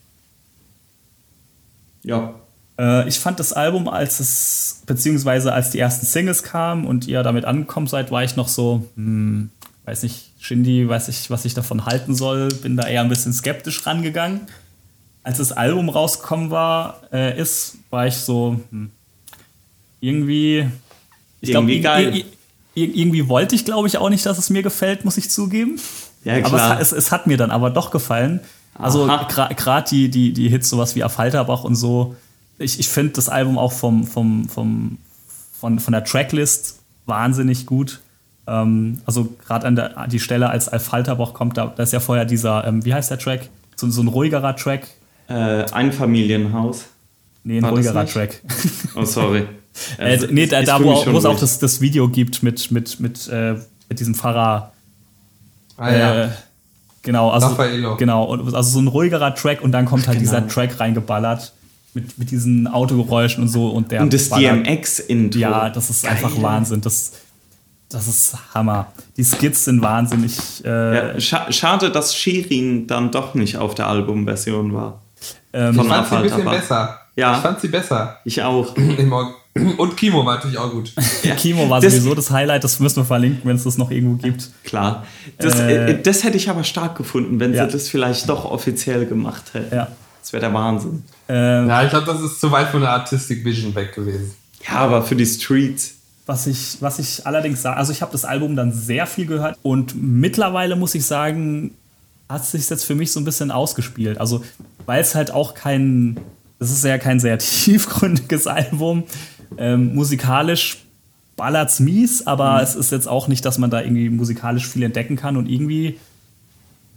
Ja. Äh, ich fand das Album, als es, beziehungsweise als die ersten Singles kamen und ihr damit angekommen seid, war ich noch so, hm, weiß nicht, Shindy, weiß ich, was ich davon halten soll, bin da eher ein bisschen skeptisch rangegangen. Als das Album rausgekommen war, äh, ist, war ich so, hm, Irgendwie, ich glaube, irgendwie, irgendwie wollte ich, glaube ich, auch nicht, dass es mir gefällt, muss ich zugeben. Ja, klar. Aber es, es, es hat mir dann aber doch gefallen. Also gerade gra- die, die, die Hits, sowas wie Auf Halterbach und so. Ich, ich finde das Album auch vom, vom, vom, von, von der Tracklist wahnsinnig gut. Ähm, also gerade an der die Stelle, als Auf Halterbach kommt, da, da ist ja vorher dieser, ähm, wie heißt der Track? So, so ein ruhigerer Track. Äh, Einfamilienhaus. Nee, ein War ruhigerer Track. Oh, sorry. Also, äh, nee, da, da wo, wo es auch das, das Video gibt mit, mit, mit, äh, mit diesem Pfarrer. Ah, ja. Äh, genau, also, Raffaello. genau, also so ein ruhigerer Track und dann kommt halt genau. dieser Track reingeballert mit, mit diesen Autogeräuschen und so. Und, der und das D M X-Intro. Ja, das ist Geil. einfach Wahnsinn. Das, das ist Hammer. Die Skits sind wahnsinnig. Äh, ja, scha- schade, dass Shirin dann doch nicht auf der Albumversion war. Ähm, ich fand sie ein bisschen besser. Ja. Ich fand sie besser. Ich auch. Und Kimo war natürlich auch gut. Ja. Kimo war das, sowieso das Highlight, das müssen wir verlinken, wenn es das noch irgendwo gibt. Klar. Das, äh, das hätte ich aber stark gefunden, wenn ja. sie das vielleicht doch offiziell gemacht hätten. Ja. Das wäre der Wahnsinn. Ähm, ja, ich glaube, das ist zu weit von der Artistic Vision weg gewesen. Ja, aber für die Streets. Was ich, was ich allerdings sage, also ich habe das Album dann sehr viel gehört und mittlerweile muss ich sagen, hat es sich jetzt für mich so ein bisschen ausgespielt. Also, weil es halt auch kein, das ist ja kein sehr tiefgründiges Album. Ähm, musikalisch ballert's mies, aber mhm. es ist jetzt auch nicht, dass man da irgendwie musikalisch viel entdecken kann und irgendwie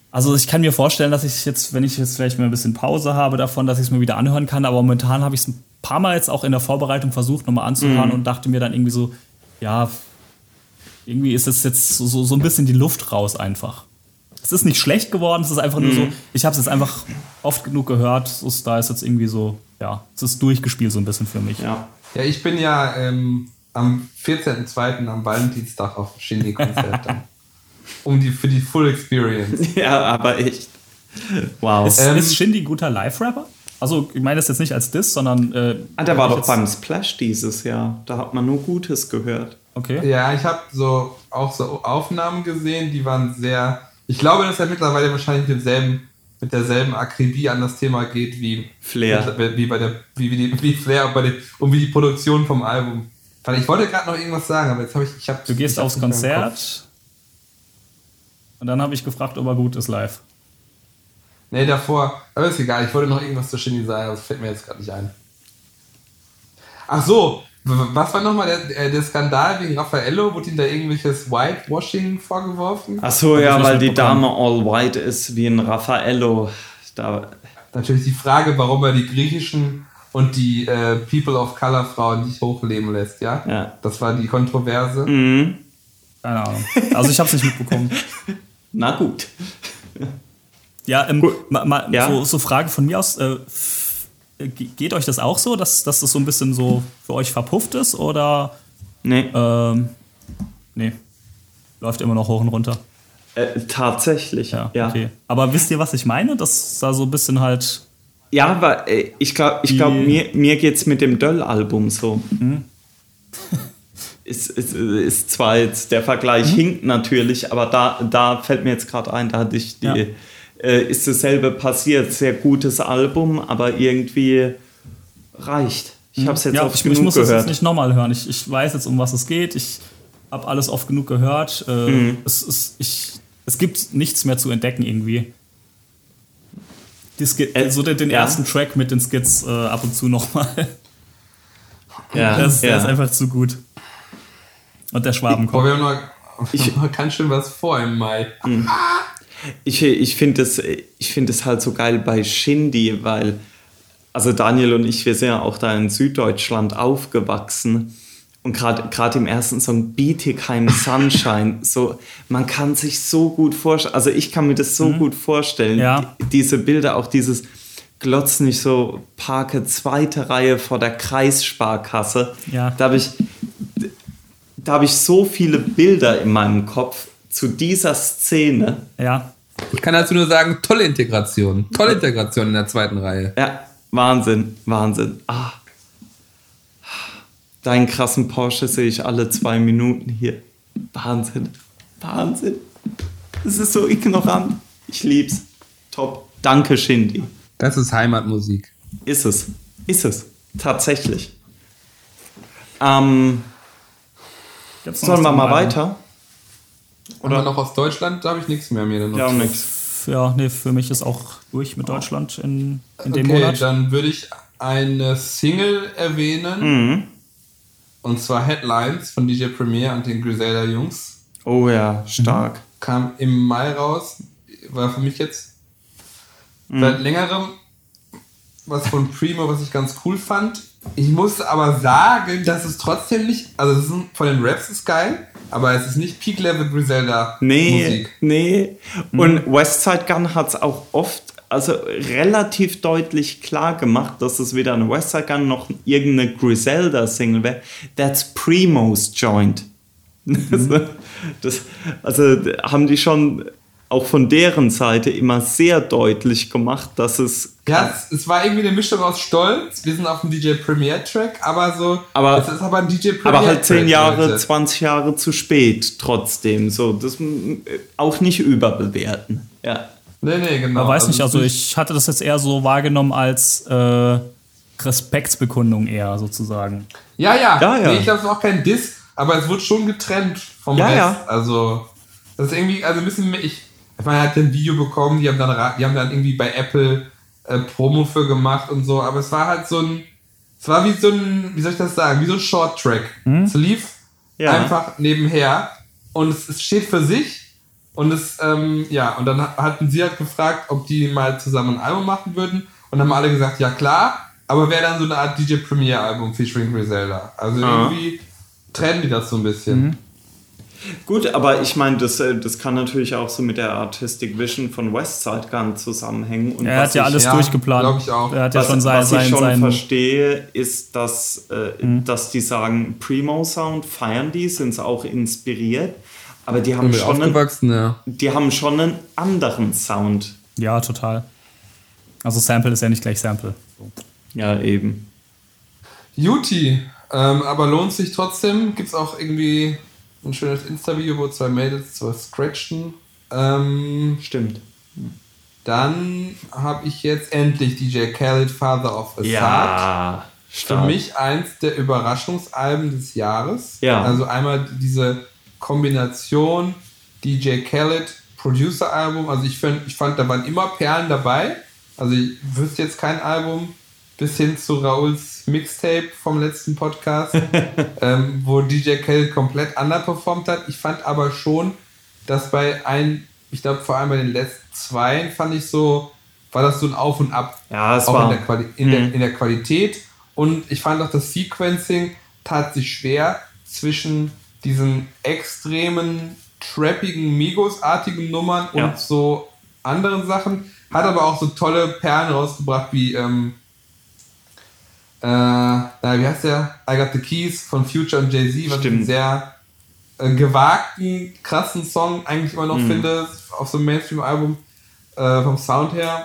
Also ich kann mir vorstellen, dass ich jetzt, wenn ich jetzt vielleicht mal ein bisschen Pause habe davon, dass ich es mir wieder anhören kann. Aber momentan habe ich es ein paar Mal jetzt auch in der Vorbereitung versucht, nochmal anzuhören Mhm. und dachte mir dann irgendwie so, ja, irgendwie ist es jetzt so, so ein bisschen die Luft raus einfach. Es ist nicht schlecht geworden, es ist einfach nur Mhm. so, ich habe es jetzt einfach oft genug gehört, es ist, da ist jetzt irgendwie so, ja, es ist durchgespielt so ein bisschen für mich. Ja. Ja, ich bin ja ähm, am vierzehnten zweiten am Valentinstag auf dem Shindy-Konzert dann. Um die, für die Full Experience. Ja, aber echt. Wow. Ist, Ähm, ist Shindy ein guter Live-Rapper? Also ich meine das jetzt nicht als Diss, sondern äh, ah, der war ich doch jetzt- beim Splash dieses Jahr. Da hat man nur Gutes gehört. Okay. Ja, ich habe so auch so Aufnahmen gesehen, die waren sehr. Ich glaube, dass er mittlerweile wahrscheinlich mit demselben, mit derselben Akribie an das Thema geht wie Flair. wie bei der wie, wie, die, wie Flair und, bei den, und wie die Produktion vom Album. Weil ich wollte gerade noch irgendwas sagen, aber jetzt habe ich ich habe Du gehst aufs Konzert und dann habe ich gefragt, ob er gut ist live. Nee, davor, aber ist egal, ich wollte noch irgendwas zu Shindy sagen, aber das fällt mir jetzt gerade nicht ein. Ach so, w- was war nochmal der, äh, der Skandal wegen Raffaello? Wurde ihm da irgendwelches Whitewashing vorgeworfen? Ach so, Hab ich ja, nicht weil die mitbekommen. Dame all white ist wie ein Raffaello. Da, Natürlich die Frage, warum er die griechischen und die äh, People of Color Frauen nicht hochleben lässt, ja? Ja. Das war die Kontroverse. mhm. Keine Ahnung. Also ich habe es nicht mitbekommen. Na gut. Ja, ähm, ma, ma, Ja. So, so Frage von mir aus. Äh, f- äh, ge- geht euch das auch so, dass, dass das so ein bisschen so für euch verpufft ist? Oder Nee, ähm, nee, läuft immer noch hoch und runter? äh, tatsächlich. Ja, Ja, okay. Aber wisst ihr, was ich meine? Das da so ein bisschen halt. ja aber äh, ich glaube, ich glaub, Die- mir, mir geht es mit dem Döll-Album so. Ist, ist, ist zwar jetzt, der Vergleich hinkt natürlich, aber da, da fällt mir jetzt gerade ein, da hatte ich die, Ja. äh, ist dasselbe passiert. Sehr gutes Album, aber irgendwie reicht. Ich habe es jetzt Ja, oft ich, ich genug muss das gehört. jetzt nicht nochmal hören. Ich, ich weiß jetzt, um was es geht. Ich habe alles oft genug gehört. Äh, Mhm. es, es, ich, es gibt nichts mehr zu entdecken irgendwie. Die Skit, Äh, so den, den ja. ersten Track mit den Skits äh, ab und zu nochmal. ja, Das, der ja. ist einfach zu gut. Und der Boah, Schwabenkoch. wir haben noch, Ich- ich, noch ganz schön was vor im Mai. Ich, ich finde es ich find es halt so geil bei Shindy, weil, also Daniel und ich, wir sind ja auch da in Süddeutschland aufgewachsen. Und gerade im ersten Song, Bietigheim Sunshine, so, man kann sich so gut vorstellen, also ich kann mir das so gut vorstellen, Ja. die, diese Bilder, auch dieses Glotz nicht so, parke zweite Reihe vor der Kreissparkasse, Ja. da habe ich, da habe ich so viele Bilder in meinem Kopf zu dieser Szene. Ja. Ich kann dazu nur sagen, tolle Integration. Tolle Integration in der zweiten Reihe. Ja, Wahnsinn, Wahnsinn. Ah. Deinen krassen Porsche sehe ich alle zwei Minuten hier. Wahnsinn, Wahnsinn. Das ist so ignorant. Ich lieb's. Top. Danke, Shindy. Das ist Heimatmusik. Ist es. Ist es. Tatsächlich. Ähm, Gibt's noch sollen was wir zum mal Album? weiter? Oder noch aus Deutschland, da habe ich nichts mehr mir dann noch. Ja, zu- nix. Ja, nee, für mich ist auch durch mit Deutschland in, in dem Okay, Monat. dann würde ich eine Single erwähnen. Mhm. Und zwar Headlines von D J Premier und den Griselda Jungs. Oh ja, stark. Kam im Mai raus. War für mich jetzt seit längerem was von Primo, was ich ganz cool fand. Ich muss aber sagen, dass es trotzdem nicht, also es ist ein, von den Raps ist geil, aber es ist nicht Peak Level Griselda Nee, Musik. nee. Und Westside Gun hat es auch oft, also relativ deutlich klar gemacht, dass es weder eine Westside Gun noch irgendeine Griselda-Single wäre. That's Primo's Joint. Also, das, also haben die schon auch von deren Seite immer sehr deutlich gemacht, dass es... Ja, es, es war irgendwie eine Mischung aus Stolz. Wir sind auf dem D J Premier Track, aber so. Aber- es ist aber ein D J Premier Aber halt zehn Track, Jahre, Leute. zwanzig Jahre zu spät trotzdem. So, das m- auch nicht überbewerten. Ja. Nee, nee, genau. Man weiß nicht, es also ist ich hatte das jetzt eher so wahrgenommen als äh, Respektsbekundung eher sozusagen. Ja, ja. Ja, ja. Nee, ich glaube, es ist auch kein Diss, aber es wird schon getrennt vom Ja, Rest. ja. Also, das ist irgendwie, also ein bisschen, mehr- ich, ich meine, er hat ein Video bekommen, die haben dann, ra- die haben dann irgendwie bei Apple äh, Promo für gemacht und so, aber es war halt so ein, es war wie so ein, wie soll ich das sagen, wie so ein Short-Track. Es lief Ja. einfach nebenher und es, es steht für sich Und es, ähm, ja, und dann hatten sie halt gefragt, ob die mal zusammen ein Album machen würden. Und dann haben alle gesagt, ja klar, aber wäre dann so eine Art D J Premier Album featuring Griselda. Also ah. irgendwie trennen die das so ein bisschen. Mhm. Gut, aber ich meine, das, das kann natürlich auch so mit der Artistic Vision von Westside Gun zusammenhängen. Und er hat ja alles ja, durchgeplant. Glaube ich auch. Er hat ja was, schon sein, was ich sein, schon sein verstehe, ist, dass, äh, mhm. dass die sagen, Primo-Sound feiern die, sind sie auch inspiriert, aber die haben, schon aufgewachsen, einen, ja. die haben schon einen anderen Sound. Ja, total. Also Sample ist ja nicht gleich Sample. Ja, eben. Juti, ähm, aber lohnt sich trotzdem. Gibt es auch irgendwie ein schönes Insta-Video, wo zwei Mädels so scratchen. Ähm, Stimmt. Dann habe ich jetzt endlich D J Khaled, Father of Assad. Ja, stark. Für mich eins der Überraschungsalben des Jahres. Ja. Also einmal diese Kombination D J Khaled, Producer-Album. Also ich, find, ich fand, da waren immer Perlen dabei. Also ich wüsste jetzt kein Album bis hin zu Rauls Mixtape vom letzten Podcast, ähm, wo D J Khaled komplett underperformt hat. Ich fand aber schon, dass bei ein, ich glaube vor allem bei den letzten zwei fand ich so, war das so ein Auf und Ab. Ja, es auch war in der, Quali- in, mhm. der, in der Qualität. Und ich fand auch, das Sequencing tat sich schwer zwischen diesen extremen, trappigen, Migos-artigen Nummern ja. und so anderen Sachen. Hat aber auch so tolle Perlen rausgebracht wie ähm, äh, na, wie heißt der? I Got the Keys von Future und Jay-Z, was Stimmt. ich einen sehr äh, gewagten, krassen Song eigentlich immer noch mhm. finde, auf so einem Mainstream-Album äh, vom Sound her.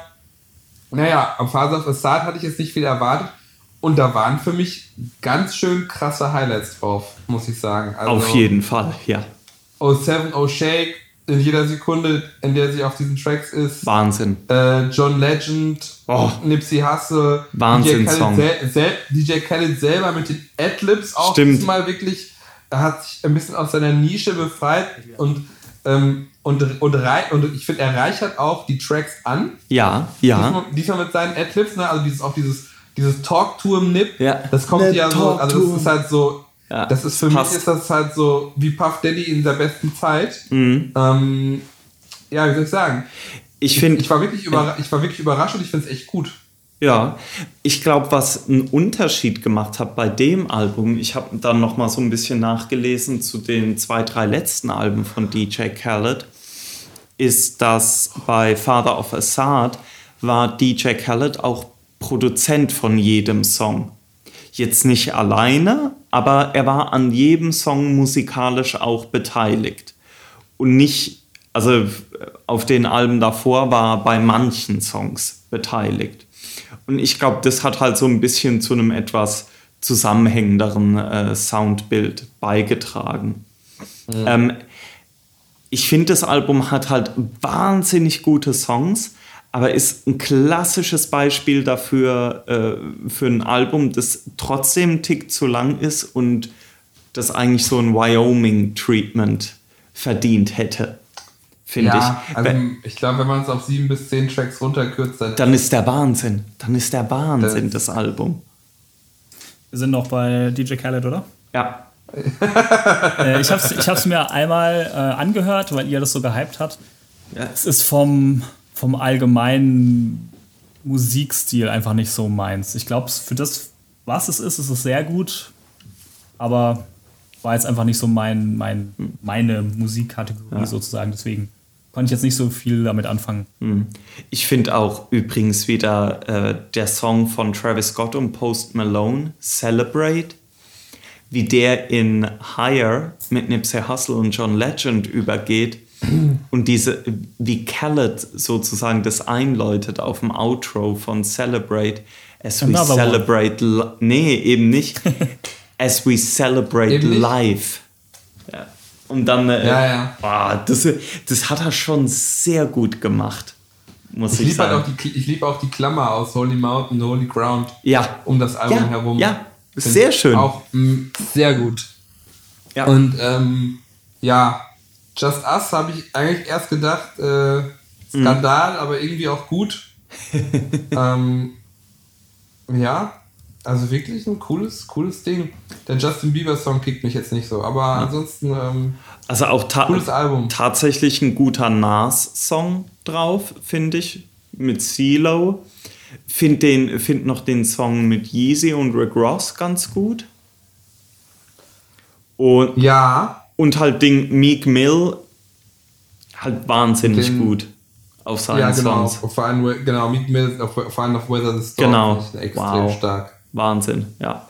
Naja, am Father of Assad hatte ich jetzt nicht viel erwartet und da waren für mich ganz schön krasse Highlights drauf, muss ich sagen. Also, auf jeden Fall, ja. oh seven, oh Shake, in jeder Sekunde, in der sie auf diesen Tracks ist. Wahnsinn. Äh, John Legend, oh. Nipsey Hussle, Wahnsinn-Song. D J Khaled, sel- D J Khaled selber mit den Adlibs auch diesmal wirklich, er hat sich ein bisschen aus seiner Nische befreit und, ähm, und, und, rei- und ich finde, er reichert auch die Tracks an. Ja, ja. Diesmal, diesmal mit seinen Adlibs, ne? Also dieses, auch dieses, dieses Talk-to im Nip, ja. das kommt Nip ja so, also das ist halt so, ja, das ist für passt. mich ist das halt so wie Puff Daddy in der besten Zeit. Mhm. Ähm, ja, wie soll ich sagen? Ich, find, ich, ich, war wirklich überra- ich war wirklich überrascht und ich finde es echt gut. Ja, ich glaube, was einen Unterschied gemacht hat bei dem Album, ich habe dann noch mal so ein bisschen nachgelesen zu den zwei, drei letzten Alben von D J Khaled, ist, dass bei Father of Assad war D J Khaled auch Produzent von jedem Song. Jetzt nicht alleine, aber er war an jedem Song musikalisch auch beteiligt. Und nicht, also auf den Alben davor war er bei manchen Songs beteiligt. Und ich glaube, das hat halt so ein bisschen zu einem etwas zusammenhängenderen äh, Soundbild beigetragen. Mhm. Ähm, ich finde, das Album hat halt wahnsinnig gute Songs, aber ist ein klassisches Beispiel dafür, äh, für ein Album, das trotzdem einen Tick zu lang ist und das eigentlich so ein Wyoming-Treatment verdient hätte, finde ja, ich. Also ich glaube, wenn man es auf sieben bis zehn Tracks runterkürzt, dann, dann ist der Wahnsinn. Dann ist der Wahnsinn, das, das Album. Wir sind noch bei D J Khaled, oder? Ja. äh, ich habe es ich hab's mir einmal äh, angehört, weil ihr das so gehypt habt. Ja. Es ist vom... vom allgemeinen Musikstil einfach nicht so meins. Ich glaube, für das, was es ist, ist es sehr gut, aber war jetzt einfach nicht so mein, mein, meine Musikkategorie ja. sozusagen. Deswegen konnte ich jetzt nicht so viel damit anfangen. Ich finde auch übrigens wieder äh, der Song von Travis Scott und Post Malone, Celebrate, wie der in Higher mit Nipsey Hussle und John Legend übergeht. Und diese, wie Khaled sozusagen das einläutet auf dem Outro von Celebrate, as we Another celebrate, li- nee, eben nicht, as we celebrate life. Ja. Und dann, äh, ja, ja. Oh, das, das hat er schon sehr gut gemacht, muss ich, ich lieb sagen. Halt auch die, ich liebe auch die Klammer aus Holy Mountain, Holy Ground ja. um das Album ja. herum. Ja, sehr schön. Auch mh, sehr gut. Ja. Und ähm, ja, Just Us habe ich eigentlich erst gedacht, äh, Skandal, mm. aber irgendwie auch gut. ähm, ja. Also wirklich ein cooles, cooles Ding. Der Justin Bieber Song kickt mich jetzt nicht so, aber ja. ansonsten ähm, also auch ta- cooles Album. Tatsächlich ein guter Nas-Song drauf, finde ich, mit CeeLo. Find, den, find noch den Song mit Yeezy und Rick Ross ganz gut. Und, ja. Und halt Ding Meek Mill halt wahnsinnig den, gut auf seinen ja, genau, Songs. Vor allem, genau, Meek Mill, auf, vor allem auf Weather the Storm, genau. extrem wow. stark. Wahnsinn, ja.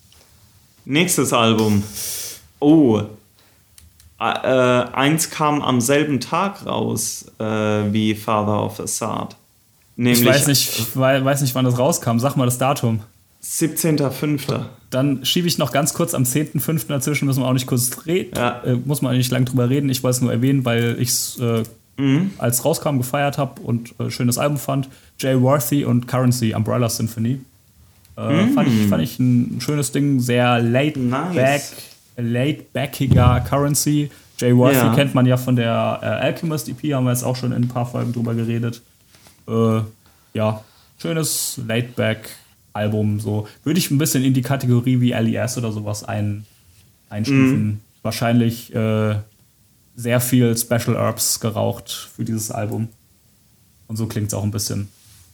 Nächstes Album. Oh, äh, eins kam am selben Tag raus äh, wie Father of Assad. Nämlich, ich weiß nicht, ich weiß nicht, wann das rauskam. Sag mal das Datum. siebzehnter fünfter Dann schiebe ich noch ganz kurz am zehnten fünften dazwischen, müssen wir auch nicht kurz reden, ja. äh, muss man nicht lange drüber reden. Ich wollte es nur erwähnen, weil ich es äh, mhm. als rauskam gefeiert habe und äh, schönes Album fand. Jay Worthy und Currency, Umbrella Symphony. Äh, mhm. fand, ich, fand ich ein schönes Ding, sehr laid nice. back, laid backiger Currency. Jay Worthy ja. kennt man ja von der äh, Alchemist E P, haben wir jetzt auch schon in ein paar Folgen drüber geredet. Äh, ja, schönes laid back Album, so würde ich ein bisschen in die Kategorie wie L E S oder sowas ein, einstufen. Mm. Wahrscheinlich äh, sehr viel Special Herbs geraucht für dieses Album. Und so klingt es auch ein bisschen.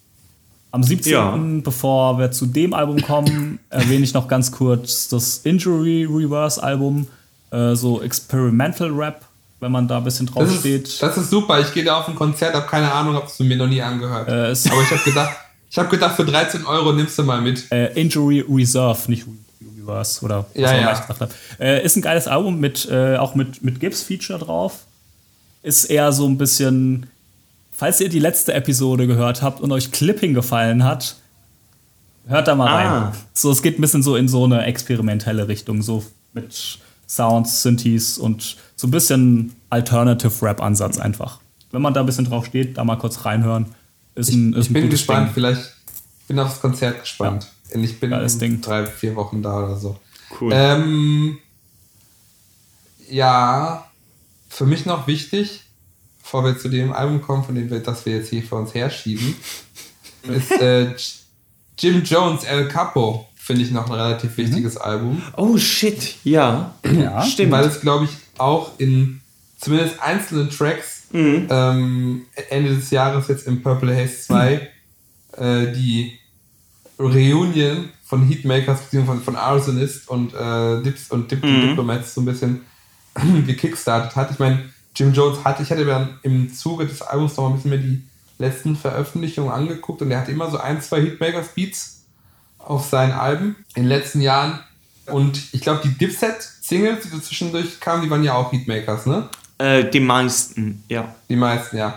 Am siebzehnten Ja. bevor wir zu dem Album kommen, erwähne ich noch ganz kurz das Injury Reverse Album, äh, so Experimental Rap, wenn man da ein bisschen drauf das steht. Ist, das ist super, ich gehe da auf ein Konzert, habe keine Ahnung, hab's mir noch nie angehört. Äh, Aber ich habe gedacht, Ich habe gedacht, für dreizehn Euro nimmst du mal mit. Äh, Injury Reserve, nicht Reverse oder was ja, auch ja. ich gesagt habe. Äh, ist ein geiles Album, mit, äh, auch mit, mit Gibbs-Feature drauf. Ist eher so ein bisschen, falls ihr die letzte Episode gehört habt und euch Clipping gefallen hat, hört da mal ah. rein. So, es geht ein bisschen so in so eine experimentelle Richtung, so mit Sounds, Synthes und so ein bisschen Alternative-Rap-Ansatz einfach. Wenn man da ein bisschen drauf steht, da mal kurz reinhören. Ist ein, ist ich bin ein gespannt, Ding. vielleicht bin aufs Konzert gespannt. Ja. Ich bin Geiles in Ding. drei, vier Wochen da oder so. Cool. Ähm, ja, für mich noch wichtig, bevor wir zu dem Album kommen, von dem wir, das wir jetzt hier vor uns herschieben, ist äh, Jim Jones El Capo, finde ich noch ein relativ wichtiges mhm. Album. Oh shit, ja. ja. Stimmt. Weil es, glaube ich, auch in zumindest einzelnen Tracks mhm. ähm, Ende des Jahres jetzt im Purple Haze zwei mhm. äh, die Reunion von Heatmakers bzw. von, von Arsonist und äh, Dips und Dip mhm. Diplomats so ein bisschen gekickstartet hat. Ich meine, Jim Jones hatte, ich hatte mir dann im Zuge des Albums noch mal ein bisschen mehr die letzten Veröffentlichungen angeguckt und er hatte immer so ein, zwei Heatmakers Beats auf seinen Alben in den letzten Jahren. Und ich glaube, die Dipset-Singles, die so zwischendurch kamen, die waren ja auch Heatmakers, ne? Äh, die meisten, ja. Die meisten, ja.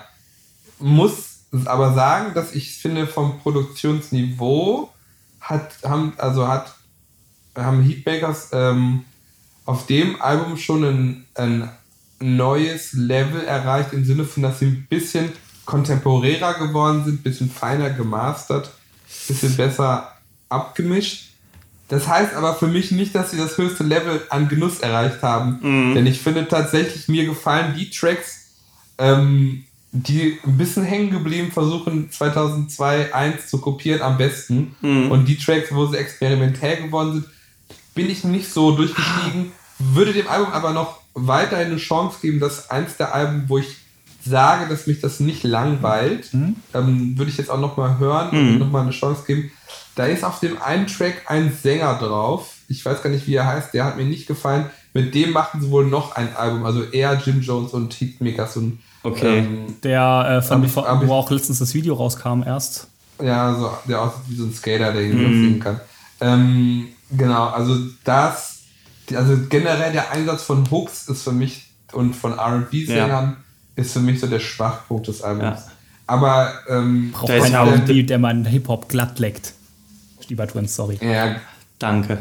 Muss aber sagen, dass ich finde, vom Produktionsniveau hat, haben, also hat, haben Heatmakers ähm, auf dem Album schon ein, ein neues Level erreicht, im Sinne von, dass sie ein bisschen kontemporärer geworden sind, ein bisschen feiner gemastert, ein bisschen besser abgemischt. Das heißt aber für mich nicht, dass sie das höchste Level an Genuss erreicht haben. Mhm. Denn ich finde tatsächlich, mir gefallen die Tracks, ähm, die ein bisschen hängen geblieben versuchen, zweitausendzwei eins zu kopieren, am besten. Mhm. Und die Tracks, wo sie experimentell geworden sind, bin ich nicht so durchgestiegen. Würde dem Album aber noch weiterhin eine Chance geben, dass eins der Alben, wo ich sage, dass mich das nicht langweilt, mhm. ähm, würde ich jetzt auch nochmal hören mhm. und nochmal eine Chance geben. Da ist auf dem einen Track ein Sänger drauf. Ich weiß gar nicht, wie er heißt. Der hat mir nicht gefallen. Mit dem machen sie wohl noch ein Album. Also eher Jim Jones und Heatmakers. Und, okay. Ähm, der, äh, von, ich, wo ich, auch letztens das Video rauskam erst. Ja, so, der aussieht wie so ein Skater, der ihn mm. singen kann. Ähm, genau, also das, also generell der Einsatz von Hooks ist für mich und von R and B-Sängern ja. ist für mich so der Schwachpunkt des Albums. Ja. Aber ähm, braucht keinen R and B, der man Hip-Hop glatt leckt. Stieber Twins, sorry. Ja, danke.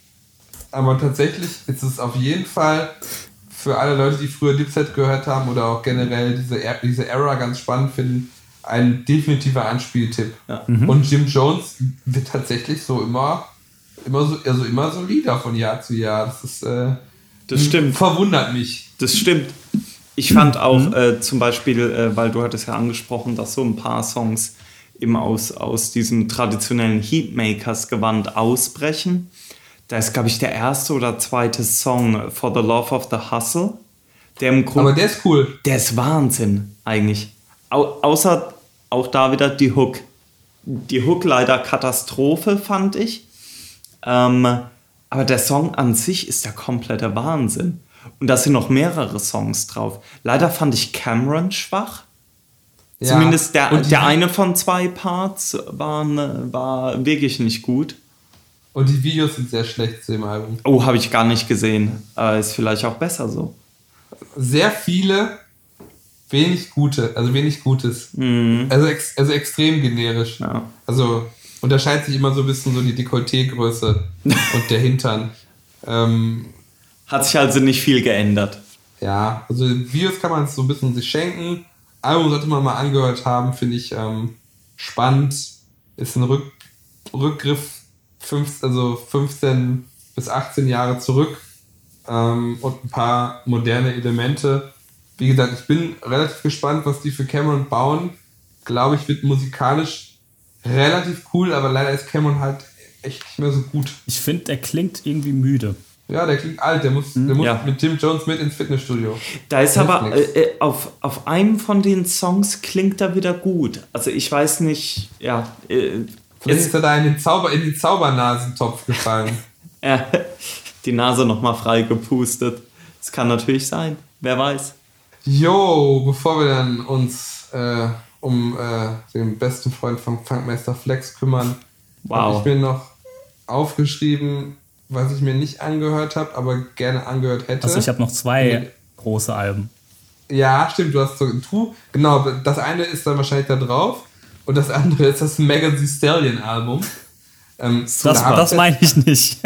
Aber tatsächlich ist es auf jeden Fall für alle Leute, die früher Dipset gehört haben oder auch generell diese, diese Era ganz spannend finden, ein definitiver Anspieltipp. Ja. Mhm. Und Jim Jones wird tatsächlich so immer, immer so, also immer solider von Jahr zu Jahr. Das ist, äh, das stimmt. Verwundert mich. Das stimmt. Ich fand auch mhm. äh, zum Beispiel, äh, weil du hattest ja angesprochen, dass so ein paar Songs eben aus, aus diesem traditionellen Heatmakers-Gewand ausbrechen. Da ist, glaube ich, der erste oder zweite Song For the Love of the Hustle. Der im Grunde, Aber der ist cool. Der ist Wahnsinn, eigentlich. Au, außer auch da wieder die Hook. Die Hook leider Katastrophe, fand ich. Ähm, aber der Song an sich ist der komplette Wahnsinn. Und da sind noch mehrere Songs drauf. Leider fand ich Cameron schwach. Ja. Zumindest der, der eine von zwei Parts war, war wirklich nicht gut. Und die Videos sind sehr schlecht zu dem Album. Oh, habe ich gar nicht gesehen. Äh, ist vielleicht auch besser so. Sehr viele, wenig gute, also wenig Gutes. Mhm. Also, ex, also extrem generisch. Ja. Also unterscheidet sich immer so ein bisschen so die Dekolleté-Größe und der Hintern. Ähm, Hat sich also nicht viel geändert. Ja, also Videos kann man so ein bisschen sich schenken. Album sollte man mal angehört haben, finde ich ähm, spannend. Ist ein Rück, Rückgriff fünfzehn, also fünfzehn bis achtzehn Jahre zurück ähm, und ein paar moderne Elemente. Wie gesagt, ich bin relativ gespannt, was die für Cameron bauen. Glaube ich, wird musikalisch relativ cool, aber leider ist Cameron halt echt nicht mehr so gut. Ich finde, der klingt irgendwie müde. Ja, der klingt alt, der muss, der muss ja. mit Tim Jones mit ins Fitnessstudio. Da ist aber äh, auf, auf einem von den Songs klingt er wieder gut. Also ich weiß nicht, ja. Äh, Vielleicht ist er da in den, Zauber, in den Zaubernasentopf gefallen. äh, die Nase nochmal frei gepustet. Das kann natürlich sein, wer weiß. Jo, bevor wir dann uns äh, um äh, den besten Freund von Funkmaster Flex kümmern, wow. habe ich mir noch aufgeschrieben, was ich mir nicht angehört habe, aber gerne angehört hätte. Also ich habe noch zwei ja. große Alben. Ja, stimmt, du hast so du, genau, das eine ist dann wahrscheinlich da drauf und das andere ist das Megan Thee Stallion Album. Ähm, das da das meine ich nicht.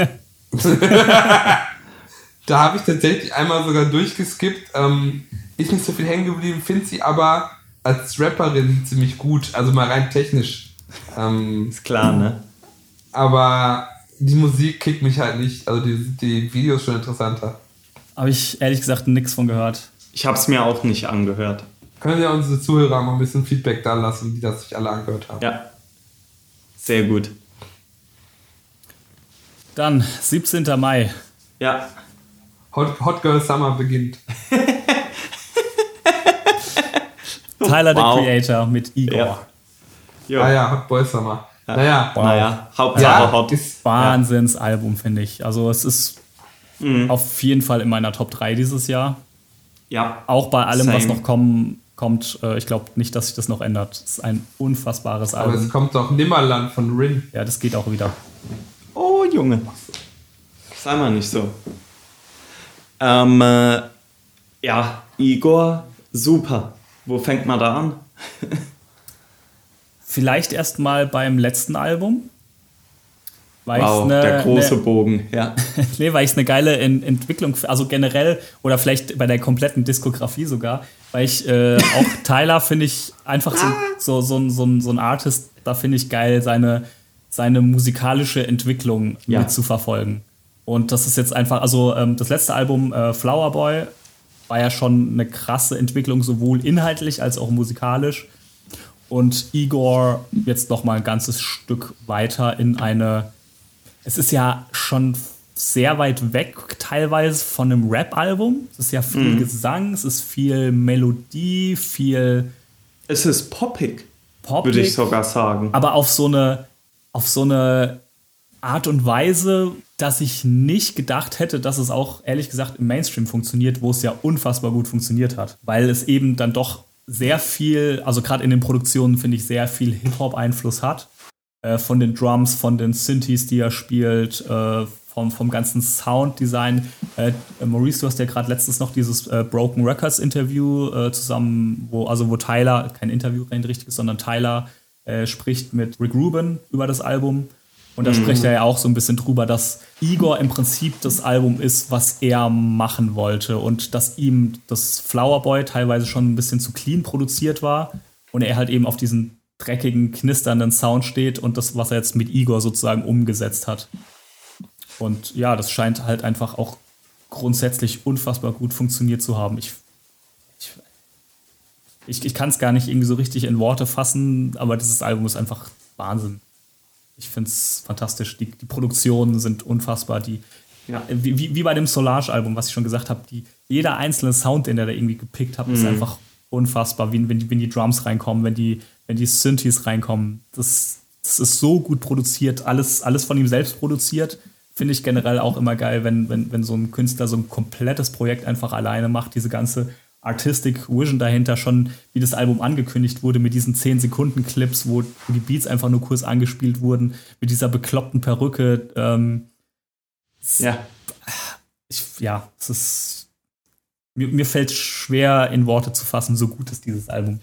Da habe ich tatsächlich einmal sogar durchgeskippt. Ähm, ist nicht so viel hängen geblieben, finde sie aber als Rapperin ziemlich gut, also mal rein technisch. Ähm, ist klar, ne? Aber die Musik kickt mich halt nicht, also die, die Videos schon interessanter. Habe ich ehrlich gesagt nichts von gehört. Ich habe es mir auch nicht angehört. Können ja unsere Zuhörer mal ein bisschen Feedback da lassen, die das sich alle angehört haben. Ja, sehr gut. Dann siebzehnten Mai. Ja. Hot, Hot Girl Summer beginnt. Tyler, wow. the Creator mit Igor. Ja. Jo. Ah ja, Hot Boy Summer. Ja. Naja, wow. naja, Hauptsache ja, Hot. Ist Wahnsinnsalbum, finde ich. Also es ist mhm. auf jeden Fall in meiner Top drei dieses Jahr. Ja. Auch bei allem, Same. was noch kommen, kommt. Äh, ich glaube nicht, dass sich das noch ändert. Es ist ein unfassbares aber Album. Aber es kommt doch Nimmerland von Rin. Ja, das geht auch wieder. Oh, Junge. Sei mal nicht so. Ähm, äh, ja, Igor, super. Wo fängt man da an? Vielleicht erst mal beim letzten Album. Weil wow, ne, der große ne, Bogen, ja. Nee, weil ich es eine geile Ent- Entwicklung, also generell oder vielleicht bei der kompletten Diskografie sogar, weil ich äh, auch Tyler finde ich einfach so, so, so, so, so ein Artist, da finde ich geil, seine, seine musikalische Entwicklung ja. mit zu verfolgen. Und das ist jetzt einfach, also ähm, das letzte Album äh, Flower Boy war ja schon eine krasse Entwicklung, sowohl inhaltlich als auch musikalisch. Und Igor jetzt noch mal ein ganzes Stück weiter in eine, es ist ja schon sehr weit weg teilweise von einem Rap-Album. Es ist ja viel mhm. Gesang, es ist viel Melodie, viel... Es ist poppig, poppig würde ich sogar sagen. Aber auf so eine, auf so eine Art und Weise, dass ich nicht gedacht hätte, dass es auch, ehrlich gesagt, im Mainstream funktioniert, wo es ja unfassbar gut funktioniert hat. Weil es eben dann doch sehr viel, also gerade in den Produktionen finde ich, sehr viel Hip-Hop-Einfluss hat. Äh, von den Drums, von den Synthes, die er spielt, äh, vom, vom ganzen Sounddesign. Äh, Maurice, du hast ja gerade letztens noch dieses äh, Broken Records Interview äh, zusammen, wo, also wo Tyler, kein Interview rein richtiges, sondern Tyler äh, spricht mit Rick Rubin über das Album. Und da mhm. spricht er ja auch so ein bisschen drüber, dass Igor im Prinzip das Album ist, was er machen wollte und dass ihm das Flower Boy teilweise schon ein bisschen zu clean produziert war und er halt eben auf diesen dreckigen, knisternden Sound steht und das, was er jetzt mit Igor sozusagen umgesetzt hat. Und ja, das scheint halt einfach auch grundsätzlich unfassbar gut funktioniert zu haben. Ich, ich ich, ich kann es gar nicht irgendwie so richtig in Worte fassen, aber dieses Album ist einfach Wahnsinn. Ich finde es fantastisch. Die, die Produktionen sind unfassbar. Die, ja. wie, wie bei dem Solange-Album, was ich schon gesagt habe, die, jeder einzelne Sound, den er da irgendwie gepickt hat, mhm. ist einfach unfassbar. Wie, wenn, die, wenn die Drums reinkommen, wenn die, wenn die Synthes reinkommen. Das, das ist so gut produziert. Alles, alles von ihm selbst produziert. Finde ich generell auch immer geil, wenn, wenn, wenn so ein Künstler so ein komplettes Projekt einfach alleine macht. Diese ganze Artistic Vision dahinter, schon wie das Album angekündigt wurde, mit diesen zehn Sekunden Clips, wo die Beats einfach nur kurz angespielt wurden, mit dieser bekloppten Perücke. Ähm, ja. Ich, ja, es ist. Mir, mir fällt schwer in Worte zu fassen, so gut ist dieses Album.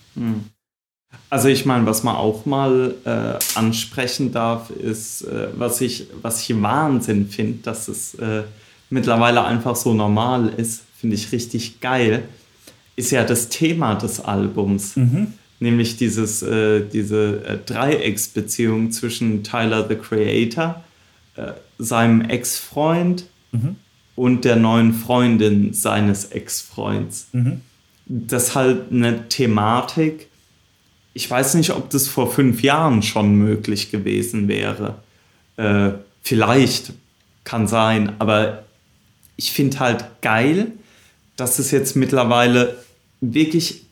Also ich meine, was man auch mal äh, ansprechen darf, ist, äh, was ich, was ich Wahnsinn finde, dass es äh, mittlerweile einfach so normal ist, finde ich richtig geil, ist ja das Thema des Albums. Mhm. Nämlich dieses, äh, diese äh, Dreiecksbeziehung zwischen Tyler, the Creator, äh, seinem Ex-Freund mhm. und der neuen Freundin seines Ex-Freunds. Mhm. Das ist halt eine Thematik. Ich weiß nicht, ob das vor fünf Jahren schon möglich gewesen wäre. Äh, vielleicht, kann sein. Aber ich finde halt geil, dass es jetzt mittlerweile wirklich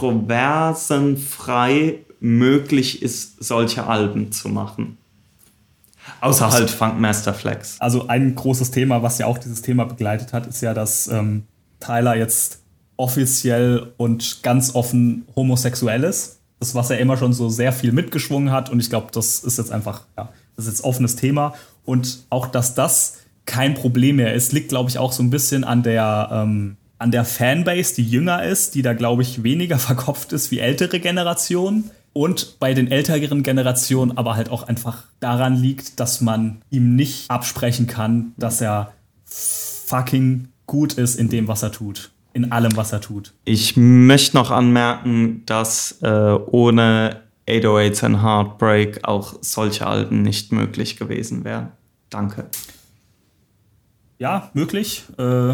kontroversenfrei möglich ist, solche Alben zu machen. Außer halt Funkmaster Flex. Also ein großes Thema, was ja auch dieses Thema begleitet hat, ist ja, dass ähm, Tyler jetzt offiziell und ganz offen homosexuell ist. Das, was er immer schon so sehr viel mitgeschwungen hat. Und ich glaube, das ist jetzt einfach, ja, das ist jetzt offenes Thema. Und auch, dass das kein Problem mehr ist, liegt, glaube ich, auch so ein bisschen an der, ähm, an der Fanbase, die jünger ist, die da, glaube ich, weniger verkopft ist wie ältere Generationen. Und bei den älteren Generationen aber halt auch einfach daran liegt, dass man ihm nicht absprechen kann, dass er fucking gut ist in dem, was er tut. In allem, was er tut. Ich möchte noch anmerken, dass äh, ohne acht null acht and Heartbreak auch solche Alben nicht möglich gewesen wären. Danke. Ja, möglich. Äh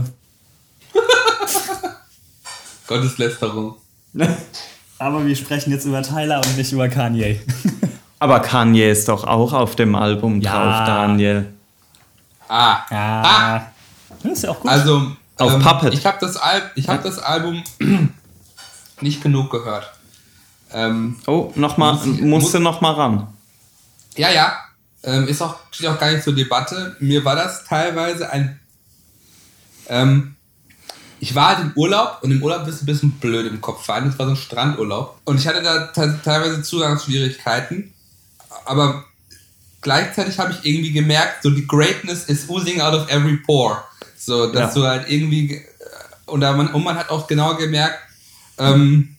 Gotteslästerung. Aber wir sprechen jetzt über Tyler und nicht über Kanye. Aber Kanye ist doch auch auf dem Album ja. drauf, Daniel. Ah. Ja. ah. Das ist ja auch gut. Also, auf ähm, Puppet. Ich habe das, Al- ich hab das Album nicht genug gehört. Ähm, oh, nochmal, musst du noch mal ran. Ja, ja. Ähm, ist auch, steht auch gar nicht zur Debatte. Mir war das teilweise ein... Ähm, ich war halt im Urlaub und im Urlaub bist du ein bisschen blöd im Kopf. Vor allem, das war so ein Strandurlaub. Und ich hatte da t- teilweise Zugangsschwierigkeiten. Aber gleichzeitig habe ich irgendwie gemerkt, so die Greatness is oozing out of every pore. So, dass ja. du halt irgendwie... Und man, und man hat auch genau gemerkt, ähm,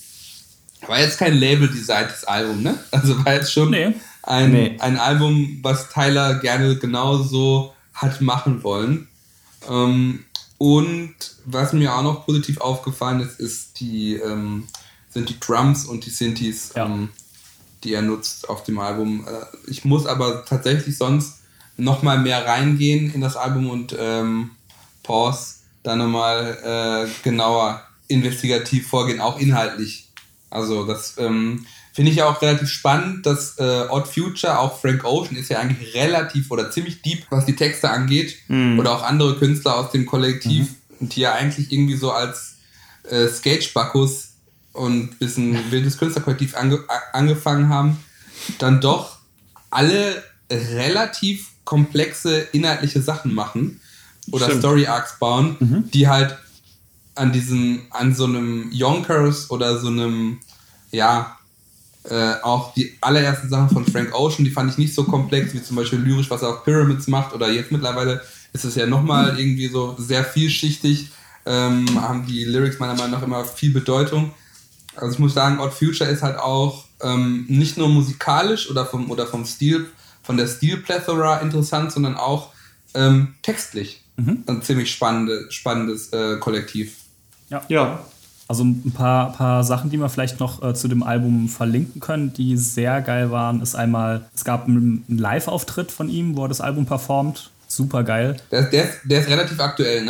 war jetzt kein Label-designtes Album, ne? Also war jetzt schon nee. Ein, nee. ein Album, was Tyler gerne genauso hat machen wollen. Ähm, und was mir auch noch positiv aufgefallen ist, ist die, ähm, sind die Drums und die Synthes, ja. ähm, die er nutzt auf dem Album. Ich muss aber tatsächlich sonst noch mal mehr reingehen in das Album und ähm, Pause dann nochmal äh, genauer investigativ vorgehen, auch inhaltlich. Also das ähm, finde ich ja auch relativ spannend, dass äh, Odd Future, auch Frank Ocean, ist ja eigentlich relativ oder ziemlich deep, was die Texte angeht. Mhm. Oder auch andere Künstler aus dem Kollektiv, mhm. die ja eigentlich irgendwie so als äh, Skate-Spackus und ein bisschen wildes Künstlerkollektiv ange- angefangen haben, dann doch alle relativ komplexe inhaltliche Sachen machen oder Stimmt. Story-Arcs bauen, mhm. die halt an diesem, an so einem Yonkers oder so einem, ja, äh, auch die allerersten Sachen von Frank Ocean, die fand ich nicht so komplex, wie zum Beispiel lyrisch, was er auf Pyramids macht, oder jetzt mittlerweile ist es ja nochmal irgendwie so sehr vielschichtig, ähm, haben die Lyrics meiner Meinung nach immer viel Bedeutung. Also ich muss sagen, Odd Future ist halt auch ähm, nicht nur musikalisch oder vom, oder vom Stil, von der Stilplethora interessant, sondern auch ähm, textlich. Mhm. Ein ziemlich spannende, spannendes äh, Kollektiv. Ja. ja. Also ein paar, paar Sachen, die wir vielleicht noch äh, zu dem Album verlinken können, die sehr geil waren, ist einmal, es gab einen, einen Live-Auftritt von ihm, wo er das Album performt. Super geil. Der, der, der ist relativ aktuell, ne?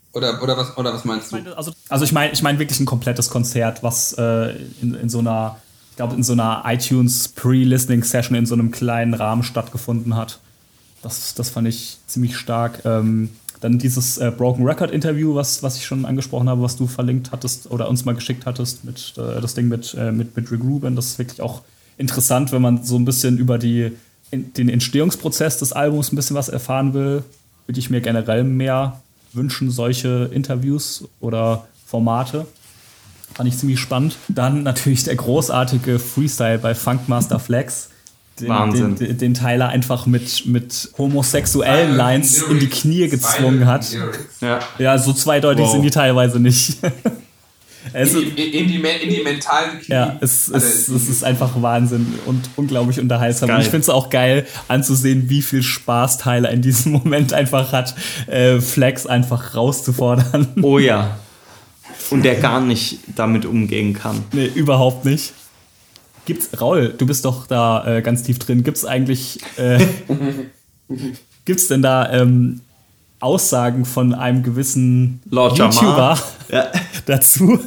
Oder, oder, was, oder was meinst du? Also, also ich meine ich mein wirklich ein komplettes Konzert, was äh, in, in so einer, ich glaube, in so einer iTunes Pre-Listening-Session in so einem kleinen Rahmen stattgefunden hat. Das, das fand ich ziemlich stark. Ähm, dann dieses äh, Broken Record Interview, was, was ich schon angesprochen habe, was du verlinkt hattest oder uns mal geschickt hattest, mit äh, das Ding mit, äh, mit, mit Rick Rubin. Das ist wirklich auch interessant, wenn man so ein bisschen über die, in, den Entstehungsprozess des Albums ein bisschen was erfahren will. Würde ich mir generell mehr wünschen, solche Interviews oder Formate. Fand ich ziemlich spannend. Dann natürlich der großartige Freestyle bei Funkmaster Flex. Den, Wahnsinn. Den, den Tyler einfach mit, mit homosexuellen Lines in die Knie gezwungen hat. Ja, ja, so zweideutig wow. sind die teilweise nicht. Es in, die, in, die, in die mentalen Knie. Ja, es, es, es ist einfach Wahnsinn und unglaublich unterhaltsam. Und ich finde es auch geil anzusehen, wie viel Spaß Tyler in diesem Moment einfach hat, äh, Flex einfach rauszufordern. Oh ja. Und der gar nicht damit umgehen kann. Nee, überhaupt nicht. Gibt's, Raul, du bist doch da äh, ganz tief drin. Gibt's eigentlich, äh, gibt's denn da ähm, Aussagen von einem gewissen Lord YouTuber ja. dazu?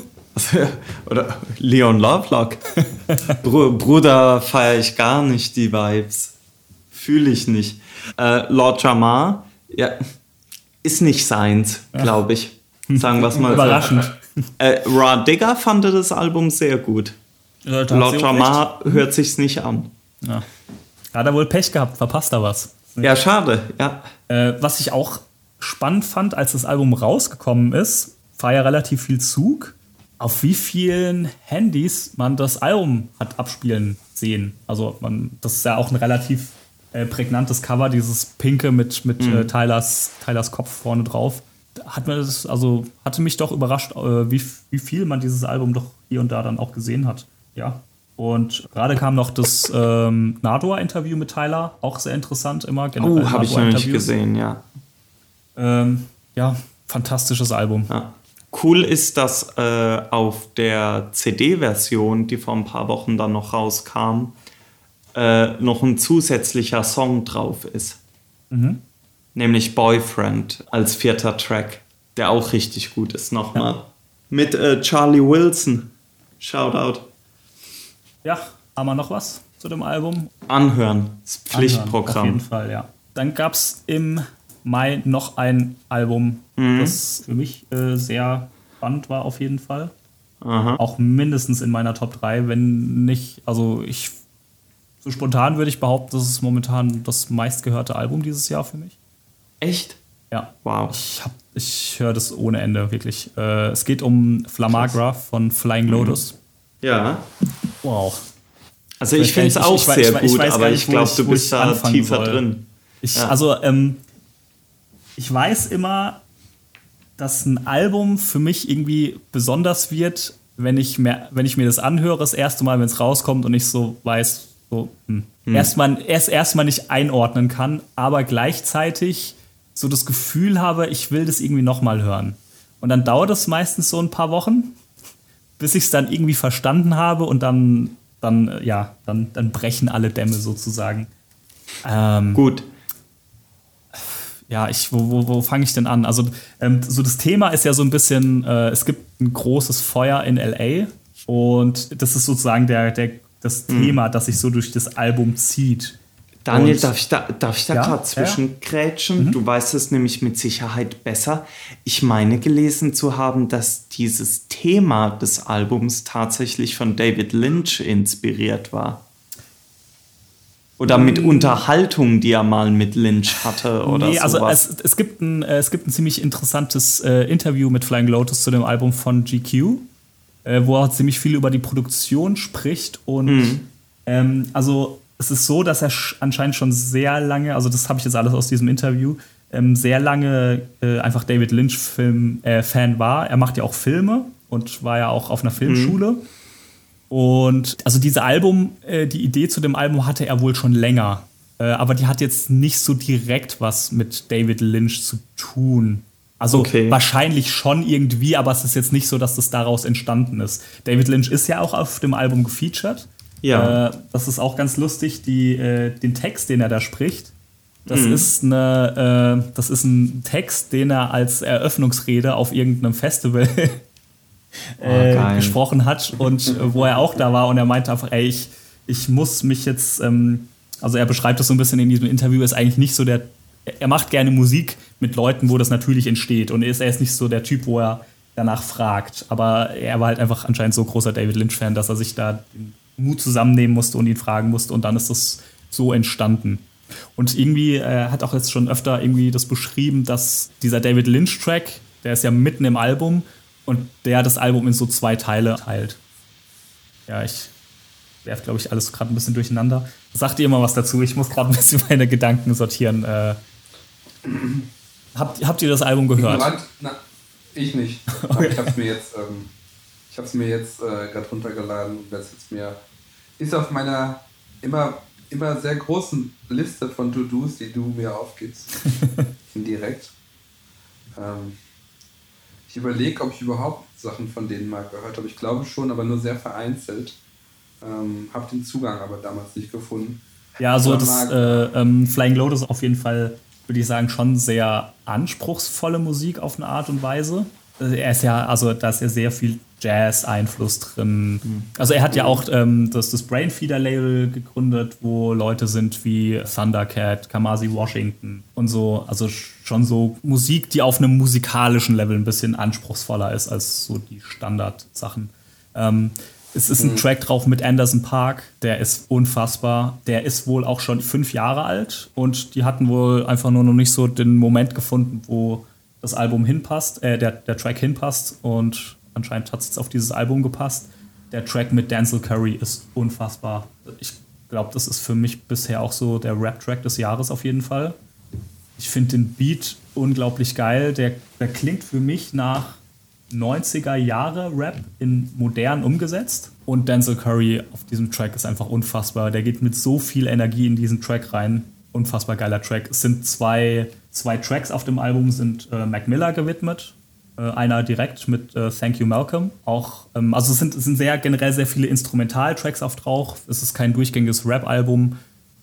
Oder Leon Lovelock. Br- Bruder, feiere ich gar nicht die Vibes. Fühle ich nicht. Äh, Lord Jamar, ja, ist nicht seins, glaube ich. Sagen wir es mal. Überraschend. Äh, Raw Digger fand das Album sehr gut. Ja, Lord Jamar hört sich's nicht an. Ja. Hat er wohl Pech gehabt, verpasst er was. Ja, schade, ja. Äh, was ich auch spannend fand, als das Album rausgekommen ist, war ja relativ viel Zug, auf wie vielen Handys man das Album hat abspielen sehen. Also man, das ist ja auch ein relativ äh, prägnantes Cover, dieses Pinke mit, mit mhm. äh, Tylers, Tylers Kopf vorne drauf. Hat man das, also hatte mich doch überrascht, äh, wie, wie viel man dieses Album doch hier und da dann auch gesehen hat. Ja. Und gerade kam noch das ähm, Nardwuar-Interview mit Tyler, auch sehr interessant immer. Oh, habe ich noch nicht gesehen, ja. Ähm, ja, fantastisches Album. Ja. Cool ist, dass äh, auf der C D-Version, die vor ein paar Wochen dann noch rauskam, äh, noch ein zusätzlicher Song drauf ist. Mhm. Nämlich Boyfriend als vierter Track, der auch richtig gut ist nochmal. Ja. Mit äh, Charlie Wilson. Shoutout. Ja, haben wir noch was zu dem Album? Anhören, das Pflichtprogramm. Anhören, auf jeden Fall, ja. Dann gab es im Mai noch ein Album, mhm. das für mich äh, sehr spannend war auf jeden Fall. Aha. Auch mindestens in meiner Top drei, wenn nicht, also ich, so spontan würde ich behaupten, das ist momentan das meistgehörte Album dieses Jahr für mich. Echt? Ja. Wow. Ich, hab, ich höre das ohne Ende, wirklich. Äh, es geht um Flamagra von Flying Lotus. Ja. Wow. Also ich finde es auch ich, sehr ich, ich, gut, ich aber nicht, ich glaube, du bist da tiefer soll. drin. Ich, ja. Also, ähm, ich weiß immer, dass ein Album für mich irgendwie besonders wird, wenn ich, mehr, wenn ich mir das anhöre, das erste Mal, wenn es rauskommt und ich so weiß, so, hm, hm. erstmal erst erstmal nicht einordnen kann, aber gleichzeitig so das Gefühl habe, ich will das irgendwie nochmal hören. Und dann dauert es meistens so ein paar Wochen, bis ich es dann irgendwie verstanden habe und dann, dann, ja, dann, dann brechen alle Dämme sozusagen. Ähm, Gut. Ja, ich, wo, wo, wo fange ich denn an? Also, ähm, so das Thema ist ja so ein bisschen, äh, es gibt ein großes Feuer in L A und das ist sozusagen der, der, das mhm. Thema, das sich so durch das Album zieht. Daniel, und, darf ich da, darf ich da ja, gerade zwischengrätschen? Ja. Mhm. Du weißt es nämlich mit Sicherheit besser. Ich meine gelesen zu haben, dass dieses Thema des Albums tatsächlich von David Lynch inspiriert war. Oder mit Unterhaltung, die er mal mit Lynch hatte oder nee, also sowas. Es, es, gibt ein, es gibt ein ziemlich interessantes äh, Interview mit Flying Lotus zu dem Album von G Q, äh, wo er ziemlich viel über die Produktion spricht. Und mhm. ähm, also es ist so, dass er sch- anscheinend schon sehr lange, also das habe ich jetzt alles aus diesem Interview, ähm, sehr lange äh, einfach David Lynch-Film, äh, Fan war. Er macht ja auch Filme und war ja auch auf einer Filmschule. Mhm. Und also diese Album, äh, die Idee zu dem Album hatte er wohl schon länger. Äh, aber die hat jetzt nicht so direkt was mit David Lynch zu tun. Also okay. wahrscheinlich schon irgendwie, aber es ist jetzt nicht so, dass das daraus entstanden ist. David Lynch ist ja auch auf dem Album gefeatured. Ja. Äh, das ist auch ganz lustig, die, äh, den Text, den er da spricht. Das mhm. ist eine, äh, das ist ein Text, den er als Eröffnungsrede auf irgendeinem Festival äh, oh, gesprochen hat und äh, wo er auch da war und er meinte einfach, ey, ich, ich muss mich jetzt, ähm, also er beschreibt das so ein bisschen in diesem Interview, ist eigentlich nicht so der, er macht gerne Musik mit Leuten, wo das natürlich entsteht und er ist, er ist nicht so der Typ, wo er danach fragt, aber er war halt einfach anscheinend so großer David Lynch-Fan, dass er sich da den Mut zusammennehmen musste und ihn fragen musste und dann ist das so entstanden. Und irgendwie, er äh, hat auch jetzt schon öfter irgendwie das beschrieben, dass dieser David Lynch-Track, der ist ja mitten im Album und der das Album in so zwei Teile teilt. Ja, ich werfe, glaube ich, alles gerade ein bisschen durcheinander. Sagt ihr immer was dazu? Ich muss gerade ein bisschen meine Gedanken sortieren. Äh, habt, habt ihr das Album gehört? Na, ich nicht. Okay. Ich habe es mir jetzt, ähm, ich hab's mir jetzt äh, gerade runtergeladen und das jetzt mir ist auf meiner immer, immer sehr großen Liste von To-Dos, die du mir aufgibst. Indirekt. Ähm, ich überlege, ob ich überhaupt Sachen von denen mal gehört habe. Ich glaube schon, aber nur sehr vereinzelt. Ähm, habe den Zugang aber damals nicht gefunden. Ja, so das äh, ähm, Flying Lotus auf jeden Fall, würde ich sagen, schon sehr anspruchsvolle Musik auf eine Art und Weise. Er ist ja, also da ist ja sehr viel Jazz-Einfluss drin. Mhm. Also er hat ja auch ähm, das, das Brainfeeder-Label gegründet, wo Leute sind wie Thundercat, Kamasi Washington und so. Also schon so Musik, die auf einem musikalischen Level ein bisschen anspruchsvoller ist als so die Standardsachen. Ähm, es ist ein mhm. Track drauf mit Anderson .Paak, der ist unfassbar. Der ist wohl auch schon fünf Jahre alt und die hatten wohl einfach nur noch nicht so den Moment gefunden, wo das Album hinpasst, äh, der, der Track hinpasst und anscheinend hat es jetzt auf dieses Album gepasst. Der Track mit Denzel Curry ist unfassbar. Ich glaube, das ist für mich bisher auch so der Rap-Track des Jahres auf jeden Fall. Ich finde den Beat unglaublich geil. Der, der klingt für mich nach neunziger Jahre Rap in modern umgesetzt. Und Denzel Curry auf diesem Track ist einfach unfassbar. Der geht mit so viel Energie in diesen Track rein. Unfassbar geiler Track. Es sind zwei, zwei Tracks auf dem Album, sind äh, Mac Miller gewidmet. Äh, einer direkt mit äh, Thank You Malcolm. Auch, ähm, also es sind, es sind sehr, generell sehr viele Instrumental-Tracks auf drauf. Es ist kein durchgängiges Rap-Album.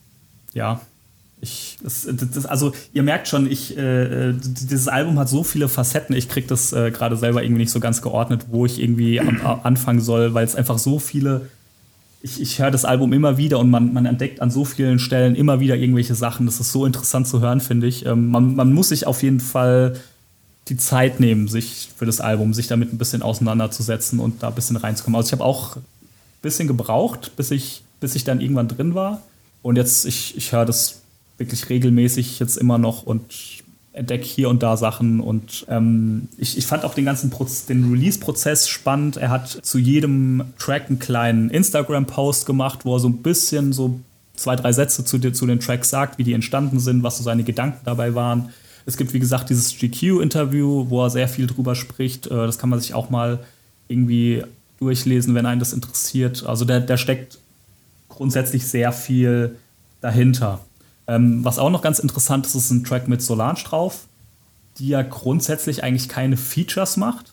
Ja, ich, das, das, also ihr merkt schon, ich, äh, dieses Album hat so viele Facetten. Ich krieg das äh, gerade selber irgendwie nicht so ganz geordnet, wo ich irgendwie am, anfangen soll, weil es einfach so viele Ich, ich höre das Album immer wieder und man, man entdeckt an so vielen Stellen immer wieder irgendwelche Sachen. Das ist so interessant zu hören, finde ich. Ähm, man, man muss sich auf jeden Fall die Zeit nehmen, sich für das Album, sich damit ein bisschen auseinanderzusetzen und da ein bisschen reinzukommen. Also ich habe auch ein bisschen gebraucht, bis ich, bis ich dann irgendwann drin war. Und jetzt, ich, ich höre das wirklich regelmäßig jetzt immer noch und entdecke hier und da Sachen und ähm, ich, ich fand auch den ganzen Proz- den Release-Prozess spannend. Er hat zu jedem Track einen kleinen Instagram-Post gemacht, wo er so ein bisschen so zwei, drei Sätze zu, zu den Tracks sagt, wie die entstanden sind, was so seine Gedanken dabei waren. Es gibt, wie gesagt, dieses G Q-Interview, wo er sehr viel drüber spricht. Äh, das kann man sich auch mal irgendwie durchlesen, wenn einen das interessiert. Also der, der steckt grundsätzlich sehr viel dahinter. Ähm, was auch noch ganz interessant ist, ist ein Track mit Solange drauf, die ja grundsätzlich eigentlich keine Features macht.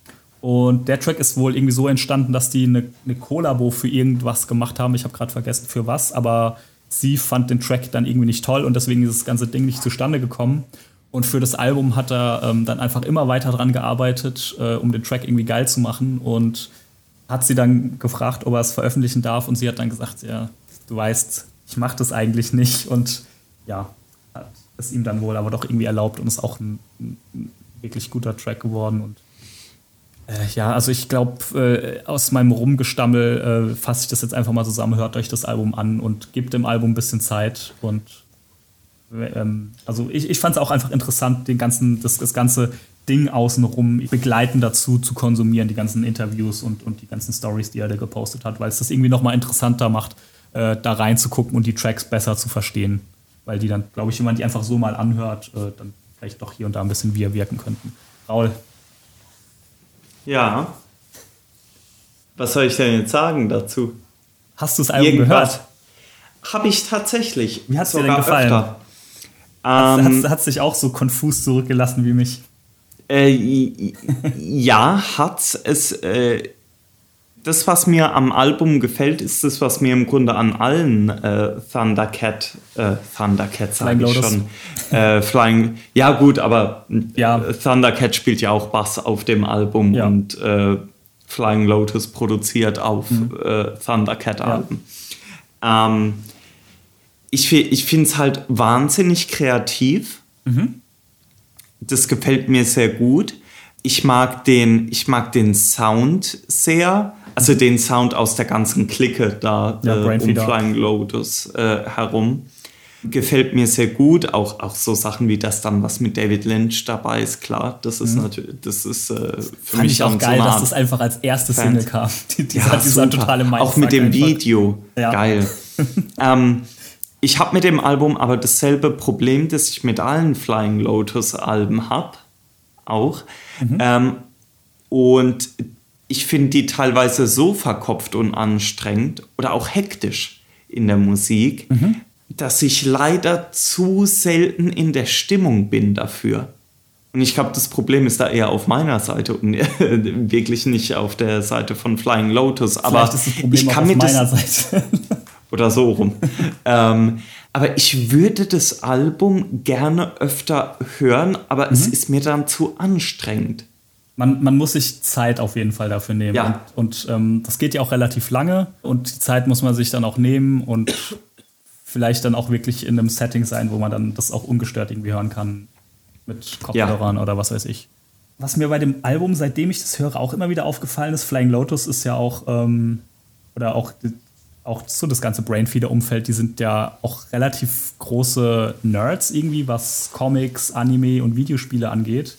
Und der Track ist wohl irgendwie so entstanden, dass die eine, eine Kollabo für irgendwas gemacht haben. Ich habe gerade vergessen, für was, aber sie fand den Track dann irgendwie nicht toll und deswegen ist das ganze Ding nicht zustande gekommen. Und für das Album hat er ähm, dann einfach immer weiter dran gearbeitet, äh, um den Track irgendwie geil zu machen und hat sie dann gefragt, ob er es veröffentlichen darf und sie hat dann gesagt, ja, du weißt, ich mache das eigentlich nicht und ja, hat es ihm dann wohl aber doch irgendwie erlaubt und ist auch ein, ein wirklich guter Track geworden und äh, ja, also ich glaube, äh, aus meinem Rumgestammel äh, fasse ich das jetzt einfach mal zusammen, hört euch das Album an und gebt dem Album ein bisschen Zeit und ähm, also ich, ich fand es auch einfach interessant, den ganzen, das, das ganze Ding außenrum begleitend dazu zu konsumieren, die ganzen Interviews und, und die ganzen Stories, die er da gepostet hat, weil es das irgendwie nochmal interessanter macht, äh, da reinzugucken und die Tracks besser zu verstehen, weil die dann, glaube ich, wenn man die einfach so mal anhört, äh, dann vielleicht doch hier und da ein bisschen wir wirken könnten. Raul? Ja. Was soll ich denn jetzt sagen dazu? Hast du das Album gehört? Habe ich tatsächlich. Wie hat es dir denn gefallen? Öfter. Ähm, hat es dich auch so konfus zurückgelassen wie mich? Äh, ja, hat's. Es, äh, das, was mir am Album gefällt, ist das, was mir im Grunde an allen äh, Thundercat, äh, Thundercat sage ich schon, äh, Flying, ja gut, aber ja. Thundercat spielt ja auch Bass auf dem Album ja. und äh, Flying Lotus produziert auf mhm. äh, Thundercat-Alben. Ja. Ähm, ich ich finde es halt wahnsinnig kreativ. Mhm. Das gefällt mir sehr gut. Ich mag den, ich mag den Sound sehr. Also den Sound aus der ganzen Clique da ja, äh, um Flying Lotus äh, herum. Gefällt mir sehr gut. Auch, auch so Sachen wie das dann, was mit David Lynch dabei ist, klar. Das ist mhm. natürlich, das ist äh, für Fand mich ich auch so geil, dass das einfach als erste Fans. Single kam. dieser, ja, dieser totale Mindfuck. Auch mit dem einfach. Video. Ja. Geil. ähm, ich habe mit dem Album aber dasselbe Problem, das ich mit allen Flying Lotus Alben habe. Auch. Mhm. Ähm, und ich finde die teilweise so verkopft und anstrengend oder auch hektisch in der Musik, mhm. dass ich leider zu selten in der Stimmung bin dafür. Und ich glaube, das Problem ist da eher auf meiner Seite und wirklich nicht auf der Seite von Flying Lotus. Vielleicht aber ist das Problem ich kann auf mir meiner das Seite. Oder so rum. ähm, aber ich würde das Album gerne öfter hören, aber mhm. es ist mir dann zu anstrengend. Man, man muss sich Zeit auf jeden Fall dafür nehmen. Ja. Und, und ähm, das geht ja auch relativ lange. Und die Zeit muss man sich dann auch nehmen und vielleicht dann auch wirklich in einem Setting sein, wo man dann das auch ungestört irgendwie hören kann. Mit Kopfhörern ja. oder was weiß ich. Was mir bei dem Album, seitdem ich das höre, auch immer wieder aufgefallen ist, Flying Lotus ist ja auch, ähm, oder auch, auch so das ganze Brainfeeder-Umfeld, die sind ja auch relativ große Nerds irgendwie, was Comics, Anime und Videospiele angeht.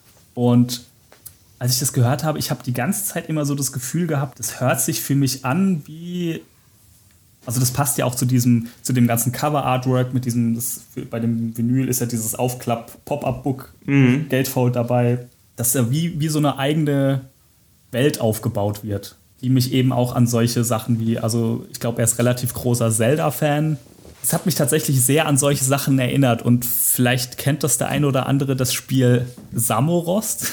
Und als ich das gehört habe, ich habe die ganze Zeit immer so das Gefühl gehabt, es hört sich für mich an wie, also das passt ja auch zu diesem, zu dem ganzen Cover-Artwork mit diesem, das, bei dem Vinyl ist ja dieses Aufklapp-Pop-Up-Book, mhm. Gatefold dabei, dass ja wie, wie so eine eigene Welt aufgebaut wird, die mich eben auch an solche Sachen wie, also ich glaube, er ist relativ großer Zelda-Fan. Es hat mich tatsächlich sehr an solche Sachen erinnert und vielleicht kennt das der eine oder andere das Spiel Samorost.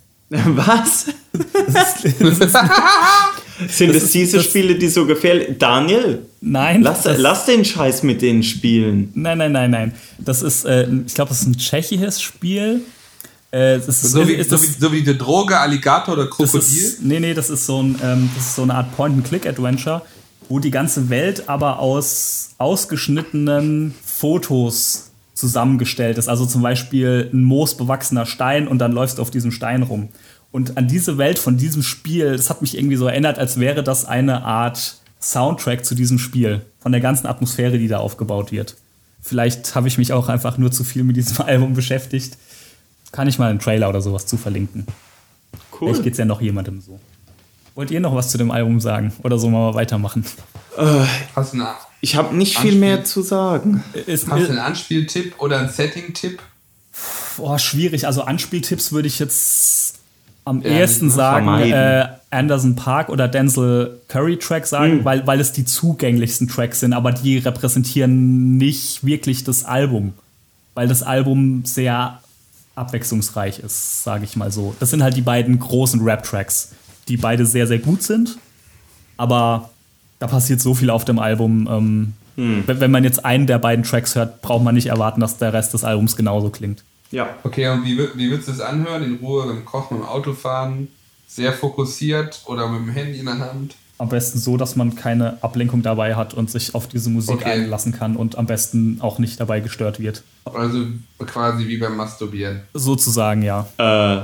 Was? Das ist, das ist, Sind das es diese das, Spiele, die so gefährlich... Daniel? Nein. Lass, das, lass den Scheiß mit den Spielen. Nein, nein, nein, nein. Das ist, äh, ich glaube, das ist ein tschechisches Spiel. Äh, das ist, so, wie, ist so, das, wie, so wie die Droge, Alligator oder Krokodil? Das ist, nee, nee, das ist, so ein, ähm, das ist so eine Art Point-and-Click-Adventure, wo die ganze Welt aber aus ausgeschnittenen Fotos zusammengestellt ist. Also zum Beispiel ein moosbewachsener Stein und dann läufst du auf diesem Stein rum. Und an diese Welt von diesem Spiel, das hat mich irgendwie so erinnert, als wäre das eine Art Soundtrack zu diesem Spiel. Von der ganzen Atmosphäre, die da aufgebaut wird. Vielleicht habe ich mich auch einfach nur zu viel mit diesem Album beschäftigt. Kann ich mal einen Trailer oder sowas zu verlinken. Cool. Vielleicht geht es ja noch jemandem so. Wollt ihr noch was zu dem Album sagen? Oder so mal weitermachen? Äh, Hast du eine ich habe nicht Anspiel- viel mehr zu sagen. Ist, Hast du einen Anspieltipp oder einen Setting-Tipp? Boah, schwierig. Also Anspieltipps würde ich jetzt am ja, ehesten sagen äh, Anderson .Paak oder Denzel Curry Track sagen, mhm. weil, weil es die zugänglichsten Tracks sind, aber die repräsentieren nicht wirklich das Album. Weil das Album sehr abwechslungsreich ist, sage ich mal so. Das sind halt die beiden großen Rap-Tracks, die beide sehr, sehr gut sind. Aber da passiert so viel auf dem Album. Ähm, hm. wenn, wenn man jetzt einen der beiden Tracks hört, braucht man nicht erwarten, dass der Rest des Albums genauso klingt. Ja. Okay, und wie, wie würdest du es anhören? In Ruhe beim Kochen, beim Autofahren? Sehr fokussiert oder mit dem Handy in der Hand? Am besten so, dass man keine Ablenkung dabei hat und sich auf diese Musik okay. einlassen kann und am besten auch nicht dabei gestört wird. Also quasi wie beim Masturbieren? Sozusagen, ja. Äh.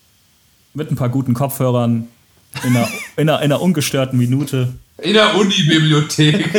Mit ein paar guten Kopfhörern in einer, in einer, in einer ungestörten Minute. In der Uni-Bibliothek.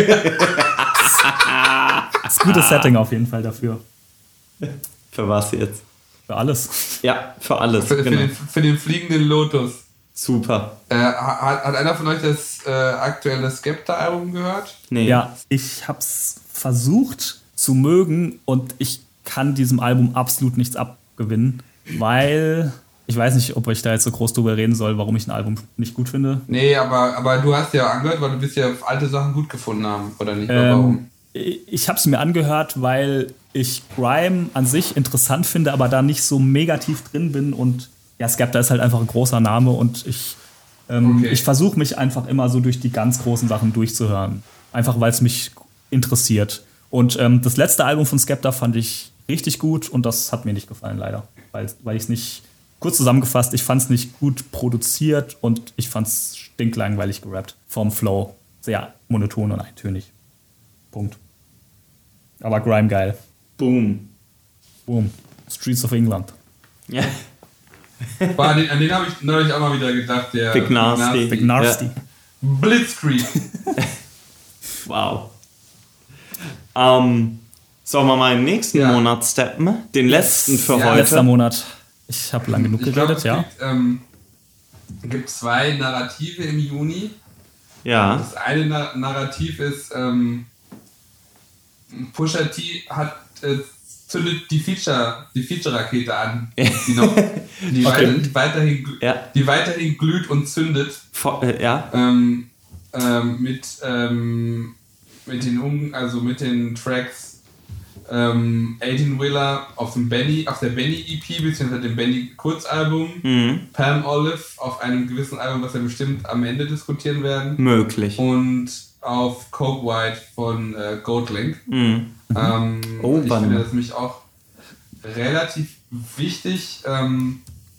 Das ist ein gutes Setting auf jeden Fall dafür. Für was jetzt? Für alles. Ja, für alles. Für, genau. für, den, für den fliegenden Lotus. Super. Äh, hat, hat einer von euch das äh, aktuelle Skepta-Album gehört? Nee. Ja, ich hab's versucht zu mögen und ich kann diesem Album absolut nichts abgewinnen, weil... Ich weiß nicht, ob ich da jetzt so groß drüber reden soll, warum ich ein Album nicht gut finde. Nee, aber, aber du hast ja angehört, weil du bist ja alte Sachen gut gefunden haben, oder nicht? Ähm, warum? Ich habe es mir angehört, weil ich Grime an sich interessant finde, aber da nicht so mega tief drin bin. Und ja, Skepta ist halt einfach ein großer Name und ich äh, Ähm, Okay. Ich versuche mich einfach immer so durch die ganz großen Sachen durchzuhören. Einfach weil es mich interessiert. Und ähm, das letzte Album von Skepta fand ich richtig gut und das hat mir nicht gefallen, leider. Weil, weil ich es nicht, kurz zusammengefasst, ich fand es nicht gut produziert und ich fand es stinklangweilig gerappt. Vom Flow. Sehr monoton und eintönig. Punkt. Aber Grime geil. Boom. Boom. Streets of England. Ja. Boah, an den, an den habe ich neulich auch mal wieder gedacht. Der Big Nasty. Big Nasty. Ja. Blitzkrieg. Wow. Ähm, sollen wir mal im nächsten Ja. Monat steppen? Den letzten für Ja, heute. Letzter Monat. Ich habe lang genug Ich glaube, geredet, es ja. gibt, ähm, gibt zwei Narrative im Juni. Ja. Das eine Na- Narrativ ist, ähm, Pusha T hat, äh, zündet die Feature, die Feature-Rakete an, die noch, die, Okay. weiter, die, weiterhin, gl- Ja. die weiterhin glüht und zündet. Vo- äh, ja. Ähm, ähm, mit, ähm, mit den um, also mit den Tracks ähm, achtzehn Wheeler auf dem Benny, auf der Benny E P bzw. dem Benny Kurzalbum, Mhm. Palm Olive auf einem gewissen Album, was wir bestimmt am Ende diskutieren werden, Möglich. und auf Coke White von äh, Goatlink. Mhm. Ähm, Oh, ich wann? finde das nämlich auch relativ wichtig, ähm,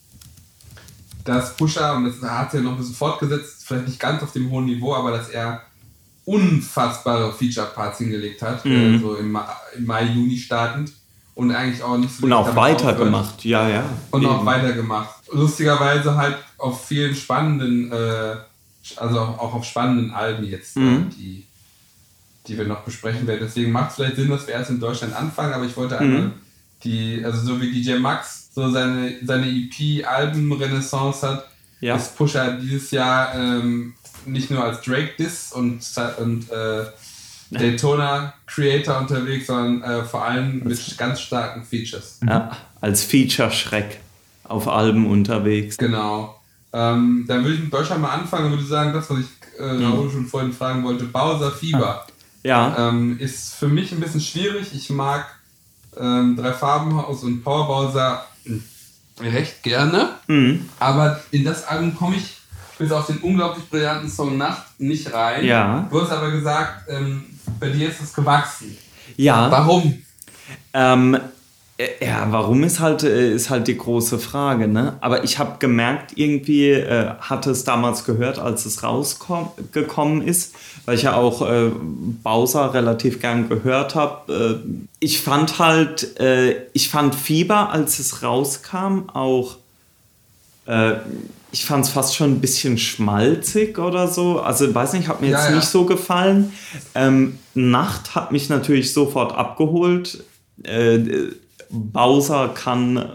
dass Pusha, und das hat er noch ein bisschen fortgesetzt, vielleicht nicht ganz auf dem hohen Niveau, aber dass er unfassbare Feature-Parts hingelegt hat, Mhm. äh, so im, Ma- im Mai, Juni startend und eigentlich auch nicht so Und auch damit aufhört. weitergemacht. Ja, ja. Und auch Eben. weitergemacht. Lustigerweise halt auf vielen spannenden, äh, also auch auch auf spannenden Alben jetzt, Mhm. äh, die, die wir noch besprechen werden. Deswegen macht es vielleicht Sinn, dass wir erst in Deutschland anfangen, aber ich wollte einmal Mhm. die, also so wie D J Max so seine, seine E P-Alben-Renaissance hat, Ja. ist Pusha dieses Jahr ähm, nicht nur als Drake-Diss und, und äh, Daytona-Creator unterwegs, sondern äh, vor allem mit ganz starken Features. Ja. Als Feature-Schreck auf Alben unterwegs. Genau. Ähm, dann würde ich mit Deutschland mal anfangen und würde sagen, das, was ich äh, Raoul schon vorhin fragen wollte, Bowser Fieber, Ja. ähm, ist für mich ein bisschen schwierig. Ich mag ähm, Drei Farbenhaus und Power Bowser recht gerne, Mhm. aber in das Album komme ich bis auf den unglaublich brillanten Song Nacht nicht rein. Ja. Du hast aber gesagt, ähm, bei dir ist es gewachsen. Ja. Warum? Ähm, äh, ja, warum ist halt, äh, ist halt die große Frage, ne? Aber ich habe gemerkt, irgendwie äh, hatte es damals gehört, als es rausgekommen ist, weil ich ja auch äh, Bowser relativ gern gehört habe. Äh, ich fand halt, äh, ich fand Fieber, als es rauskam, auch äh, ich fand es fast schon ein bisschen schmalzig oder so. Also, weiß nicht, hat mir Ja, jetzt ja. nicht so gefallen. Ähm, Nacht hat mich natürlich sofort abgeholt. Äh, Bowser kann,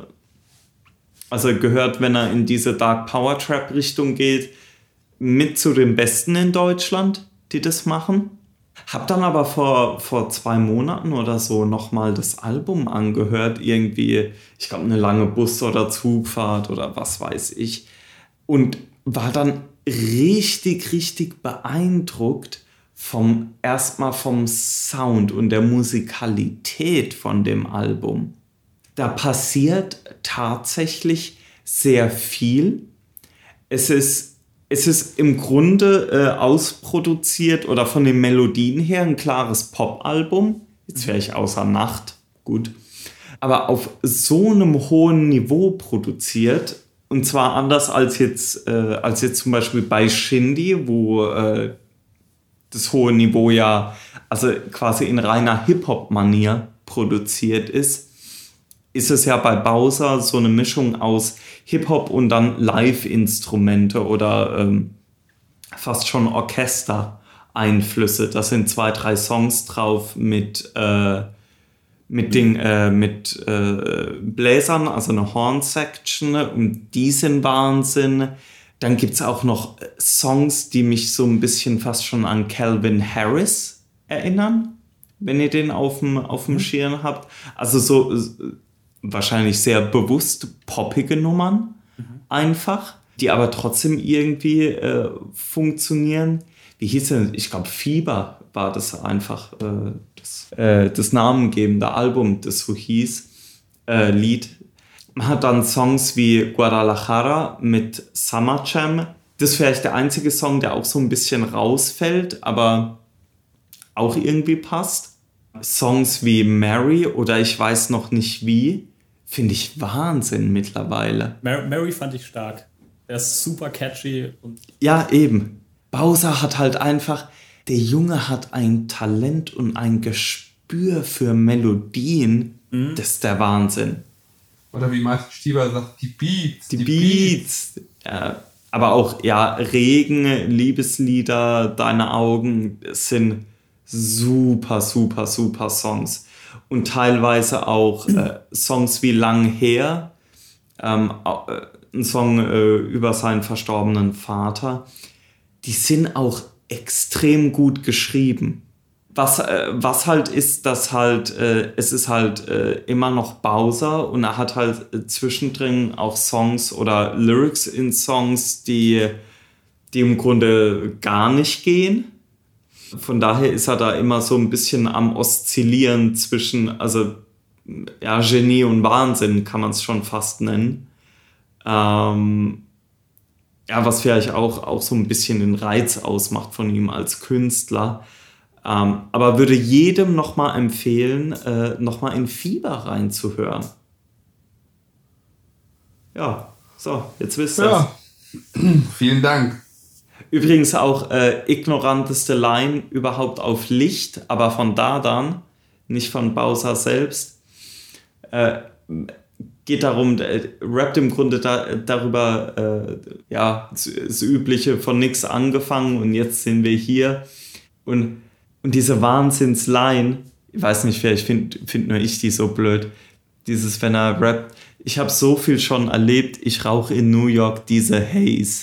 also gehört, wenn er in diese Dark Power Trap Richtung geht, mit zu den Besten in Deutschland, die das machen. Hab dann aber vor, vor zwei Monaten oder so nochmal das Album angehört. Irgendwie, ich glaube, eine lange Bus- oder Zugfahrt oder was weiß ich. Und war dann richtig, richtig beeindruckt vom, erstmal vom Sound und der Musikalität von dem Album. Da passiert tatsächlich sehr viel. Es ist, es ist im Grunde äh, ausproduziert oder von den Melodien her ein klares Pop-Album. Jetzt wäre ich außer Nacht, gut. Aber auf so einem hohen Niveau produziert. Und zwar anders als jetzt, äh, als jetzt zum Beispiel bei Shindy, wo äh, das hohe Niveau ja also quasi in reiner Hip-Hop-Manier produziert ist, ist es ja bei Bowser so eine Mischung aus Hip-Hop und dann Live-Instrumente oder ähm, fast schon Orchester-Einflüsse. Da sind zwei, drei Songs drauf mit, äh, mit, den, äh, mit äh, Bläsern, also eine Horn-Section, und die sind Wahnsinn. Dann gibt es auch noch Songs, die mich so ein bisschen fast schon an Calvin Harris erinnern, wenn ihr den auf dem, auf dem Schirm habt. Also so wahrscheinlich sehr bewusst poppige Nummern einfach, die aber trotzdem irgendwie äh, funktionieren. Wie hieß denn? Ich glaube, Fieber war das einfach äh, das, äh, das namengebende Album, das so hieß, äh, Lied. Man hat dann Songs wie Guadalajara mit Summer Jam, Das ist vielleicht der einzige Song, der auch so ein bisschen rausfällt, aber auch irgendwie passt. Songs wie Mary oder Ich weiß noch nicht wie, finde ich Wahnsinn mittlerweile. Mary, Mary fand ich stark. Der ist super catchy. Und Ja, eben. Bowser hat halt einfach, der Junge hat ein Talent und ein Gespür für Melodien. Mhm. Das ist der Wahnsinn. Oder wie Martin Stieber sagt, die Beats. Die, die Beats. Beats. Ja, aber auch, ja, Regen, Liebeslieder, Deine Augen, sind super, super, super Songs. Und teilweise auch äh, Songs wie Lang her, ähm, äh, ein Song äh, über seinen verstorbenen Vater. Die sind auch extrem gut geschrieben. Was, äh, was halt ist, dass halt, äh, es ist halt äh, immer noch Bowser und er hat halt äh, zwischendrin auch Songs oder Lyrics in Songs, die, die im Grunde gar nicht gehen. Von daher ist er da immer so ein bisschen am Oszillieren zwischen, also ja, Genie und Wahnsinn kann man es schon fast nennen. Ähm, ja, was vielleicht auch, auch so ein bisschen den Reiz ausmacht von ihm als Künstler. Ähm, aber würde jedem nochmal empfehlen, äh, nochmal in Fieber reinzuhören. Ja, so, jetzt wisst ihr es. Ja. Vielen Dank. Übrigens auch äh, ignoranteste Line überhaupt auf Licht, aber von Dardan, nicht von Bowser selbst. Äh, geht darum, äh, rappt im Grunde da, darüber, äh, ja, das, das Übliche von nix angefangen und jetzt sind wir hier. Und, und diese Wahnsinns-Line, ich weiß nicht, vielleicht finde find nur ich die so blöd, dieses, wenn er rappt, ich habe so viel schon erlebt, ich rauche in New York diese Haze.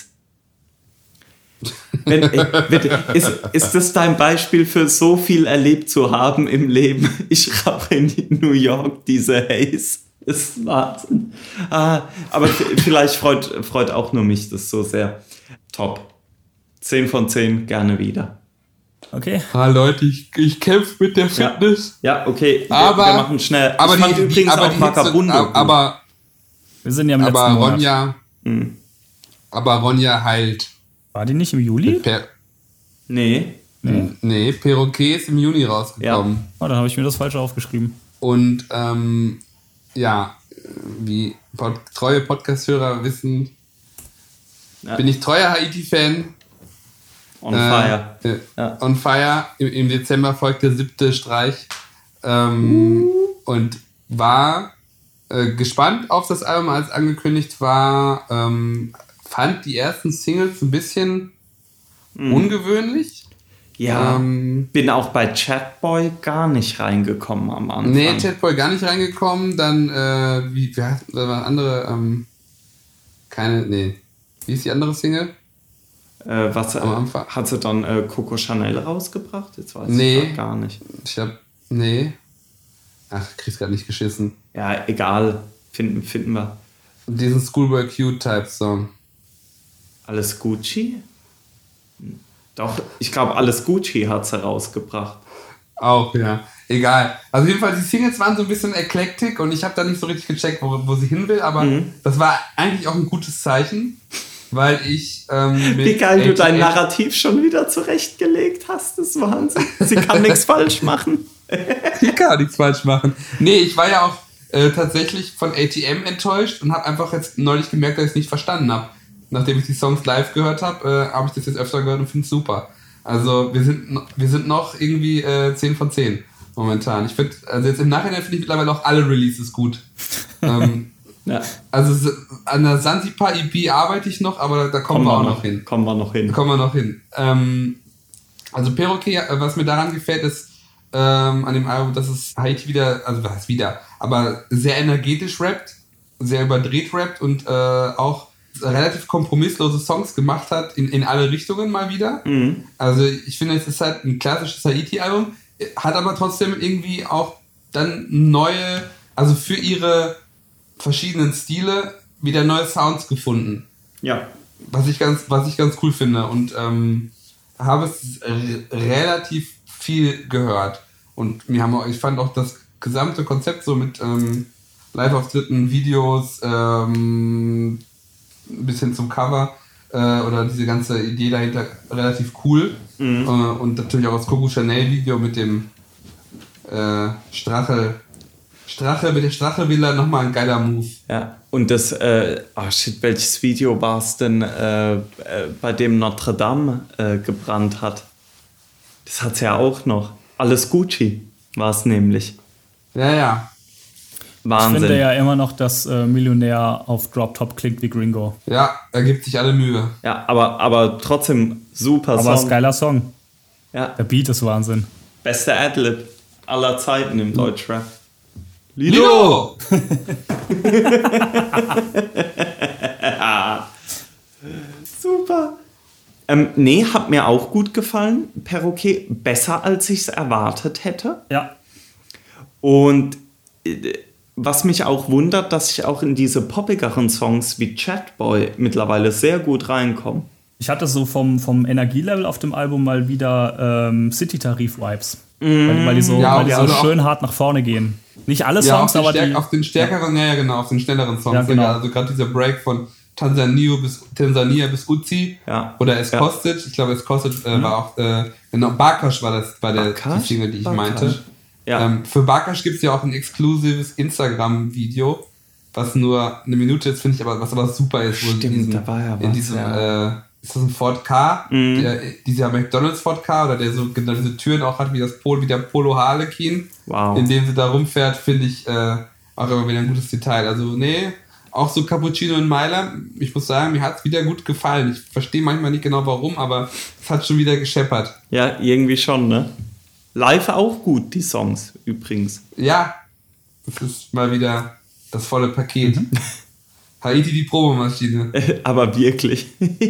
Wenn, ey, ist, ist das dein Beispiel für so viel erlebt zu haben im Leben? Ich rauche in New York diese Haze. Das ist Wahnsinn. Ah, aber vielleicht freut, freut auch nur mich das so sehr. Top. zehn von zehn, gerne wieder. Okay. Ah, Leute, ich, ich kämpfe mit der Fitness. Ja, ja okay. Aber, wir, wir machen schnell. Aber ich fand die, übrigens aber auch die Vagabundo. Hitze, aber, wir sind ja im aber letzten Monat. Ronja, hm. aber Ronja heilt. War die nicht im Juli? Per, nee. Nee. Nee, Perroquet ist im Juni rausgekommen. Ja. Oh, dann habe ich mir das falsch aufgeschrieben. Und ähm, ja, wie Pod- treue Podcast-Hörer wissen, Ja. bin ich treuer Haiti-Fan. On fire. Äh, äh, Ja. On fire. Im, Im Dezember folgt der siebte Streich. Ähm, uh. Und war äh, gespannt auf das Album, als angekündigt war. Ähm, fand die ersten Singles ein bisschen mm. ungewöhnlich. Ja, ähm, bin auch bei Chatboy gar nicht reingekommen am Anfang. Nee, Chatboy gar nicht reingekommen. Dann, äh, wie, wie heißt das andere? Ähm, keine, nee. Wie ist die andere Single? Äh, was Am Anfang. Hat sie dann äh, Coco Chanel rausgebracht? Jetzt weiß nee, ich gar nicht. Ich hab, nee. Ach, krieg's grad nicht geschissen. Ja, egal. Finden, finden wir. Und diesen Schoolboy Q-Type-Song. Alles Gucci? Doch, ich glaube, Alles Gucci hat sie rausgebracht. Auch, ja. Egal. Also auf jeden Fall, die Singles waren so ein bisschen eclectic und ich habe da nicht so richtig gecheckt, wo, wo sie hin will, aber mhm. das war eigentlich auch ein gutes Zeichen, weil ich ähm, mit Wie geil du dein A T F Narrativ schon wieder zurechtgelegt hast, das ist Wahnsinn. Sie kann nichts falsch machen. Ich kann nichts falsch machen. Nee, ich war ja auch äh, tatsächlich von A T M enttäuscht und habe einfach jetzt neulich gemerkt, dass ich es nicht verstanden habe. Nachdem ich die Songs live gehört habe, äh, habe ich das jetzt öfter gehört und finde es super. Also wir sind, wir sind noch irgendwie äh, zehn von zehn momentan. Ich finde, also jetzt im Nachhinein finde ich mittlerweile auch alle Releases gut. ähm, ja. Also an der Zanzibar E P arbeite ich noch, aber da kommen, kommen wir auch noch, noch hin. Kommen wir noch hin. Kommen wir noch hin. Ähm, also Perroquet, was mir daran gefällt, ist ähm, an dem Album, dass es Haiti wieder, also was heißt wieder, aber sehr energetisch rappt, sehr überdreht rappt und äh, auch relativ kompromisslose Songs gemacht hat, in, in alle Richtungen mal wieder. Mhm. Also ich finde, es ist halt ein klassisches Haiti-Album, hat aber trotzdem irgendwie auch dann neue, also für ihre verschiedenen Stile wieder neue Sounds gefunden. Ja. Was ich ganz, was ich ganz cool finde und ähm, habe es r- relativ viel gehört. Und mir haben auch, ich fand auch das gesamte Konzept so mit ähm, Live-Auftritten, Videos, ähm, ein bisschen zum Cover, äh, oder diese ganze Idee dahinter relativ cool. Mhm. Äh, und natürlich auch das Coco Chanel Video mit dem äh, Strachel. Strache mit der Strachelvilla nochmal ein geiler Move. Ja, und das, äh, oh shit, welches Video war es denn, äh, äh, bei dem Notre Dame äh, gebrannt hat? Das hat's ja auch noch. Alles Gucci war es nämlich. Ja, ja. Wahnsinn. Ich finde ja immer noch, dass äh, Millionär auf Drop Top klingt wie Gringo. Ja, er gibt sich alle Mühe. Ja, aber, aber trotzdem super aber Song. Aber es ist ein geiler Song. Ja. Der Beat ist Wahnsinn. Beste Adlib aller Zeiten im Deutschrap. Lido! Super. Ähm, nee, hat mir auch gut gefallen. Perroquet besser, als ich es erwartet hätte. Ja. Und äh, was mich auch wundert, dass ich auch in diese poppigeren Songs wie Chatboy mittlerweile sehr gut reinkomme. Ich hatte so vom, vom Energielevel auf dem Album mal wieder ähm, City-Tarif-Vibes. Mm. Weil, weil die so, ja, weil die so also schön hart nach vorne gehen. Nicht alle ja, Songs, auf aber Stärk- die... auf den stärkeren, ja. ja genau, auf den schnelleren Songs. Ja, genau. Ja, also gerade dieser Break von Tansania bis, Tansania bis Uzi ja. oder Es ja. kostet. Ich glaube, Es kostet äh, mhm. war auch... Äh, genau, Barkash war das war der die Single, die ich Barkash. meinte. Ja. Ähm, für Barkash gibt es ja auch ein exklusives Instagram-Video, was nur eine Minute ist, finde ich, aber was aber super ist. Wo Stimmt, in diesem, da war ja was, in diesem ja. äh, ist das ein Ford Ka? Mhm. Der, dieser McDonalds Ford Ka oder der so genau diese Türen auch hat wie das Pol, wie der Polo Harlequin, wow. in dem sie da rumfährt, finde ich äh, auch immer wieder ein gutes Detail. Also nee, auch so Cappuccino in Mailand, ich muss sagen, mir hat es wieder gut gefallen. Ich verstehe manchmal nicht genau warum, aber es hat schon wieder gescheppert. Ja, irgendwie schon, ne? Live auch gut, die Songs übrigens. Ja, es ist mal wieder das volle Paket. Mhm. Haiti die Probemaschine. Aber wirklich.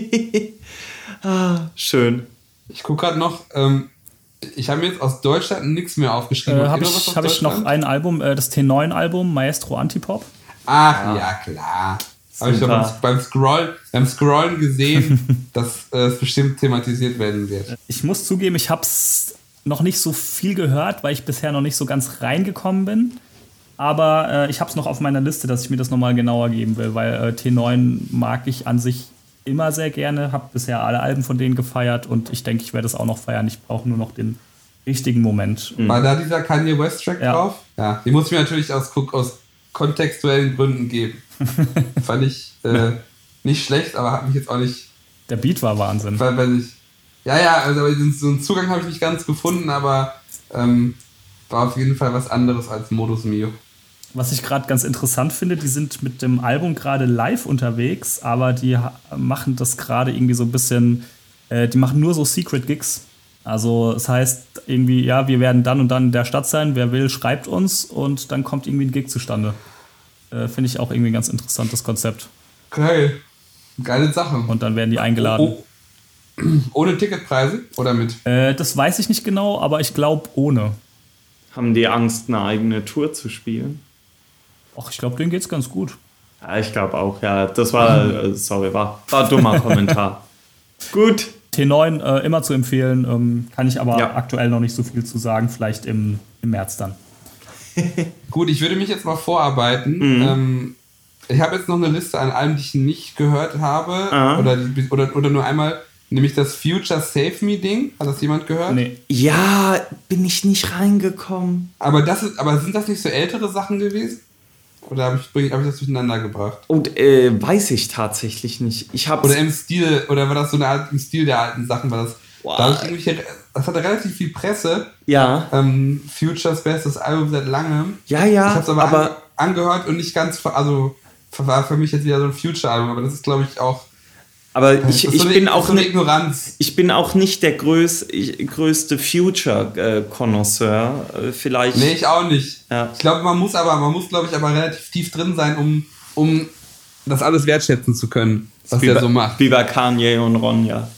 ah, schön. Ich gucke gerade noch, ähm, ich habe mir jetzt aus Deutschland nichts mehr aufgeschrieben. Äh, habe ich, hab ich noch ein Album, äh, das T neun Album, Maestro Antipop. Ach ja, ja klar. Habe ich beim, beim, Scroll, beim Scrollen gesehen, dass äh, es bestimmt thematisiert werden wird. Ich muss zugeben, ich habe es noch nicht so viel gehört, weil ich bisher noch nicht so ganz reingekommen bin. Aber äh, ich habe es noch auf meiner Liste, dass ich mir das nochmal genauer geben will, weil äh, T neun mag ich an sich immer sehr gerne, habe bisher alle Alben von denen gefeiert und ich denke, ich werde es auch noch feiern. Ich brauche nur noch den richtigen Moment. War da dieser Kanye West Track ja. drauf? Ja, die muss ich mir natürlich aus, aus kontextuellen Gründen geben. Fand ich äh, nicht schlecht, aber hat mich jetzt auch nicht... Der Beat war Wahnsinn. Weil, weil ich, ja, ja, also so einen Zugang habe ich nicht ganz gefunden, aber ähm, war auf jeden Fall was anderes als Modus Mio. Was ich gerade ganz interessant finde, die sind mit dem Album gerade live unterwegs, aber die machen das gerade irgendwie so ein bisschen, äh, die machen nur so Secret Gigs. Also das heißt irgendwie, ja, wir werden dann und dann in der Stadt sein, wer will, schreibt uns und dann kommt irgendwie ein Gig zustande. Äh, finde ich auch irgendwie ein ganz interessantes Konzept. Geil. Geile Sache. Und dann werden die eingeladen. Oh, oh. Ohne Ticketpreise oder mit? Äh, das weiß ich nicht genau, aber ich glaube ohne. Haben die Angst, eine eigene Tour zu spielen? Ach, ich glaube, denen geht's ganz gut. Ja, ich glaube auch, ja. Das war, äh, sorry, war, war ein dummer Kommentar. Gut. T neun äh, immer zu empfehlen, ähm, kann ich aber ja. aktuell noch nicht so viel zu sagen, vielleicht im, im März dann. Gut, ich würde mich jetzt mal vorarbeiten. Mhm. Ähm, ich habe jetzt noch eine Liste an Alben, die ich nicht gehört habe. Ah. Oder, oder, oder nur einmal, nämlich das Future Save Me Ding. Hat das jemand gehört? Nee. Ja, bin ich nicht reingekommen. Aber, das ist, aber sind das nicht so ältere Sachen gewesen? Oder habe ich, hab ich das durcheinander gebracht? Und äh, weiß ich tatsächlich nicht. Ich hab's oder im Stil, oder war das so eine Art, im Stil der alten Sachen? War das, da ich irgendwie, das hatte relativ viel Presse. Ja. Ähm, Futures bestes Album seit langem. Ja, ja. Ich habe es aber, aber an, angehört und nicht ganz, also war für mich jetzt wieder so ein Future-Album, aber das ist, glaube ich, auch. Aber ich, ich so bin eine, auch so eine Ignoranz. Ich bin auch nicht der größ, größte Future-Connoisseur. Äh, vielleicht. Nee, ich auch nicht. Ja. Ich glaube, man muss aber, man muss, glaube ich, aber relativ tief drin sein, um, um das alles wertschätzen zu können, was der so macht. Wie bei Kanye und Ronja.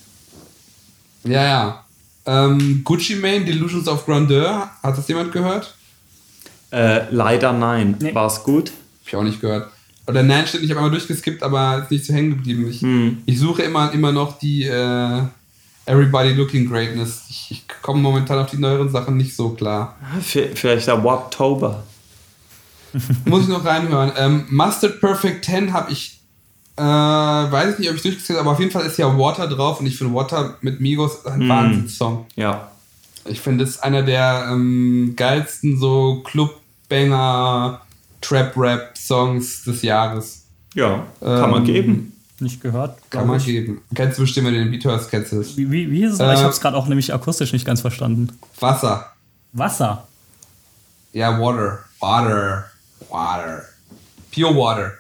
Ja, ja. Ähm, Gucci Mane, Delusions of Grandeur, hat das jemand gehört? Äh, leider nein. Nee. War es gut? Hab ich auch nicht gehört. Oder nein, stimmt, ich habe einmal durchgeskippt, aber ist nicht so hängen geblieben. Ich, hm. ich suche immer, immer noch die äh, Everybody Looking Greatness. Ich, ich komme momentan auf die neueren Sachen nicht so klar. Vielleicht der Waptober. Muss ich noch reinhören. Ähm, Mustard Perfect ten habe ich Äh, weiß ich nicht, ob ich durchgezählt habe, aber auf jeden Fall ist ja Water drauf und ich finde Water mit Migos ein mm. Wahnsinnssong. Ja. Ich finde, es ist einer der ähm, geilsten so Clubbanger, Trap-Rap-Songs des Jahres. Ja, kann ähm, man geben. Nicht gehört. Kann man ich. geben. Kennst du bestimmt, wenn du den Beat hörst, kennst du es. Wie, wie, wie ist es? Äh, ich habe es gerade auch nämlich akustisch nicht ganz verstanden. Wasser. Wasser? Ja, Water. Water. Water. Pure Water.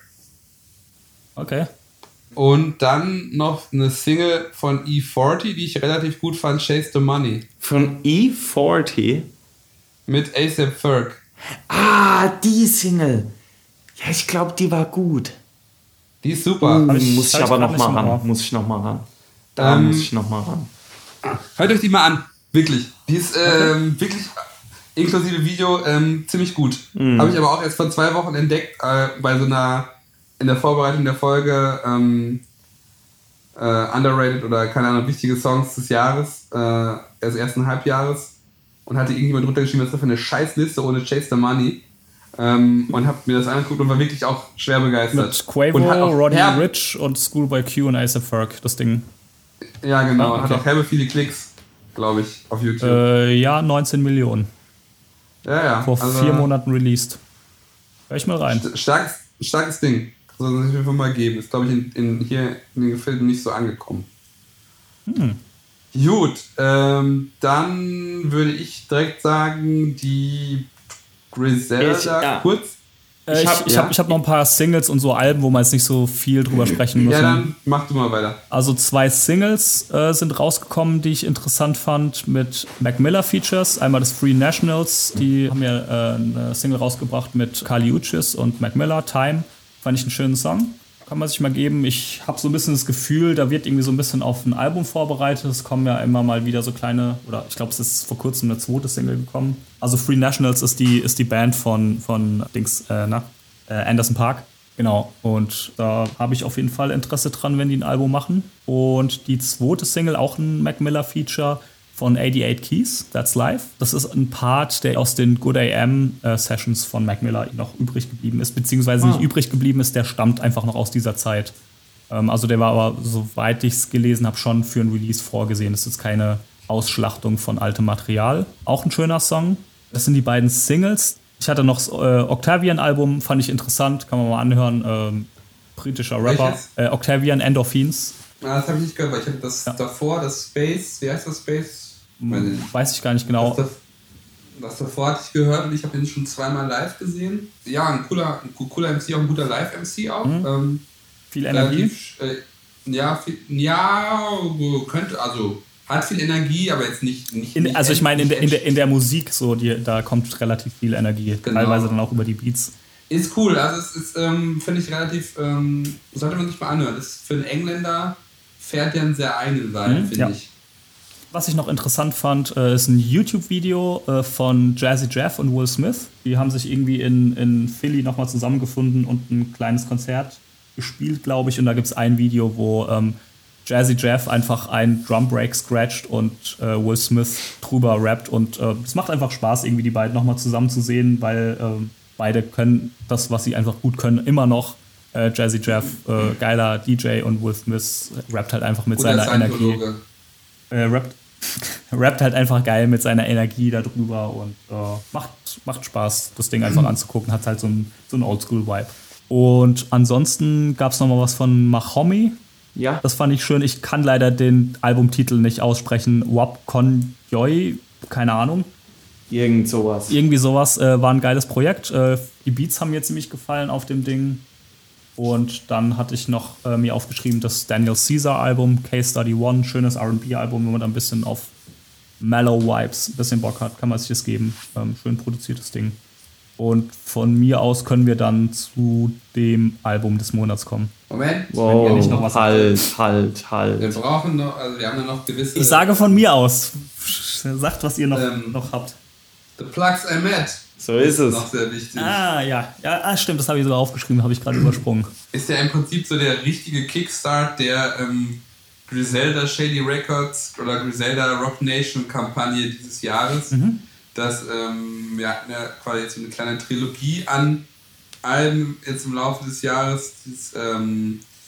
Okay. Und dann noch eine Single von E vierzig, die ich relativ gut fand, Chase the Money. Von E vierzig? Mit A$AP Ferg. Ah, die Single. Ja, ich glaube, die war gut. Die ist super. Uh, ich, muss ich aber noch mal ran. Drauf. Muss ich noch mal ran. Da ähm, muss ich noch mal ran. Hört euch die mal an. Wirklich. Die ist ähm, okay. wirklich inklusive Video ähm, ziemlich gut. Mm. Habe ich aber auch erst vor zwei Wochen entdeckt, äh, bei so einer, in der Vorbereitung der Folge ähm, äh, Underrated oder keine Ahnung, wichtige Songs des Jahres, äh, des ersten Halbjahres, und hatte irgendjemand drunter geschrieben, das ist für eine Scheißliste ohne Chase the Money. Ähm, und hab mir das angeguckt und war wirklich auch schwer begeistert. Mit Quavo, Roddy Ricch und Schoolboy Q und A$AP Ferg, das Ding. Ja, genau. Ah, okay. Hat auch herbe viele Klicks, glaube ich, auf YouTube. Äh, ja, neunzehn Millionen. Ja, ja. Vor also vier Monaten released. Hör ich mal rein. Starkes, starkes Ding. Soll es mir mal geben. Ist, glaube ich, in, in, hier in den Gefilden nicht so angekommen. Hm. Gut, ähm, dann würde ich direkt sagen, die Griselda, ich, ja. kurz. Äh, ich habe ich ja. hab, ich hab noch ein paar Singles und so Alben, wo man jetzt nicht so viel drüber sprechen muss. Ja, dann mach du mal weiter. Also zwei Singles äh, sind rausgekommen, die ich interessant fand, mit Mac Miller Features. Einmal das Free Nationals, die haben ja äh, eine Single rausgebracht mit Kali Uchis und Mac Miller, Time. Fand ich einen schönen Song. Kann man sich mal geben. Ich habe so ein bisschen das Gefühl, da wird irgendwie so ein bisschen auf ein Album vorbereitet. Es kommen ja immer mal wieder so kleine, oder ich glaube, es ist vor kurzem eine zweite Single gekommen. Also Free Nationals ist die, ist die Band von, von Dings, äh, na, äh, Anderson .Paak. Genau. Und da habe ich auf jeden Fall Interesse dran, wenn die ein Album machen. Und die zweite Single, auch ein Mac Miller Feature von achtundsechzig Keys, That's Life. Das ist ein Part, der aus den Good A M äh, Sessions von Mac Miller noch übrig geblieben ist, beziehungsweise ah. nicht übrig geblieben ist, der stammt einfach noch aus dieser Zeit. Ähm, also der war aber, soweit ich es gelesen habe, schon für ein Release vorgesehen. Das ist jetzt keine Ausschlachtung von altem Material. Auch ein schöner Song. Das sind die beiden Singles. Ich hatte noch das äh, Octavian-Album, fand ich interessant, kann man mal anhören. Ähm, britischer Rapper. Äh, Octavian, Endorphins. Ah, das habe ich nicht gehört, weil ich habe das ja. davor, das Space, wie heißt das Space? Weiß ich gar nicht genau. Das, das davor hatte ich gehört und ich habe ihn schon zweimal live gesehen. Ja, ein cooler, ein cooler M C, auch ein guter Live-M C auch. Mhm. Ähm, viel Energie? Äh, ja, viel, ja, könnte, also hat viel Energie, aber jetzt nicht... nicht, in, nicht also ich meine in der, in, der, in der Musik, so, die, da kommt relativ viel Energie, genau. Teilweise dann auch über die Beats. Ist cool, also es ist, ähm, finde ich relativ, ähm, sollte man sich mal anhören. Das ist für einen Engländer fährt ja ein sehr eigenen Vibe, mhm, finde ja. ich. Was ich noch interessant fand, äh, ist ein YouTube-Video äh, von Jazzy Jeff und Will Smith. Die haben sich irgendwie in, in Philly nochmal zusammengefunden und ein kleines Konzert gespielt, glaube ich. Und da gibt es ein Video, wo ähm, Jazzy Jeff einfach einen Drumbreak scratcht und äh, Will Smith drüber rappt. Und es äh, macht einfach Spaß, irgendwie die beiden nochmal zusammen zu sehen, weil äh, beide können das, was sie einfach gut können, immer noch. Äh, Jazzy Jeff, äh, geiler D J, und Will Smith rappt halt einfach mit Oder seiner Energie. Äh, rappt, rappt halt einfach geil mit seiner Energie da drüber und äh, macht, macht Spaß, das Ding einfach anzugucken. Hat halt so ein, so ein Oldschool-Vibe. Und ansonsten gab es noch mal was von Mahomi. Ja. Das fand ich schön. Ich kann leider den Albumtitel nicht aussprechen. Wap Kon Yoi, keine Ahnung. Irgend sowas. Irgendwie sowas. Äh, war ein geiles Projekt. Äh, die Beats haben mir ziemlich gefallen auf dem Ding. Und dann hatte ich noch äh, mir aufgeschrieben das Daniel Caesar Album, Case Study One, schönes R and B Album, wenn man da ein bisschen auf Mellow Vibes ein bisschen Bock hat, kann man sich das geben. Ähm, schön produziertes Ding. Und von mir aus können wir dann zu dem Album des Monats kommen. Moment. Wow, wenn ihr nicht noch was halt, habt. halt, halt. Wir brauchen noch, also wir haben ja noch gewisse... Ich sage von mir aus. Sagt, was ihr noch, ähm, noch habt. The Plugs I Met. So ist es. Noch sehr wichtig. Ah, ja. Ja, ah, stimmt, das habe ich sogar aufgeschrieben, habe ich gerade übersprungen. Ist ja im Prinzip so der richtige Kickstart der ähm, Griselda Shady Records oder Griselda Rock Nation Kampagne dieses Jahres. Mhm. Das, ähm, wir hatten ja quasi jetzt so eine kleine Trilogie an Alben jetzt im Laufe des Jahres. Das, ähm,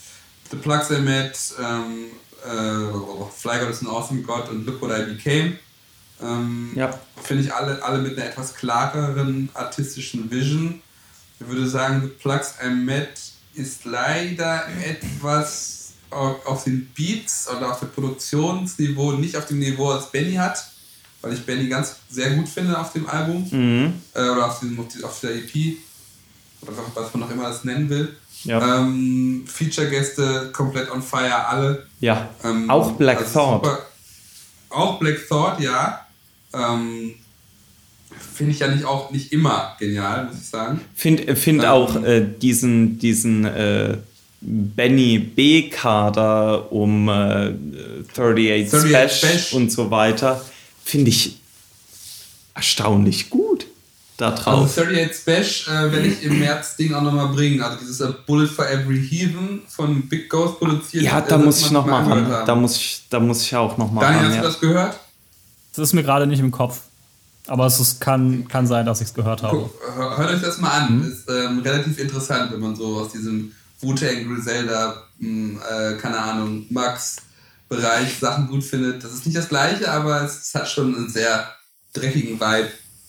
The Plugs I Met, ähm, äh, Fly God is an Awesome God und Look What I Became. Ähm, ja. Finde ich alle, alle mit einer etwas klareren artistischen Vision. Ich würde sagen, The Plugs I Met ist leider etwas auf, auf den Beats oder auf dem Produktionsniveau nicht auf dem Niveau, das Benny hat, weil ich Benny ganz sehr gut finde auf dem Album mhm. äh, oder auf, dem, auf der E P oder was man auch immer das nennen will. Ja. Ähm, Feature-Gäste komplett on fire, alle. Ja, ähm, auch Black also Thought. Super. Auch Black Thought, ja. Ähm, Finde ich ja nicht auch nicht immer genial, muss ich sagen. Finde find ähm, auch äh, diesen, diesen äh, Benny B-Kader um äh, achtunddreißig Special Special und so weiter, finde ich erstaunlich gut da drauf. Also achtunddreißig Special äh, werde ich im März Ding auch nochmal bringen. Also dieses uh, Bullet for Every Heathen von Big Ghost produziert. Ja, da muss ich nochmal ran. Da muss ich, da muss ich auch nochmal ran. Daniel, hast ja. du das gehört? Das ist mir gerade nicht im Kopf. Aber es ist, kann, kann sein, dass ich es gehört habe. Guck, hört euch das mal an. Mhm. Ist ähm, relativ interessant, wenn man so aus diesem Wu-Tang, Griselda, mh, äh, keine Ahnung, Max-Bereich Sachen gut findet. Das ist nicht das Gleiche, aber es hat schon einen sehr dreckigen Vibe.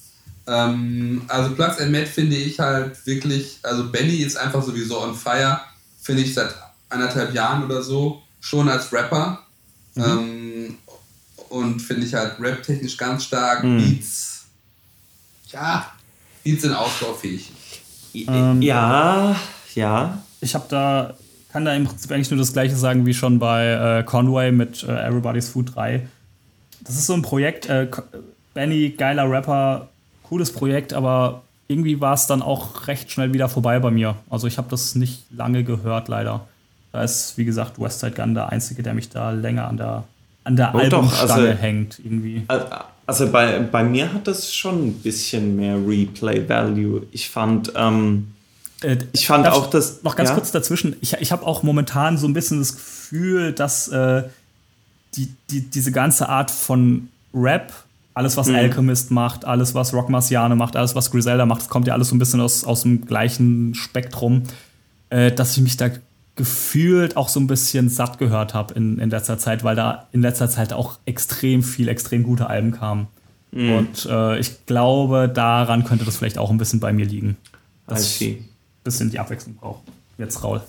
Ähm, also Plugs I Met finde ich halt wirklich, also Benny ist einfach sowieso on fire, finde ich seit anderthalb Jahren oder so, schon als Rapper. Mhm. Ähm, und finde ich halt rap-technisch ganz stark. Mhm. Beats, ja, Beats sind ausbaufähig. Ähm, ja, ja. Ich habe da, kann da im Prinzip eigentlich nur das Gleiche sagen wie schon bei äh, Conway mit äh, Everybody's Food drei. Das ist so ein Projekt, äh, Benny, geiler Rapper, cooles Projekt, aber irgendwie war es dann auch recht schnell wieder vorbei bei mir. Also ich habe das nicht lange gehört, leider. Da ist, wie gesagt, Westside Gun der Einzige, der mich da länger an der an der oh, Albumstange doch, also, hängt irgendwie. Also bei, bei mir hat das schon ein bisschen mehr Replay-Value. Ich fand, ähm, äh, ich fand auch das... Noch ganz ja? kurz dazwischen. Ich, ich habe auch momentan so ein bisschen das Gefühl, dass äh, die, die, diese ganze Art von Rap, alles was mhm. Alchemist macht, alles was Rock Marciano macht, alles was Griselda macht, das kommt ja alles so ein bisschen aus, aus dem gleichen Spektrum, äh, dass ich mich da gefühlt auch so ein bisschen satt gehört habe in, in letzter Zeit, weil da in letzter Zeit auch extrem viel, extrem gute Alben kamen. Mm. Und äh, ich glaube, daran könnte das vielleicht auch ein bisschen bei mir liegen. Dass ich ein bisschen die Abwechslung brauche. Jetzt, Raul.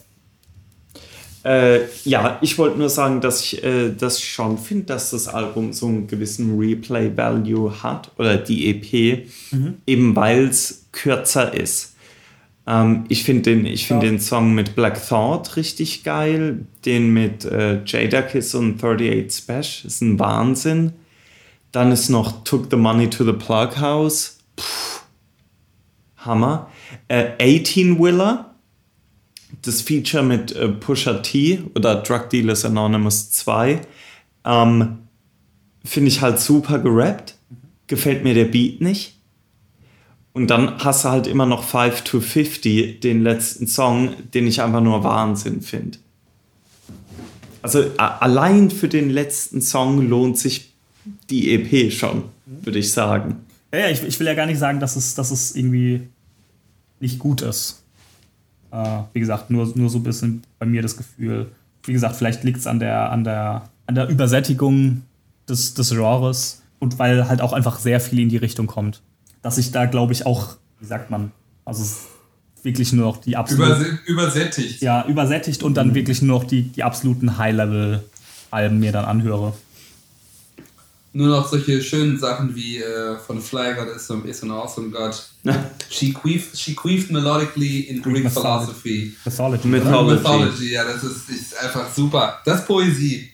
Äh, ja, ich wollte nur sagen, dass ich äh, das schon finde, dass das Album so einen gewissen Replay-Value hat, oder die E P, mhm. eben weil es kürzer ist. Ähm, ich finde den, ich find ja. den Song mit Black Thought richtig geil. Den mit äh, Jadakiss und achtunddreißig Special ist ein Wahnsinn. Dann ist noch Took the Money to the Plug House. Puh, Hammer. Äh, achtzehn Willer. Das Feature mit äh, Pusha T oder Drug Dealers Anonymous zwei. Ähm, finde ich halt super gerappt. Gefällt mir der Beat nicht. Und dann hast du halt immer noch five to fifty, den letzten Song, den ich einfach nur Wahnsinn finde. Also a- allein für den letzten Song lohnt sich die E P schon, würde ich sagen. Ja, ja ich, ich will ja gar nicht sagen, dass es, dass es irgendwie nicht gut ist. Äh, wie gesagt, nur, nur so ein bisschen bei mir das Gefühl. Wie gesagt, vielleicht liegt es an der, an der, an der Übersättigung des, des Genres und weil halt auch einfach sehr viel in die Richtung kommt. Dass ich da, glaube ich, auch, wie sagt man, also wirklich nur noch die absoluten... Übersä- übersättigt. Ja, übersättigt und dann mhm. wirklich nur noch die, die absoluten High-Level-Alben mir dann anhöre. Nur noch solche schönen Sachen wie äh, von Fly God is, is an Awesome God. she, queef, she queefed melodically in Greek philosophy. Mythology. Mythology. Mythology, ja, das ist, ist einfach super. Das ist Poesie.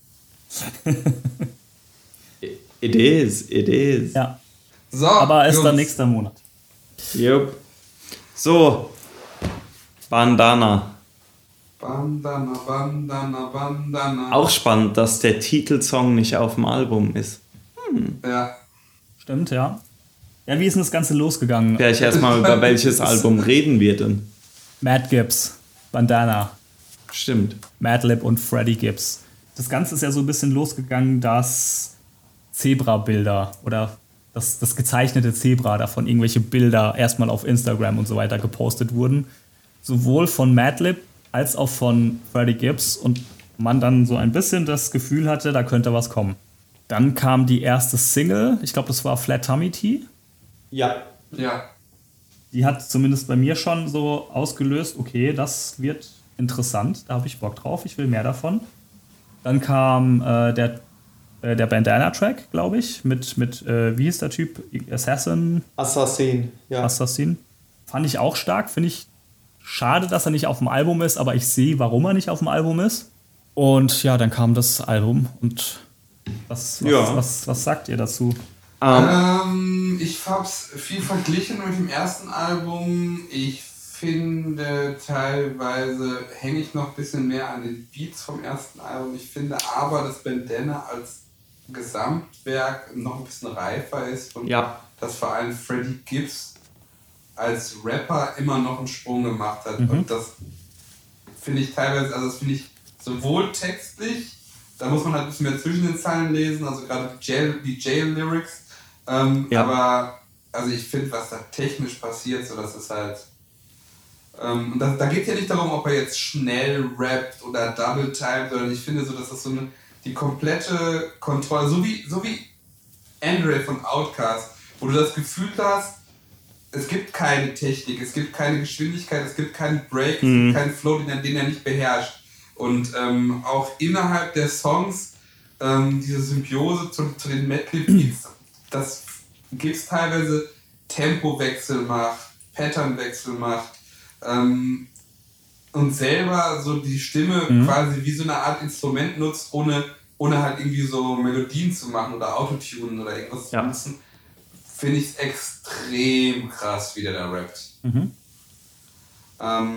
It is, it is. Ja. So, aber ist Jungs. dann nächster Monat. Jupp. So. Bandana. Bandana, Bandana, Bandana. Auch spannend, dass der Titelsong nicht auf dem Album ist. Hm. Ja. Stimmt, ja. Ja, wie ist denn das Ganze losgegangen? Vielleicht erstmal, über welches Album reden wir denn? Matt Gibbs, Bandana. Stimmt. Madlib und Freddie Gibbs. Das Ganze ist ja so ein bisschen losgegangen, dass Zebra-Bilder oder das, das gezeichnete Zebra, davon irgendwelche Bilder erstmal auf Instagram und so weiter gepostet wurden. Sowohl von Madlib als auch von Freddie Gibbs und man dann so ein bisschen das Gefühl hatte, da könnte was kommen. Dann kam die erste Single, ich glaube, das war Flat Tummy Tea. Ja. Ja. Die hat zumindest bei mir schon so ausgelöst, okay, das wird interessant, da habe ich Bock drauf, ich will mehr davon. Dann kam äh, der, äh, der Bandana-Track, glaube ich, mit, mit äh, wie hieß der Typ? Assassin? Assassin, ja. Assassin. Fand ich auch stark, finde ich schade, dass er nicht auf dem Album ist, aber ich sehe, warum er nicht auf dem Album ist. Und ja, dann kam das Album und was, was, ja. was, was sagt ihr dazu? Um. Ähm, ich hab's viel verglichen mit dem ersten Album. Ich finde, teilweise hänge ich noch ein bisschen mehr an den Beats vom ersten Album. Ich finde aber, dass Bandana als Gesamtwerk noch ein bisschen reifer ist und ja. dass vor allem Freddie Gibbs als Rapper immer noch einen Sprung gemacht hat. Mhm. Und das finde ich teilweise, also das finde ich sowohl textlich, da muss man halt ein bisschen mehr zwischen den Zeilen lesen, also gerade die Jail, die Jail-Lyrics, ähm, ja. aber also ich finde, was da technisch passiert, so das ist halt ähm, und da, da geht es ja nicht darum, ob er jetzt schnell rappt oder Double Time, sondern ich finde so, dass das so eine, die komplette Kontrolle, so wie, so wie Andre von Outkast, wo du das Gefühl hast, es gibt keine Technik, es gibt keine Geschwindigkeit, es gibt keinen Break, mhm. es gibt keinen Flow, den er, den er nicht beherrscht. Und ähm, auch innerhalb der Songs ähm, diese Symbiose zu, zu den Madlib-Beats, das Gibbs teilweise Tempowechsel macht, Patternwechsel macht ähm, und selber so die Stimme mhm. quasi wie so eine Art Instrument nutzt, ohne, ohne halt irgendwie so Melodien zu machen oder Autotunen oder irgendwas ja. zu nutzen, finde ich es extrem krass, wie der da rappt. Mhm. Ähm,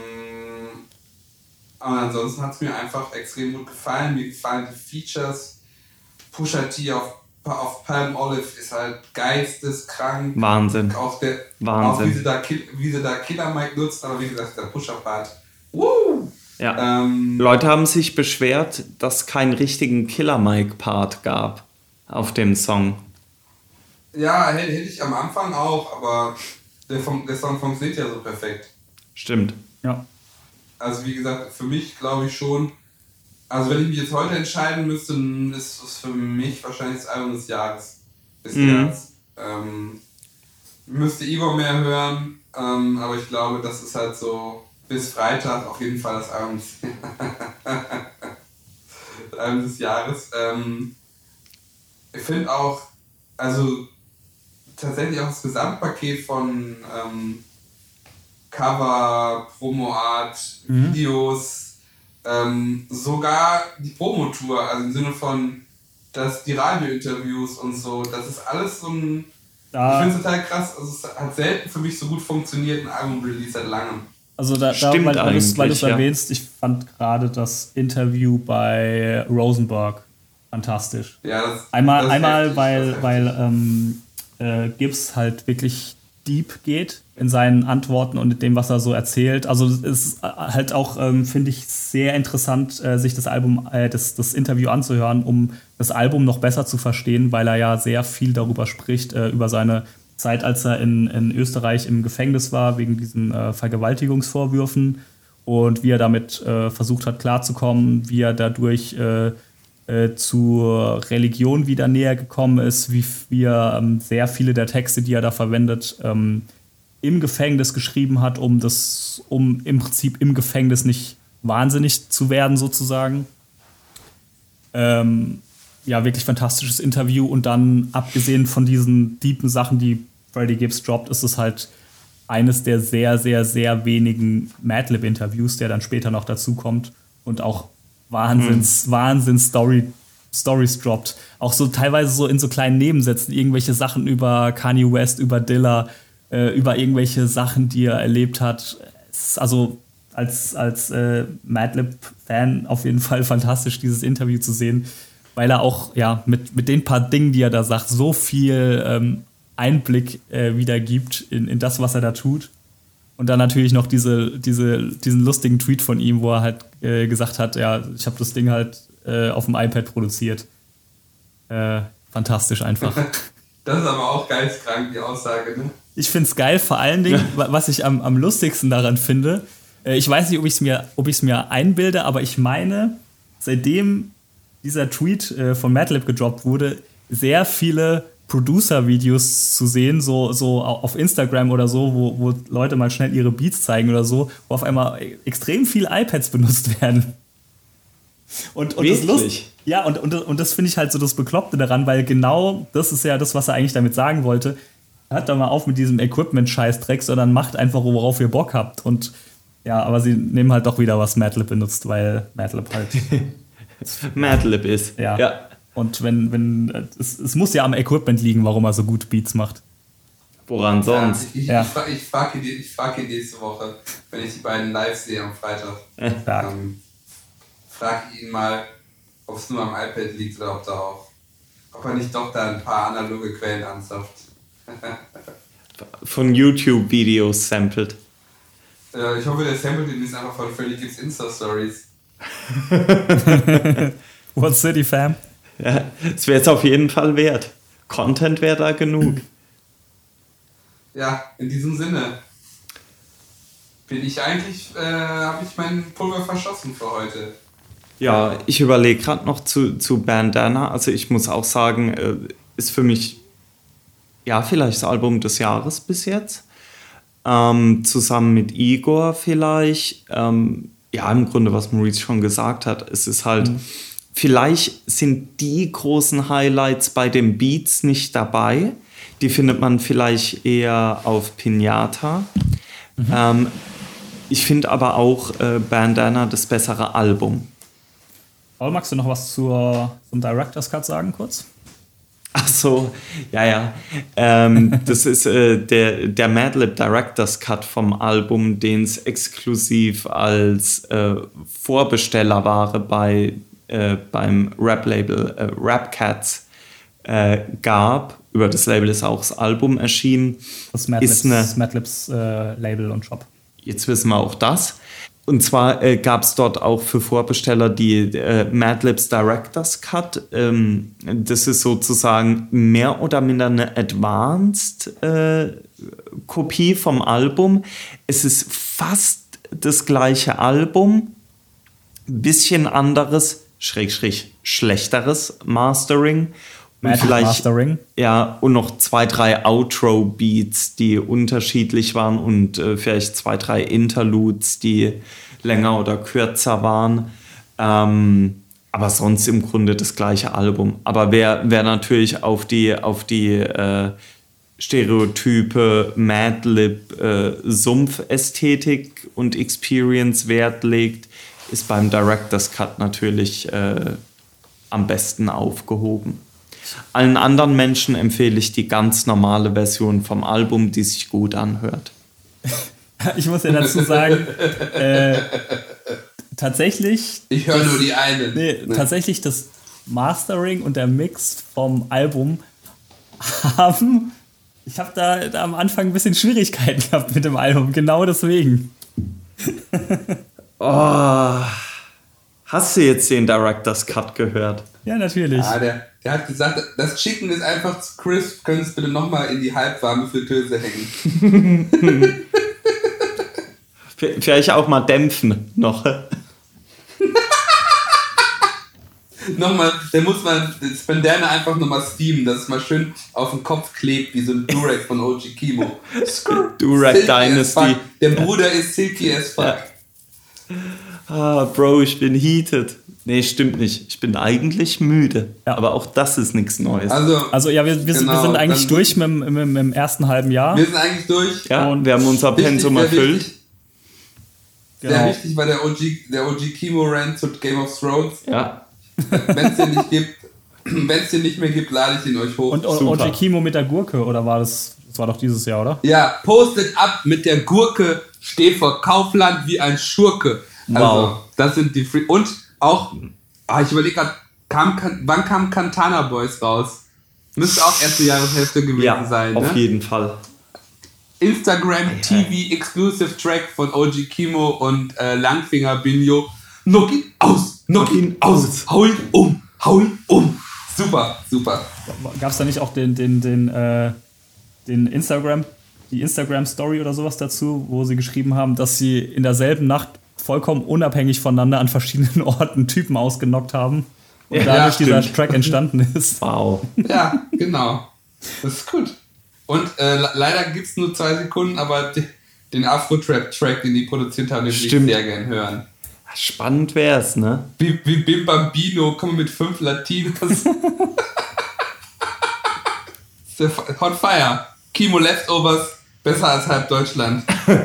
aber ansonsten hat es mir einfach extrem gut gefallen. Mir gefallen die Features. Pusha T auf, auf Palm Olive ist halt geisteskrank. Wahnsinn. Auch, der, Wahnsinn. auch wie sie da, wie sie da Killer Mike nutzt, aber wie gesagt, der Pusha-Part. Woo! Ja. Ähm, Leute haben sich beschwert, dass es keinen richtigen Killer Mike-Part gab auf dem Song. Ja, hätte ich am Anfang auch, aber der, der Song funktioniert ja so perfekt. Stimmt. Ja. Also wie gesagt, für mich glaube ich schon, also wenn ich mich jetzt heute entscheiden müsste, ist es für mich wahrscheinlich das Album des Jahres. Bis mhm. jetzt. Ähm, müsste Igor mehr hören, ähm, aber ich glaube, das ist halt so bis Freitag auf jeden Fall das Album des, das Album des Jahres. Ähm, ich finde auch, also tatsächlich auch das Gesamtpaket von ähm, Cover, Promo-Art, mhm. Videos, ähm, sogar die Promotour, also im Sinne von dass die Radiointerviews und so, das ist alles so ein, da, ich finde es total krass, also es hat selten für mich so gut funktioniert, ein Album-Release seit langem. Also da, da Stimmt weil, weil du es ja. erwähnst, ich fand gerade das Interview bei Rosenberg fantastisch. Ja, das, einmal, das ist einmal heftig, weil, weil ähm, äh, Gibbs halt wirklich deep geht in seinen Antworten und in dem, was er so erzählt. Also es ist halt auch, ähm, finde ich, sehr interessant, äh, sich das Album, äh, das, das Interview anzuhören, um das Album noch besser zu verstehen, weil er ja sehr viel darüber spricht, äh, über seine Zeit, als er in, in Österreich im Gefängnis war, wegen diesen äh, Vergewaltigungsvorwürfen und wie er damit äh, versucht hat klarzukommen, wie er dadurch äh, äh, zur Religion wieder näher gekommen ist, wie, wie er ähm, sehr viele der Texte, die er da verwendet, ähm, im Gefängnis geschrieben hat, um das, um im Prinzip im Gefängnis nicht wahnsinnig zu werden, sozusagen. Ähm, ja, wirklich fantastisches Interview. Und dann, abgesehen von diesen deepen Sachen, die Freddie Gibbs droppt, ist es halt eines der sehr, sehr, sehr wenigen Madlib-Interviews, der dann später noch dazu kommt und auch Wahnsinns, mhm. Wahnsinns-Story, Stories droppt. Auch so teilweise so in so kleinen Nebensätzen, irgendwelche Sachen über Kanye West, über Dilla, äh, über irgendwelche Sachen, die er erlebt hat. Es ist also als, als äh, Madlib-Fan auf jeden Fall fantastisch, dieses Interview zu sehen, weil er auch ja mit, mit den paar Dingen, die er da sagt, so viel ähm, Einblick äh, wiedergibt in, in das, was er da tut. Und dann natürlich noch diese, diese, diesen lustigen Tweet von ihm, wo er halt äh, gesagt hat, ja, ich habe das Ding halt äh, auf dem iPad produziert. Äh, fantastisch einfach. Das ist aber auch geistkrank, die Aussage, ne? Ich find's geil, vor allen Dingen, was ich am, am lustigsten daran finde, Ich weiß nicht, ob ich es mir, ob ich's mir einbilde, aber ich meine, seitdem dieser Tweet äh, von Madlib gedroppt wurde, sehr viele Producer-Videos zu sehen, so, so auf Instagram oder so, wo, wo Leute mal schnell ihre Beats zeigen oder so, wo auf einmal extrem viele iPads benutzt werden. Und, und das Lust, ja, und, und, und das finde ich halt so das Bekloppte daran, weil genau das ist ja das, was er eigentlich damit sagen wollte. Hört doch mal auf mit diesem Equipment-Scheißdreck, sondern macht einfach, worauf ihr Bock habt. Und ja, aber sie nehmen halt doch wieder, was Madlib benutzt, weil Madlib halt Madlib ist. Ja. ja. Und wenn, wenn es, es muss ja am Equipment liegen, warum er so gut Beats macht. Woran sonst? Ja, ich, ja. ich, ich, ich frage ihn, ich frag ihn nächste Woche, wenn ich die beiden live sehe am Freitag. Ja. Ähm, frage ihn mal, ob es nur am iPad liegt oder ob da auch, ob er nicht doch da ein paar analoge Quellen anzapft. Von YouTube-Videos sampled. Äh, ich hoffe, der samplet den ist einfach von Freddy Gibbs Insta-Stories. What City, Fam? Ja, es wäre jetzt auf jeden Fall wert. Content wäre da genug. Ja, in diesem Sinne bin ich eigentlich, äh, habe ich mein Pulver verschossen für heute. Ja, ich überlege gerade noch zu, zu Bandana. Also ich muss auch sagen, äh, ist für mich ja vielleicht das Album des Jahres bis jetzt. Ähm, zusammen mit Igor vielleicht. Ähm, ja, im Grunde, was Maurice schon gesagt hat, es ist halt, mhm. vielleicht sind die großen Highlights bei den Beats nicht dabei. Die findet man vielleicht eher auf Pinata. Mhm. Ähm, ich finde aber auch äh, Bandana das bessere Album. Paul, magst du noch was zur, zum Director's Cut sagen, kurz? Ach so, ja, ja. Ähm, das ist äh, der, der Madlib Director's Cut vom Album, den es exklusiv als äh, Vorbestellerware bei, äh, beim Rap-Label äh, Rap Cats äh, gab. Über das Label ist auch das Album erschienen. Das ist Madlibs, ist eine, Madlibs äh, Label und Shop. Jetzt wissen wir auch das. Und zwar äh, gab es dort auch für Vorbesteller die äh, Madlibs Director's Cut. Ähm, das ist sozusagen mehr oder minder eine Advanced äh, Kopie vom Album. Es ist fast das gleiche Album, bisschen anderes, schräg, schräg, schlechteres Mastering. Und Mad vielleicht, Mastering. Ja, und noch zwei, drei Outro-Beats, die unterschiedlich waren und äh, vielleicht zwei, drei Interludes, die länger oder kürzer waren. Ähm, aber sonst im Grunde das gleiche Album. Aber wer, wer natürlich auf die, auf die äh, Stereotype Madlib äh, Sumpf-Ästhetik und Experience Wert legt, ist beim Director's Cut natürlich äh, am besten aufgehoben. Allen anderen Menschen empfehle ich die ganz normale Version vom Album, die sich gut anhört. Ich muss ja dazu sagen, äh, tatsächlich... Ich höre nur die eine. Nee, nee, tatsächlich das Mastering und der Mix vom Album haben... Ich habe da, da am Anfang ein bisschen Schwierigkeiten gehabt mit dem Album, genau deswegen. Oh, hast du jetzt den Director's Cut gehört? Ja, natürlich. Ja, der, der hat gesagt, das Chicken ist einfach zu crisp, können es bitte nochmal in die halbwarme Fritteuse hängen. Vielleicht auch mal dämpfen noch. Nochmal, der muss man das Bandana einfach nochmal steamen, dass es mal schön auf den Kopf klebt, wie so ein Durag von O G Kimo. Durag Dynasty. Der Bruder ist silky as fuck. Ja. Ah, Bro, ich bin heated. Nee, stimmt nicht. Ich bin eigentlich müde. Ja. Aber auch das ist nichts Neues. Also, also ja, wir, wir, genau, wir sind eigentlich durch mit, mit, mit, mit dem ersten halben Jahr. Wir sind eigentlich durch. Ja, und wir haben unser Pensum erfüllt. Wichtig, genau. Sehr wichtig war der O G, der O G Kimo-Rant zu Game of Thrones. Ja. Wenn es den nicht gibt, wenn es den nicht mehr gibt, lade ich ihn euch hoch. Und O G Kimo mit der Gurke, oder war das? Das war doch dieses Jahr, oder? Ja, postet ab mit der Gurke, steht vor Kaufland wie ein Schurke. Also, wow. Das sind die Free. Und auch, ah, ich überlege gerade, kam, wann kam Cantana Boys raus? Müsste auch erste Jahreshälfte gewesen ja, sein, auf ne? jeden Fall. Instagram T V Exclusive Track von O G Kimo und äh, Langfinger Binjo. Knock ihn aus, knock ihn aus, hau ihn um, hau ihn um. Super, super. Gab es da nicht auch den, den, den, äh, den Instagram die Instagram-Story oder sowas dazu, wo sie geschrieben haben, dass sie in derselben Nacht vollkommen unabhängig voneinander an verschiedenen Orten Typen ausgenockt haben. Und Ja, dadurch dieser stimmt. Track entstanden ist. Wow. Ja, genau. Das ist gut. Und äh, le- leider gibt es nur zwei Sekunden, aber de- den Afro-Trap-Track, den die produziert haben, den würde ich Stimmt. sehr gern hören. Spannend wär's, ne? Wie, wie Bim Bambino, kommen mit fünf Latinos. Der Hot Fire. Kimo Leftovers, besser als halb Deutschland.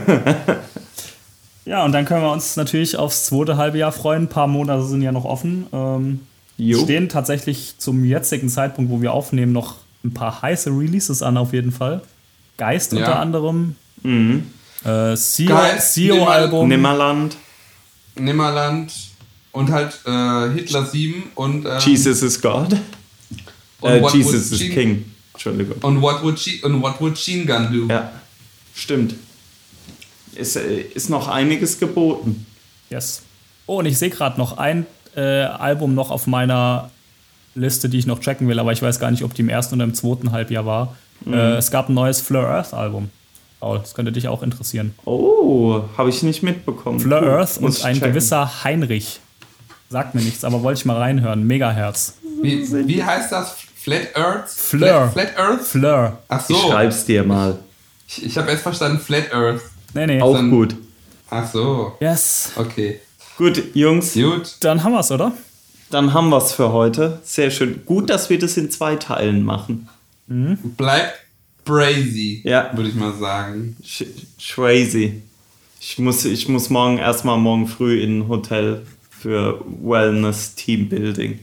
Ja, und dann können wir uns natürlich aufs zweite halbe Jahr freuen. Ein paar Monate sind ja noch offen. Ähm, Jo. stehen tatsächlich zum jetzigen Zeitpunkt, wo wir aufnehmen, noch ein paar heiße Releases an, auf jeden Fall. Geist Ja. unter anderem. Mhm. Äh, C Geist, E O-Album. Nimmerland. Nimmerland und halt äh, Hitler sieben und, ähm, Jesus is God. und Äh, What Jesus Would is Gene- King. Entschuldigung. und What Would, She, und What Would Gene Gun Do? Ja, stimmt. Ist, äh, ist noch einiges geboten. Yes. Oh, und ich sehe gerade noch ein äh, Album noch auf meiner Liste, die ich noch checken will, aber ich weiß gar nicht, ob die im ersten oder im zweiten Halbjahr war. Mhm. Äh, es gab ein neues Fleur Earth Album. Paul, das könnte dich auch interessieren. Oh, habe ich nicht mitbekommen. Fleur Cool. Earth Muss und ich ein checken. gewisser Heinrich. Sagt mir nichts, aber wollte ich mal reinhören. Megaherz. Wie, wie heißt das? Flat Earth? Fleur. Flat, Flat Earth? Fleur. Ach Ich so. schreib's dir mal. Ich, ich habe erst verstanden Flat Earth. Nee, nee. Auch Dann- gut. Ach so. Yes. Okay. Gut, Jungs, Gut. Dann haben wir's, oder? dann haben wir's für heute. Sehr schön. Gut, dass wir das in zwei Teilen machen. Bleibt brazy, Ja. würde ich mal sagen. Sch crazy. Ich muss, ich muss morgen erstmal morgen früh in ein Hotel für Wellness Teambuilding.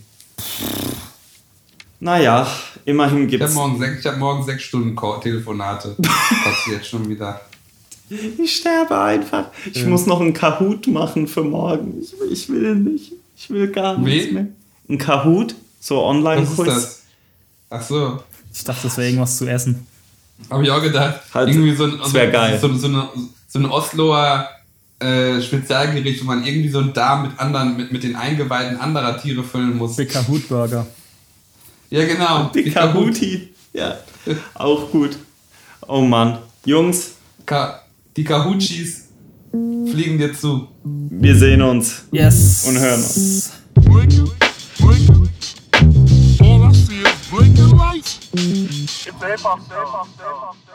Naja, immerhin Ich habe gibt's. morgen, sechs- ich hab morgen sechs Stunden Ko- Telefonate. Kotzt jetzt schon wieder. Ich sterbe einfach. Ich muss noch einen Kahoot machen für morgen. Ich, will- ich will nicht. Ich will gar nichts Wen? mehr. Ein Kahoot, so Was ist Online-Quiz. das? Ach so. Ich dachte, das wäre irgendwas zu essen. Habe ich auch gedacht. Halt, irgendwie so ein, das wär so, geil. So, so, eine, so ein Osloer äh, Spezialgericht, wo man irgendwie so einen Darm mit anderen, mit, mit den Eingeweiden anderer Tiere füllen muss. Big Kahoot Burger. Ja, genau. Die Kahootie. Ja, auch gut. Oh Mann. Jungs, Ka die Kahuchis fliegen dir zu. wir sehen uns. Yes. Und hören uns. Blinking, blinking. All I see is blinking lights. It's a hip hop, hip hop, hip hop.